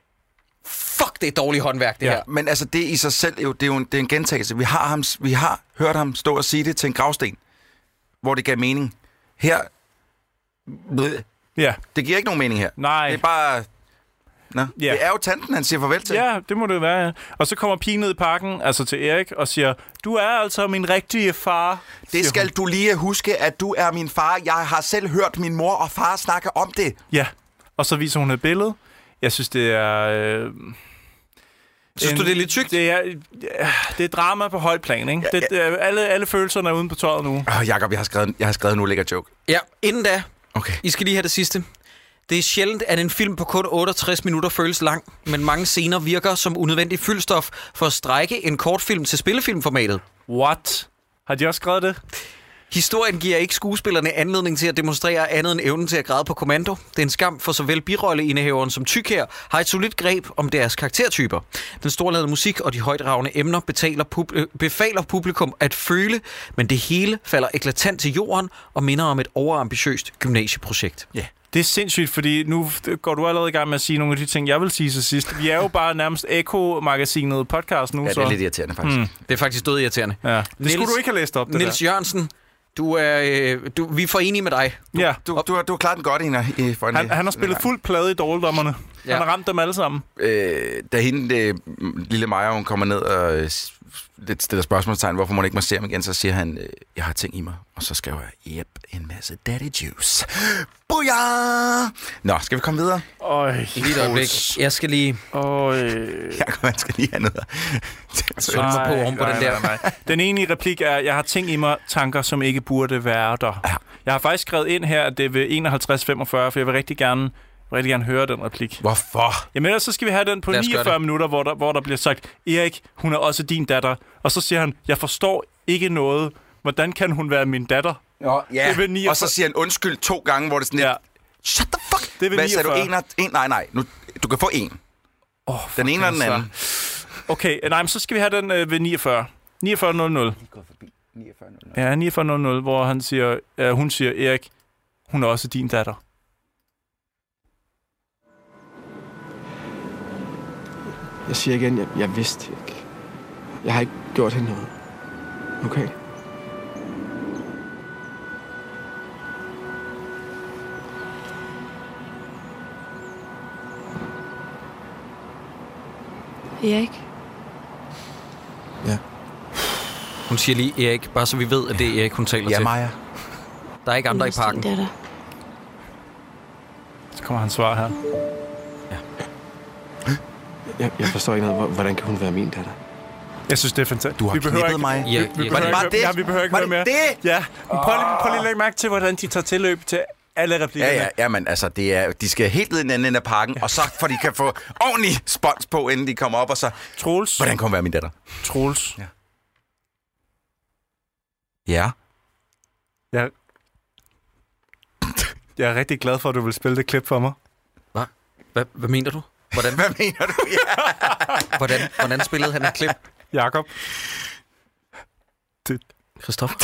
Fuck, det er dårligt håndværk, det ja, her. Men altså, det i sig selv, jo, det er jo en, det er en gentagelse. Vi har, ham, vi har hørt ham stå og sige det til en gravsten, hvor det gav mening. Her... Bleh. Ja. Det giver ikke nogen mening her. Nej. Det er bare... Nå. Ja. Det er jo tanten, han siger farvel til. Ja, det må det være, ja. Og så kommer pigen ned i parken, altså til Erik, og siger, du er altså min rigtige far. Det skal hun. Du lige huske, at du er min far. Jeg har selv hørt min mor og far snakke om det. Ja, og så viser hun et billede. Jeg synes, det er... Øh, synes en, du, det er lidt tykt? Det er, det er drama på højt plan, ikke? Ja, ja. Det, det er, alle, alle følelserne er uden på tøjet nu. Åh, Jacob, jeg har skrevet, jeg har skrevet en ulækker joke. Ja, inden da... Okay. I skal lige have det sidste. Det er sjældent, at en film på kun otteogtres minutter føles lang, men mange scener virker som unødvendig fyldstof for at strække en kortfilm til spillefilmformatet. What? Har de også skrevet det? Historien giver ikke skuespillerne anledning til at demonstrere andet end evnen til at græde på kommando. Det er en skam for såvel birolleindehæveren som Thykier har et solidt greb om deres karaktertyper. Den storladede musik og de højtravende emner betaler pub- befaler publikum at føle, men det hele falder eklatant til jorden og minder om et overambitiøst gymnasieprojekt. Ja. Yeah. Det er sindssygt, fordi nu går du allerede i gang med at sige nogle af de ting, jeg vil sige til sidst. Vi er jo bare nærmest Eko-magasinet podcast nu. Ja, det er så. lidt irriterende, faktisk. Mm. Det er faktisk død irriterende. Ja. Det Niels, skulle du ikke have læst op, det Niels der. Jørgensen, du er, øh, du, vi er for enige med dig. Du, ja. du, du, du har klaret den godt, Ina. I, for en, han, han har spillet fuld plade i dårligdommerne. Ja. Han har ramt dem alle sammen. Øh, da hende, det, lille Maja, hun kommer ned og øh, stiller spørgsmålstegn, hvorfor man ikke må se ham igen, så siger han, øh, jeg har ting i mig. Og så skriver jeg, yep, en masse daddy juice. Booyah! Nå, skal vi komme videre? Øj, lige et øjeblik. Jeg skal lige... Øj. Jeg skal lige have noget. Sømme mig på oven på den der. Nej, nej. Den ene replik er, jeg har ting i mig, tanker, som ikke burde være der. Ja. Jeg har faktisk skrevet ind her, at det er ved enoghalvtreds femogfyrre, for jeg vil rigtig gerne... Jeg vil rigtig gerne høre den replik. Hvorfor? Jamen ellers så skal vi have den på niogfyrre minutter, hvor der, hvor der bliver sagt, Erik, hun er også din datter. Og så siger han, jeg forstår ikke noget. Hvordan kan hun være min datter? Jo, ja, niogfyrre... og så siger han undskyld to gange, hvor det sådan lidt, ja. Shut the fuck! Det er hvad sagde du? En, en, nej, nej, nu, du kan få en. Oh, den ene eller den anden. Okay, nej, men så skal vi have den øh, ved niogfyrre. niogfyrre nul nul. Ja, niogfyrre nul nul, hvor han siger, øh, hun siger, Erik, hun er også din datter. Jeg siger igen, jeg, jeg vidste ikke. Jeg har ikke gjort hende noget. Okay? Erik? Ja. Hun siger lige Erik, bare så vi ved, at det er Erik, hun taler ja, til. Ja, Maja. Der er ikke andre i parken. Det er der. Så kommer han svar her. Ja. Jeg, jeg forstår ikke noget. Hvordan kan hun være min datter? Jeg synes, det er fantastisk. Du har knippet mig. Vi, vi, vi var det bare det? Ja, vi behøver ikke var høre mere. det? Ja, men prøv lige, prøv lige at lægge mærke til, hvordan de tager tilløb til alle replikkerne. Ja, ja, ja, men altså, det er, de skal helt ned i den anden ende af parken, ja. Og så for de kan få ordentlig spons på, inden de kommer op, og så... Troels. Hvordan kan hun være min datter? Troels. Ja. Ja. Jeg, jeg er rigtig glad for, at du vil spille det klip for mig. Hvad? Hvad, hvad mener du? Hvordan? Hvad mener du? Ja. hvordan, hvordan spillede han et klip? Jakob. Det... Christoffer.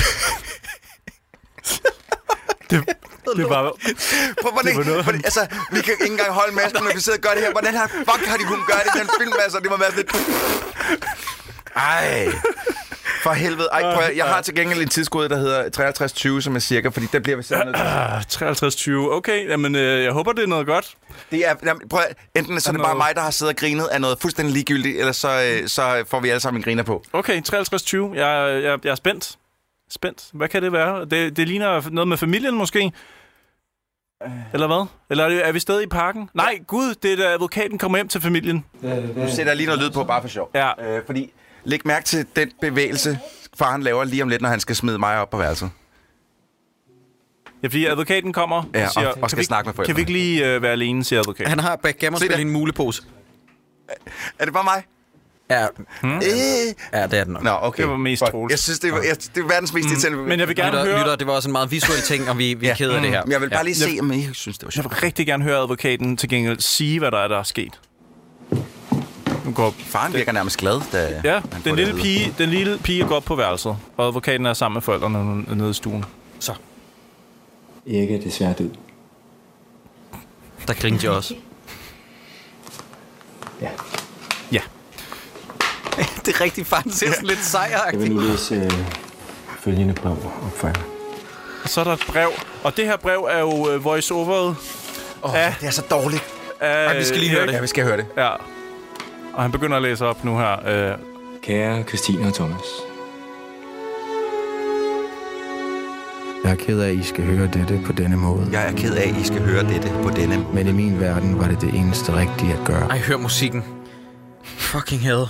det, det var... Prøv, hvordan, det var noget, hvordan, altså, vi kan ikke engang holde masken, når vi sidder og gør det her. Hvordan har, fuck har de kunnet gøre det i den film, altså? Det må være lidt... Ej. For helvede. Ej, prøv at, jeg har til gengæld en tidskode, der hedder treoghalvtreds tyve, som er cirka, fordi der bliver vi selv nødt til. treoghalvtreds tyve, okay. Jamen, øh, jeg håber, det er noget godt. Det er, jamen, prøv at, enten så er det bare mig, der har siddet og grinet af noget fuldstændig ligegyldigt, eller så, øh, så får vi alle sammen en griner på. Okay, treoghalvtreds tyve. Jeg, jeg, jeg er spændt. Spændt. Hvad kan det være? Det, det ligner noget med familien, måske? Eller hvad? Eller er, det, er vi stadig i parken? Nej, gud, det er da advokaten kommer hjem til familien. Nu sætter jeg lige noget lyd på, bare for sjov. Ja. Øh, fordi, læg mærke til den bevægelse, far han laver lige om lidt, når han skal smide mig op på værelset. Ja, fordi advokaten kommer og ja, siger, og, og skal vi, snakke med forældrene. Kan vi ikke lige øh, være alene, siger advokaten. Han har backgammerspil i en mulepose. Er det bare mig? Ja. Hmm? Øh. Ja, det er den nok. Nå, okay. Det var mest Troels. Jeg synes, det var, jeg, det var verdens mest mm. irriterende. Men jeg vil gerne lytter, høre... Lytter, det var også en meget visuel ting, og vi, vi ja. er kede af det her. Men jeg vil bare ja. lige se, om I synes, det var sjovt. Jeg vil rigtig gerne høre advokaten til gengæld sige, hvad der er, der er sket. Nu går faren virker nærmest glad, da ja, den lille, pige, den lille pige går op på værelset, og advokaten er sammen med forældrene nede i stuen. Så. Erik er desværre død. Der grinte jeg også. Ja. Ja. Det er rigtigt, faren ser sådan lidt sejragtigt. Jeg vil nu læse øh, følgende brev op for jer. Og så er der et brev, og det her brev er jo uh, voice-overet. Åh, oh, det er så dårligt. Uh, Ej, vi skal lige høre det. Ja, vi skal høre det. Ja. Og han begynder at læse op nu her. Uh... Kære Christine og Thomas. Jeg er ked af, at I skal høre dette på denne måde. Jeg er ked af, at I skal høre dette på denne. Men i min verden var det det eneste rigtige at gøre. Ej, hør musikken. Fucking hell.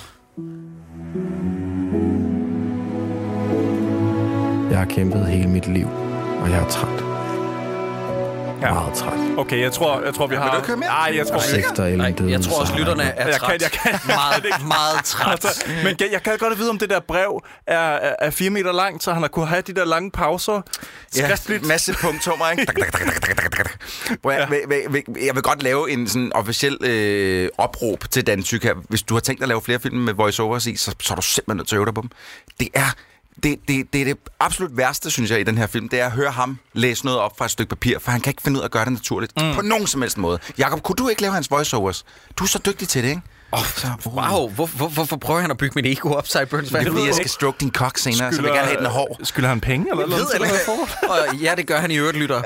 Jeg har kæmpet hele mit liv, og jeg er træt. Ja. Meget træt. Okay, jeg tror, jeg tror vi ja, har... Vil du køre mere? Ej, jeg tror... Nej, jeg tror også, lytterne er træt. Jeg kan, jeg kan. meget, meget træt. Altså, men jeg kan godt vide, om det der brev er, er, er fire meter langt, så han har kunne have de der lange pauser. Skriftligt. Ja, masse punktummer, ikke? jeg, jeg vil godt lave en sådan officiel øh, opråb til Dan Tück her. Hvis du har tænkt at lave flere film med voice-overs i, så, så er du simpelthen nødt til at øve dig på dem. Det er... Det, det, det er det absolut værste, synes jeg, i den her film. Det er at høre ham læse noget op fra et stykke papir, for han kan ikke finde ud af at gøre det naturligt. Mm. På nogen som helst måde. Jakob, kunne du ikke lave hans voiceovers? Du er så dygtig til det, ikke? Oh, så, wow, hvor, hvor, hvorfor prøver han at bygge mit ego op, Sideburns? Det er fordi, jeg skal stroke din kok senere, skylder, så vil jeg gerne have den hård. Skylder han penge, eller noget? Eller hvad? Ja, det gør han i øvrigt, lytter.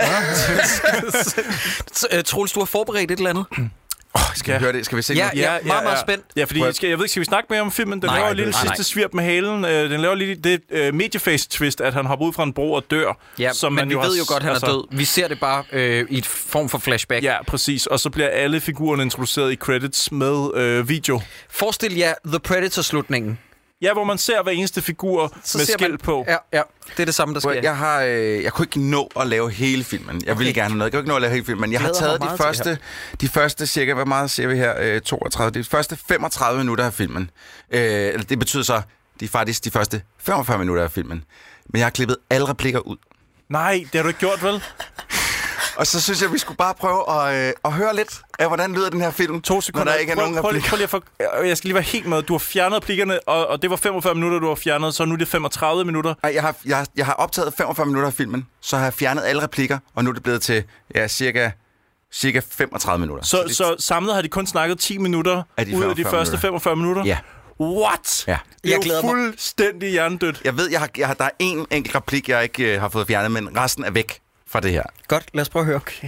Troels, du har forberedt et eller andet? Oh, skal vi ja. høre det? Skal vi se ja, det? Ja, ja, meget, meget spændt. Ja, fordi skal, jeg ved ikke, skal vi snakke mere om filmen? Den nej, laver lige det sidste nej. svirp med halen. Øh, den laver lige det øh, medieface-twist, at han hopper ud fra en bro og dør. Ja, som men man vi jo ved også, jo godt, han altså, er død. Vi ser det bare øh, i et form for flashback. Ja, præcis. Og så bliver alle figurerne introduceret i credits med øh, video. Forestil jer The Predator-slutningen. Ja, hvor man ser hver eneste figur så med skæld på. Ja, ja, det er det samme, der sker. Jeg, har, øh, jeg kunne ikke nå at lave hele filmen. Jeg okay. ville gerne have noget. Jeg kunne ikke nå at lave hele filmen, men jeg har taget de første, de første cirka, hvad meget ser vi her, øh, toogtredive, de første femogtredive minutter af filmen. Øh, det betyder så, de er faktisk de første femogfyrre minutter af filmen. Men jeg har klippet alle replikker ud. Nej, det har du ikke gjort, vel? Og så synes jeg, vi skulle bare prøve at, øh, at høre lidt af, hvordan lyder den her film, to sekunder. når der ikke er prøv, nogen prøv, replikker. Prøv lige at for, jeg skal lige være helt med. Du har fjernet replikkerne, og, og det var femogfyrre minutter, du har fjernet, så nu er det femogtredive minutter. Nej, jeg har, jeg, jeg har optaget femogfyrre minutter af filmen, så har jeg fjernet alle replikker, og nu er det blevet til ja, cirka, cirka femogtredive minutter. Så, så, så samlet har de kun snakket ti minutter af de ud af de første minutter. femogfyrre minutter? Ja. What? Ja. Det er jeg jo fuldstændig hjernedødt. Jeg ved, jeg har, jeg har, der er en enkelt replik, jeg ikke øh, har fået fjernet, men resten er væk fra det her. Godt, lad os prøve at høre. Okay.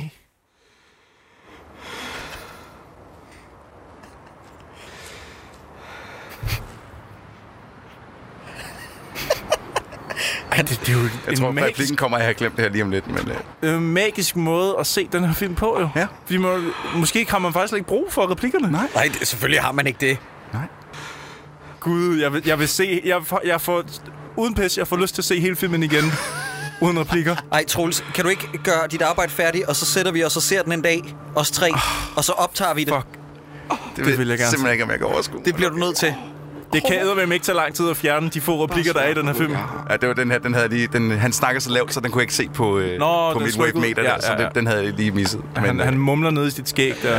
Ja, det, det er jo jeg tror, magisk... replikken kommer, jeg har glemt det her lige om lidt. Men, øh... Øh, magisk måde at se den her film på, jo. Ja. Fordi må, måske har man faktisk ikke brug for replikkerne. Nej, Nej det, selvfølgelig har man ikke det. Nej. Gud, jeg vil, jeg vil se... Jeg, jeg får, uden pis, jeg får lyst til at se hele filmen igen. Uden replikker. Ej, Troels, kan du ikke gøre dit arbejde færdigt, og så sætter vi os og ser den en dag, os tre, oh, og så optager vi det? Fuck. Oh, det, det vil jeg gerne simpelthen ikke, om jeg kan overskue. Det bliver du nødt til. Det kan eddermame ikke tage lang tid at fjerne de få replikker, der er i den her film. Ja, det var den her, den havde lige, den, han snakker så lavt, så den kunne jeg ikke se på, øh, Nå, på mit wave-meter, ja, ja, ja. Så den, den havde jeg lige misset. Men, han, han mumler ned i sit skæg der.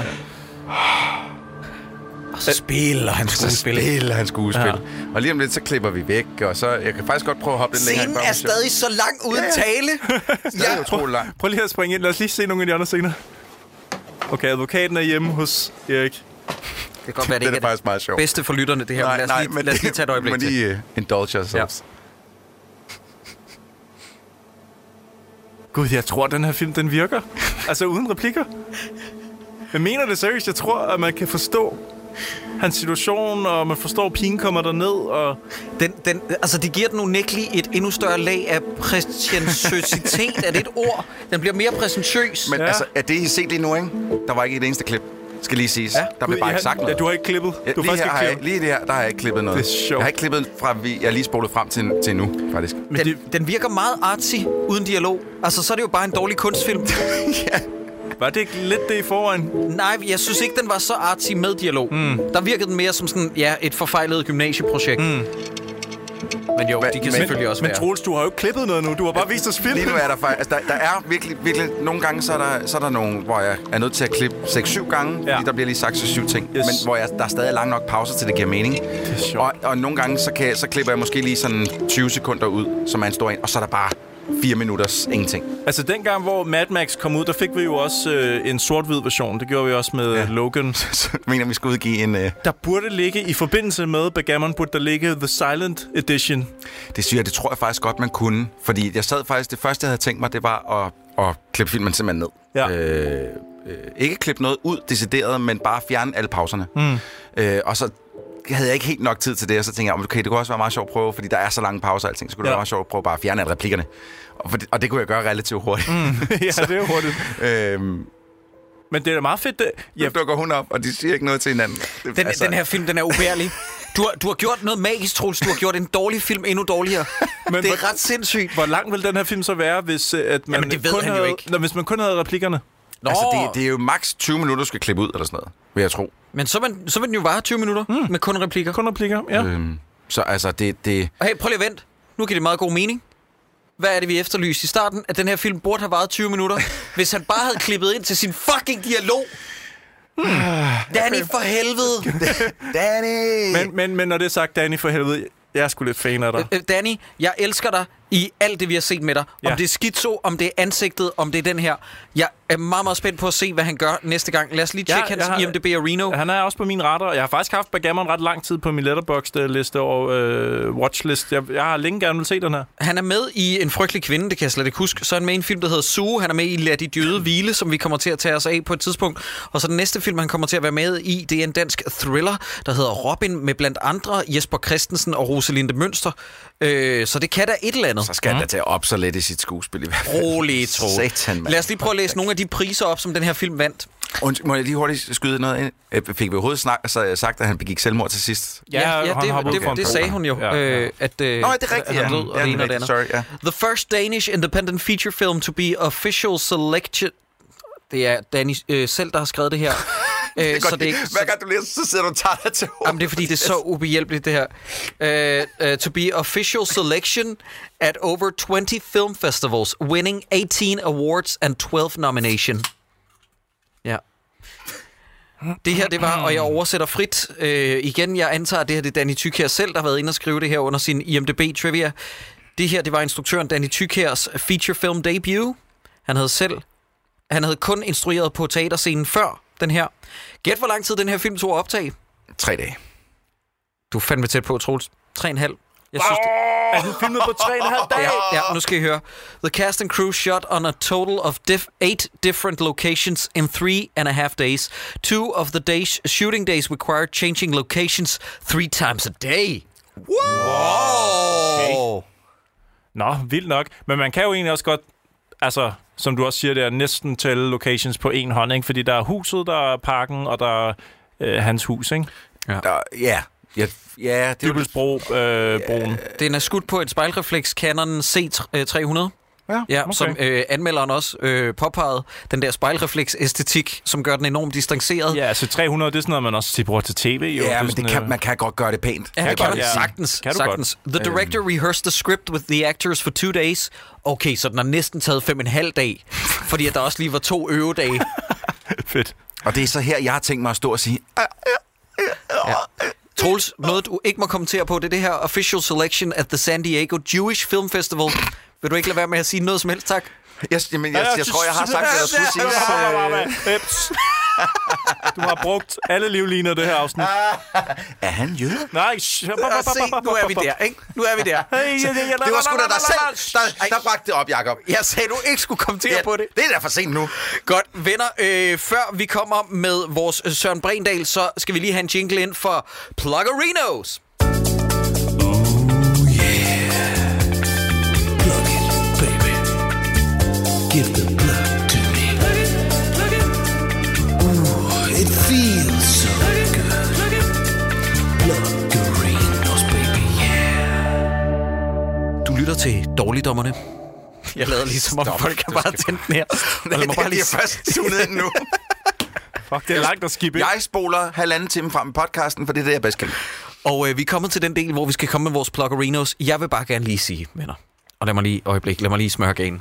Og så spiller han skuespil. Så spiller han skuespil. Ja. Og lige om lidt, så klipper vi væk, og så... Jeg kan faktisk godt prøve at hoppe lidt længere. Scenen er stadig så lang uden ja, ja. tale. Ja, utrolig lang. Prøv lige at springe ind. Lad os lige se nogle af de andre scener. Okay, advokaten er hjemme hos Erik. Det kan godt være, det, det ikke er, er faktisk meget sjovt. Bedste for lytterne, det her. Nej, lad os nej, lige, men lad os lige tage et øjeblik men til. Men lige uh, indulge ourselves. Gud, jeg tror, den her film, den virker. Altså uden replikker. Jeg mener det seriøst. Jeg tror, at man kan forstå hans situation, og man forstår, at pigen kommer derned, og... Den, den, altså, det giver den unægteligt et endnu større lag af præsentiøsitet. Er det et ord? Den bliver mere præsentiøs. Men ja. altså, er det, I set lige nu, ikke? Der var ikke et eneste klip, skal lige siges. Ja. Der blev bare ja, ikke sagt noget. Ja, du har ikke klippet. Ja, du lige, har her har jeg, lige det her, der har jeg ikke klippet noget. Det er sjovt. Jeg har ikke klippet fra, vi, jeg lige spolet frem til, til nu, faktisk. Men den, det... den virker meget artsy, uden dialog. Altså, så er det jo bare en dårlig kunstfilm. Ja. Var det ikke lidt det i forvejen? Nej, jeg synes ikke, den var så artsy med dialog. Mm. Der virkede den mere som sådan, ja, et forfejlet gymnasieprojekt. Mm. Men jo, Hva, de kan men, selvfølgelig også men, være. Men Troels, du har jo ikke klippet noget nu. Du har bare vist os filmen. Lige nu er der faktisk... Altså, der, der er virkelig, virkelig... Nogle gange, så er der, så er der nogle, hvor jeg er nødt til at klippe seks syv gange. Ja. Fordi der bliver lige sagt så syv ting. Yes. Men hvor jeg, der er stadig lang nok pauser til, det giver mening. Det er sjovt. Og, og nogle gange, så, kan, så klipper jeg måske lige sådan tyve sekunder ud, som er en stor en. Og så er der bare fire minutters ingenting. Altså dengang, hvor Mad Max kom ud, der fik vi jo også øh, en sort-hvid version. Det gjorde vi også med ja. Logan. Så mener vi skulle udgive en... Øh... Der burde ligge, i forbindelse med Backgammon, burde der ligge The Silent Edition. Det siger jeg, det tror jeg faktisk godt, man kunne. Fordi jeg sad faktisk, det første, jeg havde tænkt mig, det var at, at klippe filmen simpelthen ned. Ja. Øh, øh, ikke klippe noget ud, decideret, men bare fjerne alle pauserne. Mm. Øh, og så havde jeg ikke helt nok tid til det, og så tænkte jeg, okay, det kunne også være meget sjovt at prøve, fordi der er så lange pauser og alting, så kunne det ja. være meget sjovt at prøve bare at fjerne alle replikkerne. Og, for det, og det kunne jeg gøre relativt hurtigt. Mm. Ja, så, det er hurtigt. Øhm, Men det er da meget fedt. Det... Ja. Nu dukker hun op, og de siger ikke noget til hinanden. Den, altså... den her film, den er ubærlig. Du har, du har gjort noget magisk, Troels. Du har gjort en dårlig film endnu dårligere. Men det er hvor, ret sindssygt. Hvor lang vil den her film så være, hvis, at man, Jamen, det ved kun han havde, jo ikke. Når, hvis man kun havde replikkerne? Nå. Altså, det, det er jo maks tyve minutter, du skal klippe ud, eller sådan noget, vil jeg tro. Men så, man, så vil den jo vare tyve minutter mm. med kun replikker. Kun replikker, ja. Øhm, så altså, det... det... Og hey, prøv lige at vente. Nu giver det meget god mening. Hvad er det, vi efterlyste i starten? At den her film burde have varet tyve minutter, hvis han bare havde klippet ind til sin fucking dialog. Hmm. Danny, for helvede! Danny! Men, men, men når det er sagt, Danny, for helvede, jeg er sgu lidt fan af dig. Øh, Danny, jeg elsker dig i alt det, vi har set med dig. Ja. Om det er skitso, om det er ansigtet, om det er den her. Jeg er meget, meget spændt på at se, hvad han gør næste gang. Lad os lige tjekke ja, hans har, I M D B og Reno. Han er også på min radar. Jeg har faktisk haft Backgammon ret lang tid på min Letterboxd-liste og øh, watchlist. Jeg, jeg har længe gerne vil se den her. Han er med i En frygtelig kvinde, det kan jeg slet ikke huske. Så er han med i en film, der hedder Zoo. Han er med i Lad de døde hvile, som vi kommer til at tage os af på et tidspunkt. Og så den næste film, han kommer til at være med i, det er en dansk thriller, der hedder Robin, med blandt andre Jesper Christensen og Rosalinde Mønster. Øh, så det kan da et eller andet. Så skal han da tage op så lidt i sit skuespil i hvert fald. Roligt, tro. Satan, lad os lige prøve at læse nogle af de priser op, som den her film vandt. Und, må jeg lige hurtigt skyde noget ind? Fik vi overhovedet snak, så sagt, at han begik selvmord til sidst? Ja, ja, ja det, det, det, det sagde hun jo. Ja, ja. Øh, at, øh, Nå, det er rigtigt. At han død, ja, og det ene og det andet. Sorry, ja. The first Danish independent feature film to be official selection. Det er Danny øh, selv, der har skrevet det her. Det er så det er ikke, hver gang du læser, så sidder du og tager dig til hovedet. Jamen, det er fordi, det er så ubehjælpeligt, det her. Uh, uh, to be official selection at over twenty film festivals, winning eighteen awards and twelve nomination. Ja. Det her, det var, og jeg oversætter frit. Uh, igen, jeg antager, at det her det er Danny Thykier selv, der har været inde og skrive det her under sin I M D B-trivia. Det her, det var instruktøren Danny Thykiers feature film debut. Han havde selv, han havde kun instrueret på teaterscenen før den her. Gæt, hvor lang tid den her film tog at optage? Tre dage. Du er fandme tæt på, Troels. Tre og en halv. Jeg synes, det... Er den filmet på tre og en halv dage? Ja, ja, nu skal I høre. The cast and crew shot on a total of dif- eight different locations in three and a half days. Two of the days shooting days required changing locations three times a day. Wow! Okay. Nå, vildt nok. Men man kan jo egentlig også godt... Altså, som du også siger, det er næsten tælle locations på en hånd, ikke? Fordi der er huset, der er parken, og der er øh, hans hus, ikke? Ja. Der, ja. Ja, ja, det er Dybelsbro, øh, broen. Den er skudt på et spejlrefleks Canon C tre hundrede. Ja, ja okay. Som øh, anmelderen også øh, påpegede. Den der spejlrefleks-æstetik, som gør den enormt distanceret. Ja, C tre hundrede, det er sådan noget, man også bruger til tv. Jo. Ja, det men sådan, det kan, man kan godt gøre det pænt. Ja, det kan man ja. sagtens. Kan du sagtens. godt. The director um. rehearsed the script with the actors for two days. Okay, så den har næsten taget fem og en halv dag, fordi at der også lige var to øvedage. Fedt. Og det er så her, jeg har tænkt mig at stå og sige... Ja. Troels, noget du ikke må kommentere på, det er det her official selection at the San Diego Jewish Film Festival. Vil du ikke lade være med at sige noget som helst, tak? Jeg, jamen, jeg, jeg, jeg tror, jeg har sagt, hvad der skulle siges. Du har brugt alle livliner det her afsnit. Er han jøde? Nej, se, nu er vi der, ikke? Nu er vi der. Det var sgu da dig selv, der, der bragte det op, Jacob. Jeg sagde, du ikke skulle kommentere ja, på det. Det er da for sent nu. Godt, venner. Øh, før vi kommer med vores Søren Brindal, så skal vi lige have en jingle ind for Pluggerinos. Give the blood to me. Ooh, it feels so good. Pluggerinos, baby, yeah. Du lytter til Dårligdommerne. Jeg lader lige som om Stop. folk kan bare tænde den her. Nej, det er lige først tunet ind nu. Fuck, det er langt at skippe. Jeg spoler halvanden time frem i podcasten, for det er det, jeg bedst kan. Og øh, vi er kommet til den del, hvor vi skal komme med vores Pluggerinos. Jeg vil bare gerne lige sige, venner. Og lad mig lige øjeblik, lad mig lige smøre ganen.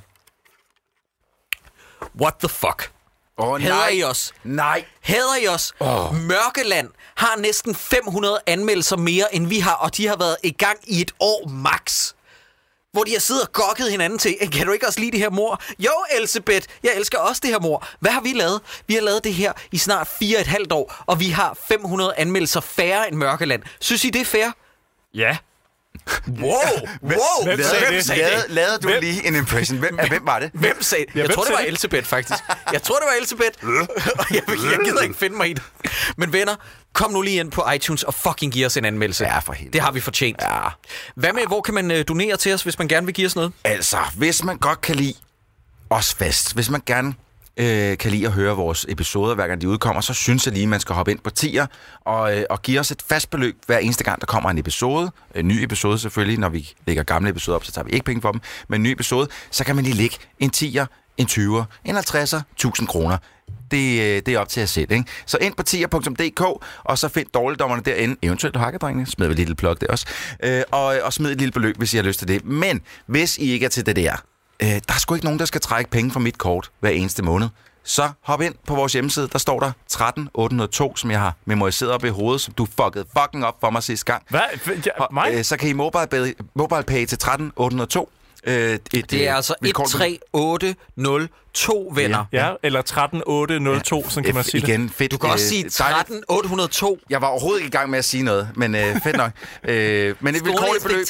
What the fuck? Oh, Hader nej. I os? Nej. Hader I os? Oh. Mørkeland har næsten fem hundrede anmeldelser mere, end vi har, og de har været i gang i et år max. Hvor de har siddet og gokket hinanden til, kan du ikke også lide det her mor? Jo, Elsebeth, jeg elsker også det her mor. Hvad har vi lavet? Vi har lavet det her i snart fire og et halvt år, og vi har fem hundrede anmeldelser færre end Mørkeland. Synes I, det er fair? Ja. Wow, wow. Hvem sagde det? sagde lavede, det? lavede du hvem? lige en impression? Hvem, hvem, hvem var det? Hvem sagde det? Jeg hvem tror, det var det? Elsebeth, faktisk. Jeg tror, det var Elsebeth. Og jeg, jeg gider ikke finde mig i det. Men venner, kom nu lige ind på iTunes og fucking giv os en anmeldelse. Ja, for helvede. Det har vi fortjent. Ja. Hvad med, hvor kan man uh, donere til os, hvis man gerne vil give os noget? Altså, hvis man godt kan lide os fast, hvis man gerne øh, kan lide at høre vores episoder, hver gang de udkommer, så synes jeg lige, man skal hoppe ind på tier og, øh, og give os et fast beløb hver eneste gang, der kommer en episode. En ny episode selvfølgelig. Når vi lægger gamle episoder op, så tager vi ikke penge for dem. Men en ny episode, så kan man lige lægge en tier, en tyver, en halvtredser, tusind kroner. Det, det er op til at sætte, ikke? Så ind på tier punktum d k, og så find Dårligdommerne derinde. Eventuelt hakkedrengene. Smid vi et lille plug der også. Øh, og, og smid et lille beløb, hvis I har lyst til det. Men hvis I ikke er til det der, øh, der er sgu ikke nogen, der skal trække penge fra mit kort hver eneste måned. Så hop ind på vores hjemmeside. Der står der tretten otte nul to, som jeg har memoriseret op i hovedet, som du fuckede fucking op for mig sidste gang. Hvad? Ja, mig? Øh, så kan I mobile, mobile pay til tretten otte nul to. Øh, et, det er altså et tre otte nul to, venner. Ja, eller tretten otte nul to, ja, sådan kan man sige igen, det. Fedt. Du kan også sige tretten otte nul to. Jeg var overhovedet ikke i gang med at sige noget, men øh, fedt nok. øh, men et vilkårligt beløb,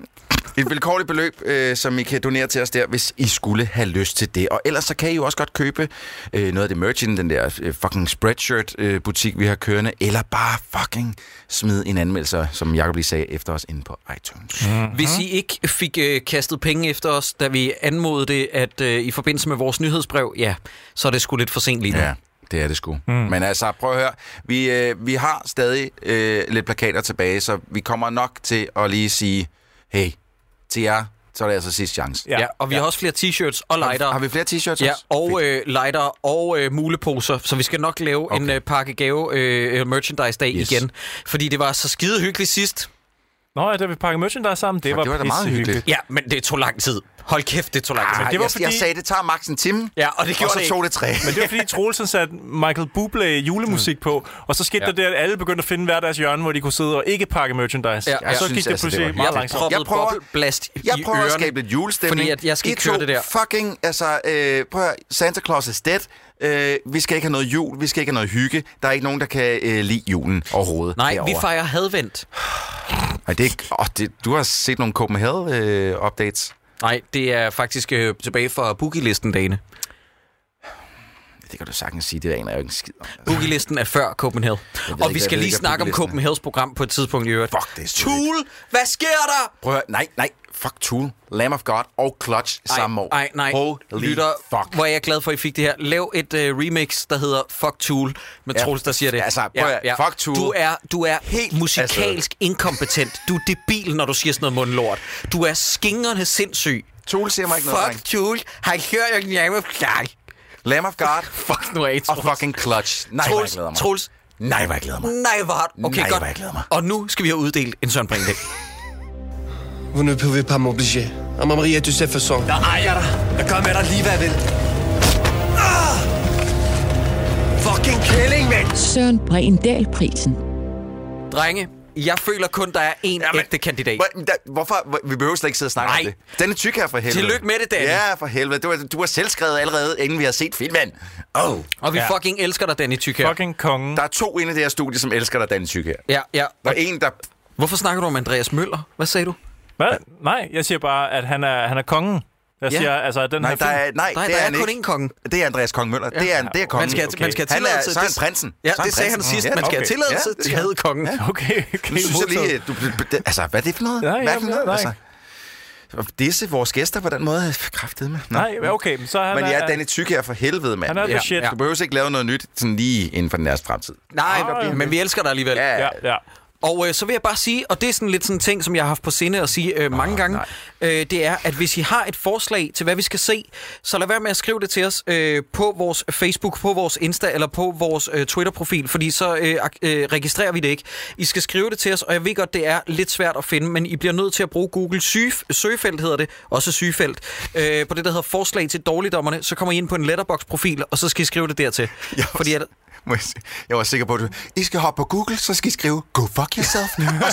et vilkårligt beløb øh, som I kan donere til os der, hvis I skulle have lyst til det. Og ellers så kan I jo også godt købe øh, noget af det merch, den der øh, fucking Spreadshirt-butik, øh, vi har kørende, eller bare fucking smide en anmeldelse, som Jacob lige sagde, efter os inde på iTunes. Mm-hmm. Hvis I ikke fik øh, kastet penge efter os, da vi anmodede det, at øh, i forbindelse med vores nyhedsbrev, ja, så er det sgu lidt for sent lige nu. Ja. Det er det sgu. Mm. Men altså, prøv at høre. Vi, øh, vi har stadig øh, lidt plakater tilbage, så vi kommer nok til at lige sige, hey, til jer, så er det altså sidste chance. Ja, ja, og vi ja. har også flere t-shirts og lighter. Har, har vi flere t-shirts ja, også? og øh, lighter og øh, muleposer, så vi skal nok lave okay. en øh, pakke gave øh, merchandise-dag yes. igen. Fordi det var så skide hyggeligt sidst. Nå ja, da vi pakkede merchandise sammen, det ja, var, det var da meget hyggeligt. hyggeligt. Ja, men det tog lang tid. Hold kæft, det tog lang tid. Ah, det var jeg, fordi... jeg sagde, det tager max en time. Ja, og det gjorde og så det tog det tre. Men det var fordi Troelsen satte Michael Bublé julemusik på, og så skete ja. der det, at alle begyndte at finde hver deres hjørne, hvor de kunne sidde og ikke pakke merchandise. Ja, og så synes, gik det altså, pludselig det meget langsomt. Jeg prøver, blast jeg prøver at skabe lidt julestemning. Fordi at jeg skal ikke køre det der. Fucking, altså, øh, prøv at Santa Claus is dead. Øh, vi skal ikke have noget jul, vi skal ikke have noget hygge. Der er ikke nogen, der kan øh, lide julen overhovedet. Nej, derovre. vi fejrer hadvendt. Nej, det er ikke... Oh, det, du har set nogle Copenhagen-updates. Øh, Nej, det er faktisk øh, tilbage fra Boogie-listen-dagene. Det kan du sagtens sige, det aner jeg jo ikke skid om. Boogie-listen er før Copenhagen. Og vi skal lige snakke om Copenhagens program på et tidspunkt i øvrigt. Fuck, det er Tool! Hvad sker der? Prøv at høre. Nej, nej. Fuck Tool, Lamb of God og Clutch ej, samme år. Nej, nej. Holy Lytter, fuck. hvor er jeg glad for, at I fik det her. Lav et uh, remix, der hedder Fuck Tool, med ja. Troels, der siger det. Altså, prøv at, ja, ja. Fuck Tool. Du er, du er helt musikalsk altså. inkompetent. Du er debil, når du siger sådan noget mundlort. Du er skingrende sindssyg. Tool siger mig ikke Fuck noget. Fuck Tool. Har I hørt, jeg Lamb of God? Lamb of God. Fuck nu af, Troels. Og fucking Clutch. Nej, hvor jeg glæder mig. Troels. Nej, hvor jeg glæder mig. Nej, hvor okay, Nej, godt. hvor jeg glæder mig. Og nu skal vi have uddelt en Søren Brindal. Vous ne pouvez pas m'obliger. À m'embrier de cette façon. Der ejer dig. Jeg gør med dig lige, hvad jeg vil. Ah! Fucking kælling, mand! Søren Brindal-prisen. Drenge, Jeg føler kun, der er én Jamen, ægte kandidat. Hvor, der, hvorfor? Hvor, vi behøver slet ikke sidde og snakke Nej. om det. Den er tyk her for helvede. Tillykke med det, Danny. Ja, for helvede. Du, du har selv skrevet allerede, inden vi har set filmen. Oh. Og vi Ja. fucking elsker dig, Danny Tyk her. Fucking kongen. Der er to inde i det her studie, som elsker dig, Danny Tyk her. Ja, ja. Der er en, der... Hvorfor snakker du om Andreas Møller? Hvad sagde du? Hvad? Nej, jeg siger bare, at han er, han er kongen. Jeg Ja. siger, altså, den Nej, her der film... er, nej, Nej, det der er, er han kun ikke. én konge. Det er Andreas Kong Møller. Ja. Det er, det er kongen. Man skal, Okay. man skal Han er, tilladelse. så er han prinsen. Ja, Så er han det sagde han prinsen. sidst. Ja, Man skal have okay. tilladelse Ja, det til skal at kongen. Okay, okay. Nu synes jeg lige, du, du, altså, hvad er det for noget? Nej, hvad er det for jamen, noget? nej. Altså, disse vores gæster på den måde, kraftedeme. Nå. Nej, okay, men så er han... Men jeg er er- Danny Tyk her for helvede, mand. Han er the Ja, shit. ja. Du behøver ikke lave noget nyt sådan lige inden for den næste fremtid. Nej, Ah, men vi elsker dig alligevel. Ja, Ja, ja. Og øh, så vil jeg bare sige, og det er sådan lidt sådan en ting, som jeg har haft på sinde at sige øh, mange oh, gange, øh, det er, at hvis I har et forslag til, hvad vi skal se, så lad være med at skrive det til os øh, på vores Facebook, på vores Insta eller på vores øh, Twitter-profil, fordi så øh, øh, registrerer vi det ikke. I skal skrive det til os, og jeg ved godt, det er lidt svært at finde, men I bliver nødt til at bruge Google syge, søgefelt, hedder det, også sygefelt, øh, på det, der hedder forslag til dårligdommerne, så kommer I ind på en Letterboxd-profil, og så skal I skrive det dertil. Jeg var, Fordi at, må jeg, sige- jeg var sikker på, at du, I skal hoppe på Google, så skal I skrive, go fuck yourself.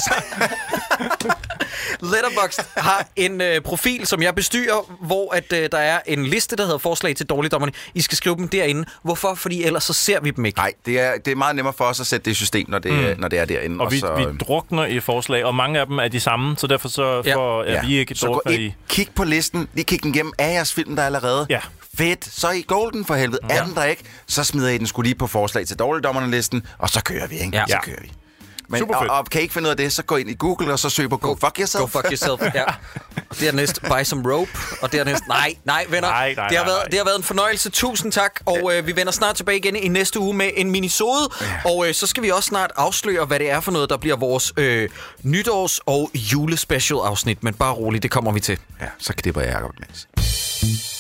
Letterboxd har en øh, profil, som jeg bestyrer, hvor at, øh, der er en liste, der hedder forslag til dårligdommerne. I skal skrive dem derinde. Hvorfor? Fordi ellers så ser vi dem ikke. Nej, det er, det er meget nemmere for os at sætte det i system, når det, mm. når det er derinde. Og vi, så, vi drukner i forslag, og mange af dem er de samme, så derfor så Ja. får ja. vi ikke Så gå drukner ind, i... kig på listen, lige kig den igennem af jeres film, der er allerede. Ja. Fedt, så er I golden for helvede. Ja. Er den der ikke, så smider I den skulle lige på forslag til dårligdommerne-listen, og så kører vi, ikke? Ja. Så Ja. kører vi. Men, Super og, fedt. og kan I ikke finde ud af det, så gå ind i Google, og så søg på go, go fuck yourself. Go fuck yourself, ja. Dernæst buy some rope, og dernæst... Nej, nej, venner. Nej, nej, det, har nej, været, nej. det har været en fornøjelse. Tusind tak, og øh, vi vender snart tilbage igen i næste uge med en minisode. Ja. Og øh, så skal vi også snart afsløre, hvad det er for noget, der bliver vores øh, nytårs- og julespecial-afsnit. Men bare roligt, det kommer vi til. Ja, så knipper jeg Jacob imens.